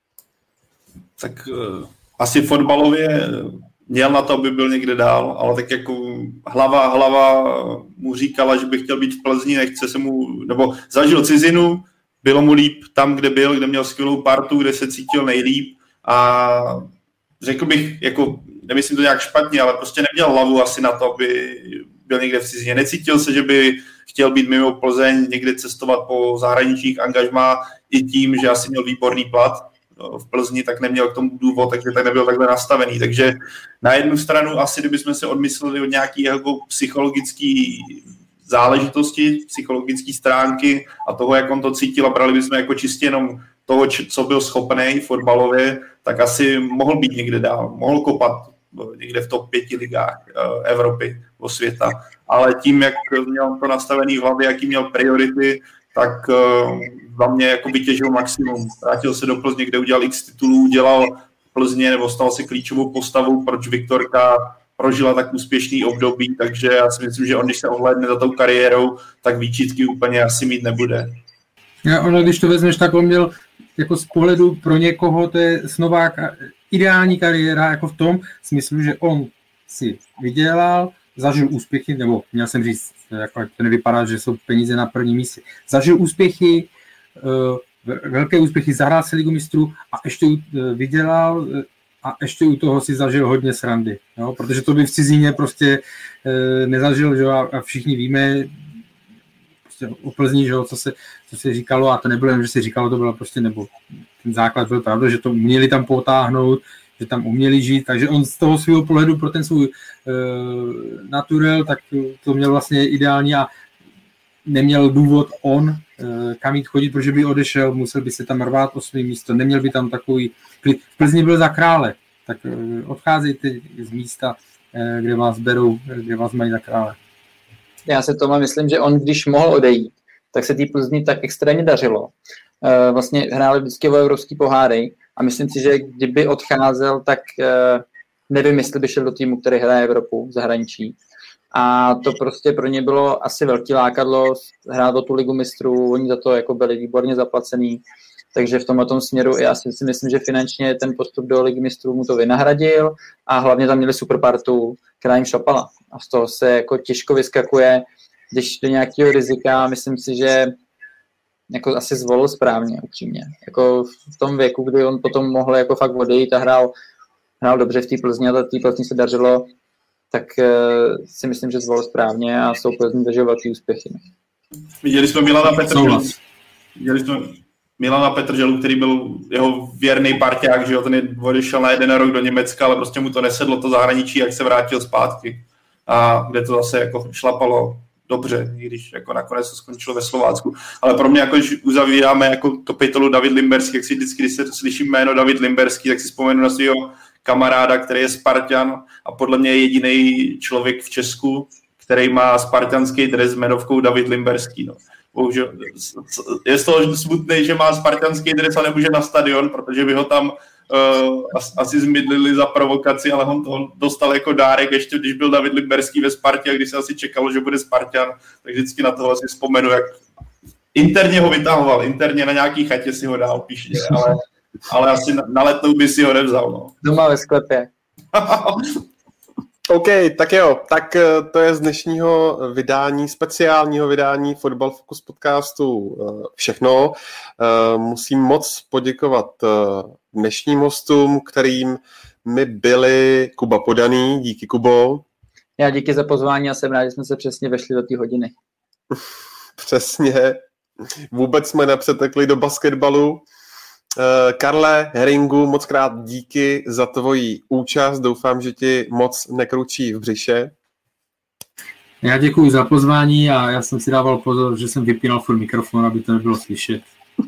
G: Tak asi fotbalově měl na to, aby byl někde dál, ale tak jako hlava mu říkala, že by chtěl být v Plzni, nechce se mu, nebo zažil cizinu, bylo mu líp tam, kde byl, kde měl skvělou partu, kde se cítil nejlíp a řekl bych, jako nemyslím to nějak špatně, ale prostě neměl hlavu asi na to, aby byl někde v cizině. Necítil se, že by chtěl být mimo Plzeň, někde cestovat po zahraničních angažmá i tím, že asi měl výborný plat v Plzni, tak neměl k tomu důvod, takže tak nebyl takhle nastavený. Takže na jednu stranu asi, kdybychom se odmysleli od nějaké jako psychologické záležitosti, psychologické stránky a toho, jak on to cítil a brali bychom jako čistě jenom toho, co byl schopný fotbalově, tak asi mohl být někde dál, mohl kopat někde v top 5 ligách Evropy, o světa. Ale tím, jak měl to nastavený v hlavě, jaký měl priority, tak za mě jako vytěžil maximum. Vrátil se do Plzně, kde udělal x titulů, dělal Plzně nebo stal se klíčovou postavou, proč Viktorka prožila tak úspěšný období, takže já si myslím, že on, když se ohlédne za tou kariérou, tak výčitky úplně asi mít nebude.
F: Ono, když to vezmeš, tak on měl jako z pohledu pro někoho, to je snová ideální kariéra, jako v tom smyslu, že on si vydělal, zažil úspěchy, nebo měl jsem říct, jako to nevypadá, že jsou peníze na prvním místě. Zažil úspěchy, velké úspěchy, zahrál se Ligu mistrů a ještě vydělal a ještě u toho si zažil hodně srandy, jo? Protože to by v cizině prostě nezažil, že? A všichni víme prostě o Plzni, že? Co se říkalo, a to nebylo jen, že se říkalo, to bylo prostě, nebo ten základ byl pravda, že to uměli tam potáhnout, že tam uměli žít, takže on z toho svého pohledu pro ten svůj naturel, tak to měl vlastně ideální a neměl důvod on kam jít chodit, protože by odešel, musel by se tam rvát o svý místo, neměl by tam takový klid. V Plzni byl za krále, tak odcházejte z místa, kde vás berou, kde vás mají za krále.
E: Já se tomu myslím, že on, když mohl odejít, tak se tý Plzni tak extrémně dařilo. Vlastně hráli vždycky o evropský poháry a myslím si, že kdyby odcházel, tak nevím, jestli by šel do týmu, který hraje Evropu v zahraničí. A to prostě pro ně bylo asi velký lákadlo hrát o tu Ligu mistrů, oni za to jako byli výborně zaplacený, takže v tomhle směru já si myslím, že finančně ten postup do Ligy mistrů mu to vynahradil a hlavně tam měli super partu, která jim šlapala. A z toho se jako těžko vyskakuje, když do nějakého rizika, myslím si, že jako asi zvolil správně, upřímně. Jako v tom věku, kdy on potom mohl jako fakt odejít a hrál dobře v té Plzni a té Plzni se dařilo, tak si myslím, že zvolil správně a jsou Plzni zažil velký úspěchy.
G: Viděli jsme Milana Petrželu, který byl jeho věrný parťák, že jo, ten odešel na 1 rok do Německa, ale prostě mu to nesedlo, to zahraničí, jak se vrátil zpátky. A kde to zase jako šlapalo dobře, i když jako nakonec to skončilo ve Slovácku. Ale pro mě, jako, když uzavíráme jako kapitolu David Limberský, jak si vždycky, když se slyším jméno David Limberský, tak si vzpomenu na svého kamaráda, který je Spartan a podle mě je jediný člověk v Česku, který má spartanský dres s jmenovkou David Limberský. No. Bohužel, je z toho smutný, že má spartanský dres a nemůže na stadion, protože by ho tam asi zmydlili za provokaci, ale on to dostal jako dárek ještě, když byl David Limberský ve Spartě a když se asi čekalo, že bude Spartan, tak vždycky na toho asi vzpomenu, jak interně ho vytahoval, interně na nějaký chatě si ho dál píšně, ale asi na Letnou by si ho nevzal. No.
E: Doma ve sklepě.
D: OK, tak jo, tak to je z dnešního vydání, speciálního vydání Fotbal Focus podcastu všechno. Musím moc poděkovat dnešním hostům, kterým mi byli Kuba Podaný. Díky, Kubo.
E: Já díky za pozvání a jsem rád, že jsme se přesně vešli do té hodiny.
D: Přesně. Vůbec jsme nepřetekli do basketbalu. Karle Heringu, moc krát díky za tvoji účast. Doufám, že ti moc nekručí v břiše.
F: Já děkuji za pozvání a já jsem si dával pozor, že jsem vypínal furt mikrofon, aby to nebylo slyšet.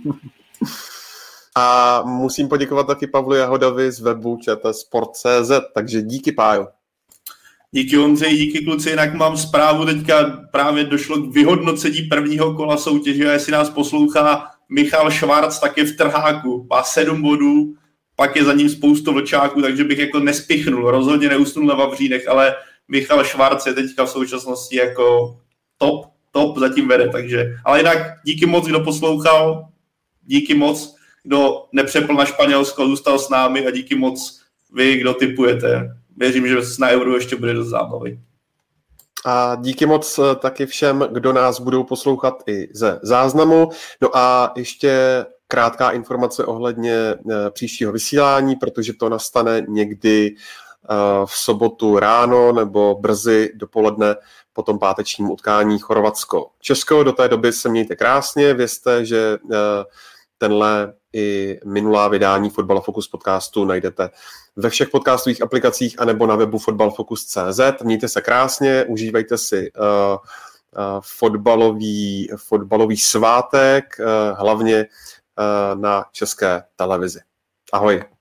D: A musím poděkovat taky Pavlu Jahodovi z webu ČT-sport.cz, takže díky, Pájo.
G: Díky Ondřej, díky kluci, jinak mám zprávu, teďka právě došlo k vyhodnocení prvního kola soutěže a jestli nás poslouchá Michal Švarc, tak je v trháku, má 7 bodů, pak je za ním spoustu vlčáků, takže bych jako nespichnul, rozhodně neusnul na Vavřínech, ale Michal Švarc je teďka v současnosti jako top zatím vede, takže, ale jinak díky moc, kdo poslouchal, díky moc, kdo nepřepl na Španělsko, zůstal s námi a díky moc vy, kdo tipujete. Věřím, že na Euro ještě bude dost zábavy.
D: A díky moc taky všem, kdo nás budou poslouchat i ze záznamu. No a ještě krátká informace ohledně příštího vysílání, protože to nastane někdy v sobotu ráno nebo brzy dopoledne po tom pátečním utkání Chorvatsko-Česko. Do té doby se mějte krásně, vězte, že tenhle i minulá vydání Fotbal Focus podcastu najdete ve všech podcastových aplikacích anebo na webu fotbalfocus.cz. Mějte se krásně, užívejte si fotbalový svátek, hlavně na České televizi. Ahoj.